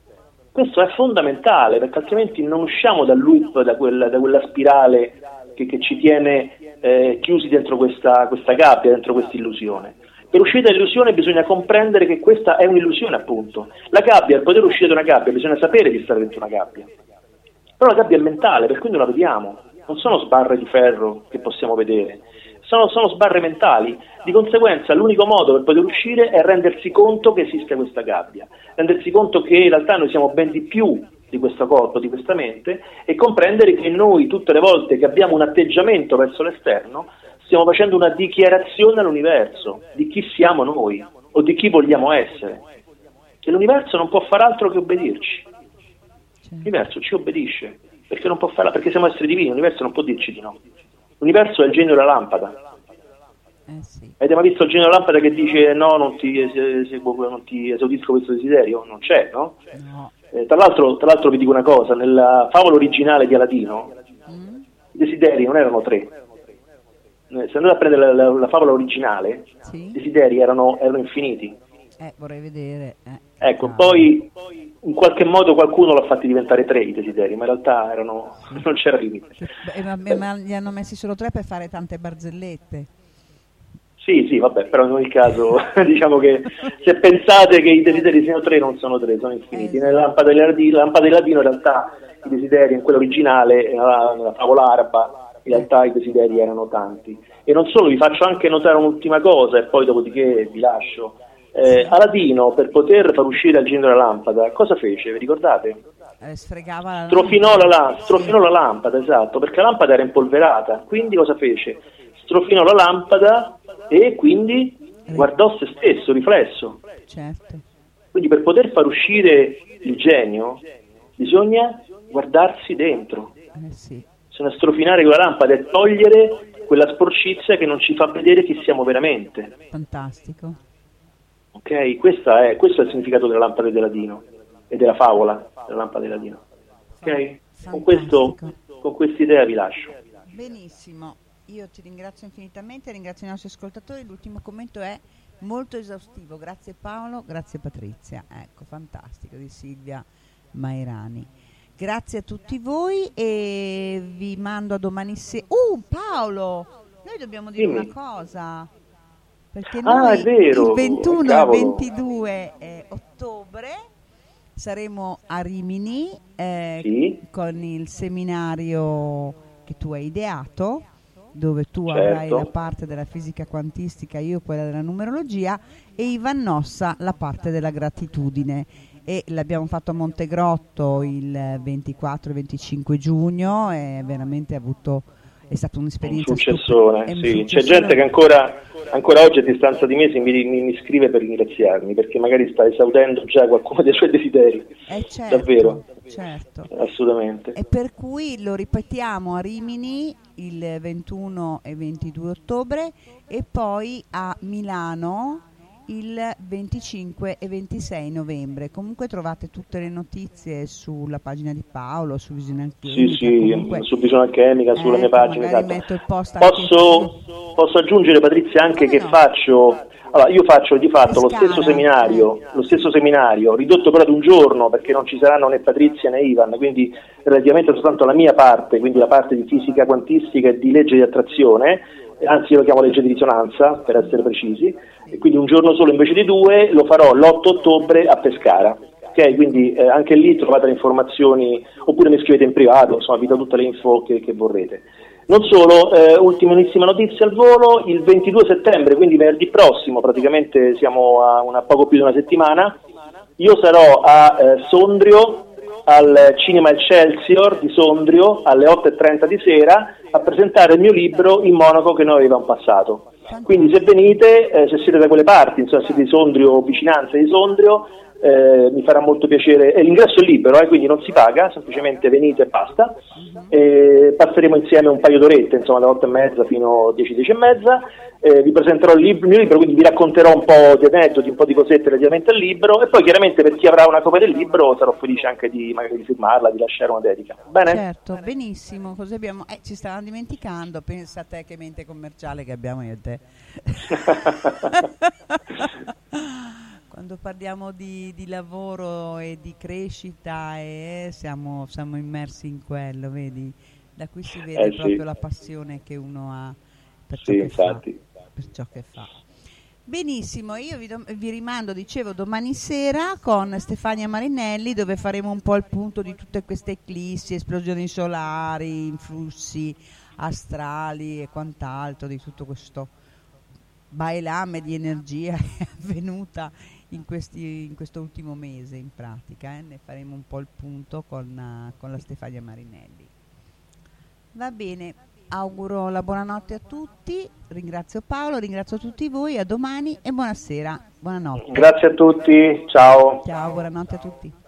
Questo è fondamentale, perché altrimenti non usciamo dal loop, da quella spirale che ci tiene chiusi dentro questa gabbia, dentro questa illusione. Per uscire dall'illusione bisogna comprendere che questa è un'illusione, appunto. La gabbia, per poter uscire da una gabbia, bisogna sapere di stare dentro una gabbia. Però la gabbia è mentale, per cui non la vediamo. Non sono sbarre di ferro che possiamo vedere, sono sbarre mentali. Di conseguenza l'unico modo per poter uscire è rendersi conto che esiste questa gabbia, rendersi conto che in realtà noi siamo ben di più di questo corpo, di questa mente, e comprendere che noi tutte le volte che abbiamo un atteggiamento verso l'esterno stiamo facendo una dichiarazione all'universo di chi siamo noi o di chi vogliamo essere. E l'universo non può far altro che obbedirci. L'universo ci obbedisce perché non può farla, perché siamo esseri divini. L'universo non può dirci di no. L'universo è il genio della lampada. Sì. Avete mai visto il genio della lampada che dice no, non ti esaudisco questo desiderio? Non c'è, no? No. Tra l'altro vi dico una cosa, nella favola originale di Aladino i desideri non erano 3. Se andate a prendere la favola originale, Sì. i desideri erano infiniti. Vorrei vedere. Ecco, poi in qualche modo qualcuno l'ha fatti diventare 3 i desideri, ma in realtà non c'era limite. Ma li hanno messi solo 3 per fare tante barzellette. Sì, vabbè, però in ogni caso diciamo che se pensate che i desideri siano 3, non sono 3, sono infiniti. Nella lampada di Ladino in realtà i desideri, in quella originale, nella favola araba, in realtà i desideri erano tanti. E non solo, vi faccio anche notare un'ultima cosa e poi dopodiché vi lascio. Aladino, per poter far uscire il genio della lampada, cosa fece? Vi ricordate? Sfregava Strofinò la lampada, esatto, perché la lampada era impolverata. Quindi cosa fece? Strofinò la lampada e quindi guardò se stesso, riflesso. Certo. Quindi per poter far uscire il genio bisogna guardarsi dentro. Sì. Bisogna strofinare quella lampada e togliere quella sporcizia che non ci fa vedere chi siamo veramente. Fantastico. Ok, questo è il significato della lampada di Aladino e della favola della lampada di Aladino. Ok? Con questa idea vi lascio. Benissimo, io ti ringrazio infinitamente, ringrazio i nostri ascoltatori. L'ultimo commento è molto esaustivo. Grazie Paolo, grazie Patrizia. Ecco, fantastico, di Silvia Mairani. Grazie a tutti voi e vi mando a domani sera. Paolo, noi dobbiamo dire una cosa. Perché noi è vero, il 21 e cavolo. 22 ottobre saremo a Rimini con il seminario che tu hai ideato, dove tu avrai la parte della fisica quantistica, io quella della numerologia e Ivan Nossa la parte della gratitudine. E l'abbiamo fatto a Montegrotto il 24 e 25 giugno e veramente è stata un'esperienza un successone, stupenda. C'è gente che ancora oggi a distanza di mesi mi scrive per ringraziarmi perché magari sta esaudendo già qualcuno dei suoi desideri. Certo, davvero, certo, assolutamente. E per cui lo ripetiamo a Rimini il 21 e 22 ottobre e poi a Milano il 25 e 26 novembre. Comunque trovate tutte le notizie sulla pagina di Paolo, su Visione Alchemica. Su Visione Alchemica, sulla mia pagina. Esatto. Metto il post posso aggiungere, Patrizia, anche che io faccio di fatto lo stesso seminario ridotto però ad un giorno, perché non ci saranno né Patrizia né Ivan, quindi relativamente soltanto alla mia parte, quindi la parte di fisica quantistica e di legge di attrazione, anzi io lo chiamo legge di risonanza per essere precisi, e quindi un giorno solo invece di 2 lo farò l'8 ottobre a Pescara. Ok, quindi anche lì trovate le informazioni, oppure mi scrivete in privato, insomma vi do tutte le info che vorrete. Non solo, ultimissima notizia al volo, il 22 settembre, quindi venerdì prossimo, praticamente siamo a poco più di una settimana, io sarò a Sondrio, al Cinema Excelsior di Sondrio, alle 8:30 di sera, a presentare il mio libro In Monaco che noi avevamo passato. Quindi se venite, se siete da quelle parti, insomma siete di Sondrio o vicinanze di Sondrio, mi farà molto piacere. L'ingresso è libero, quindi non si paga, semplicemente venite e basta. Passeremo insieme un paio d'orette, insomma da 8:30 fino a 10:30. Vi presenterò il mio libro, quindi vi racconterò un po' di aneddoti, un po' di cosette relativamente al libro, e poi chiaramente per chi avrà una copia del libro sarò felice anche di magari di firmarla, di lasciare una dedica. Bene? Certo, benissimo, così abbiamo ci stavamo dimenticando, pensa a te che mente commerciale che abbiamo io e te. quando parliamo di lavoro e di crescita siamo immersi in quello, vedi? Da qui si vede proprio la passione che uno ha per ciò che infatti. per ciò che fa. Benissimo, io vi rimando, dicevo, domani sera con Stefania Marinelli, dove faremo un po' il punto di tutte queste eclissi, esplosioni solari, influssi astrali e quant'altro, di tutto questo bailame di energia che è avvenuta in questo ultimo mese in pratica. Ne faremo un po' il punto con la Stefania Marinelli. Va bene, auguro la buonanotte a tutti, ringrazio Paolo, ringrazio tutti voi, a domani e buonasera, buonanotte. Grazie a tutti, ciao. Ciao, buonanotte a tutti.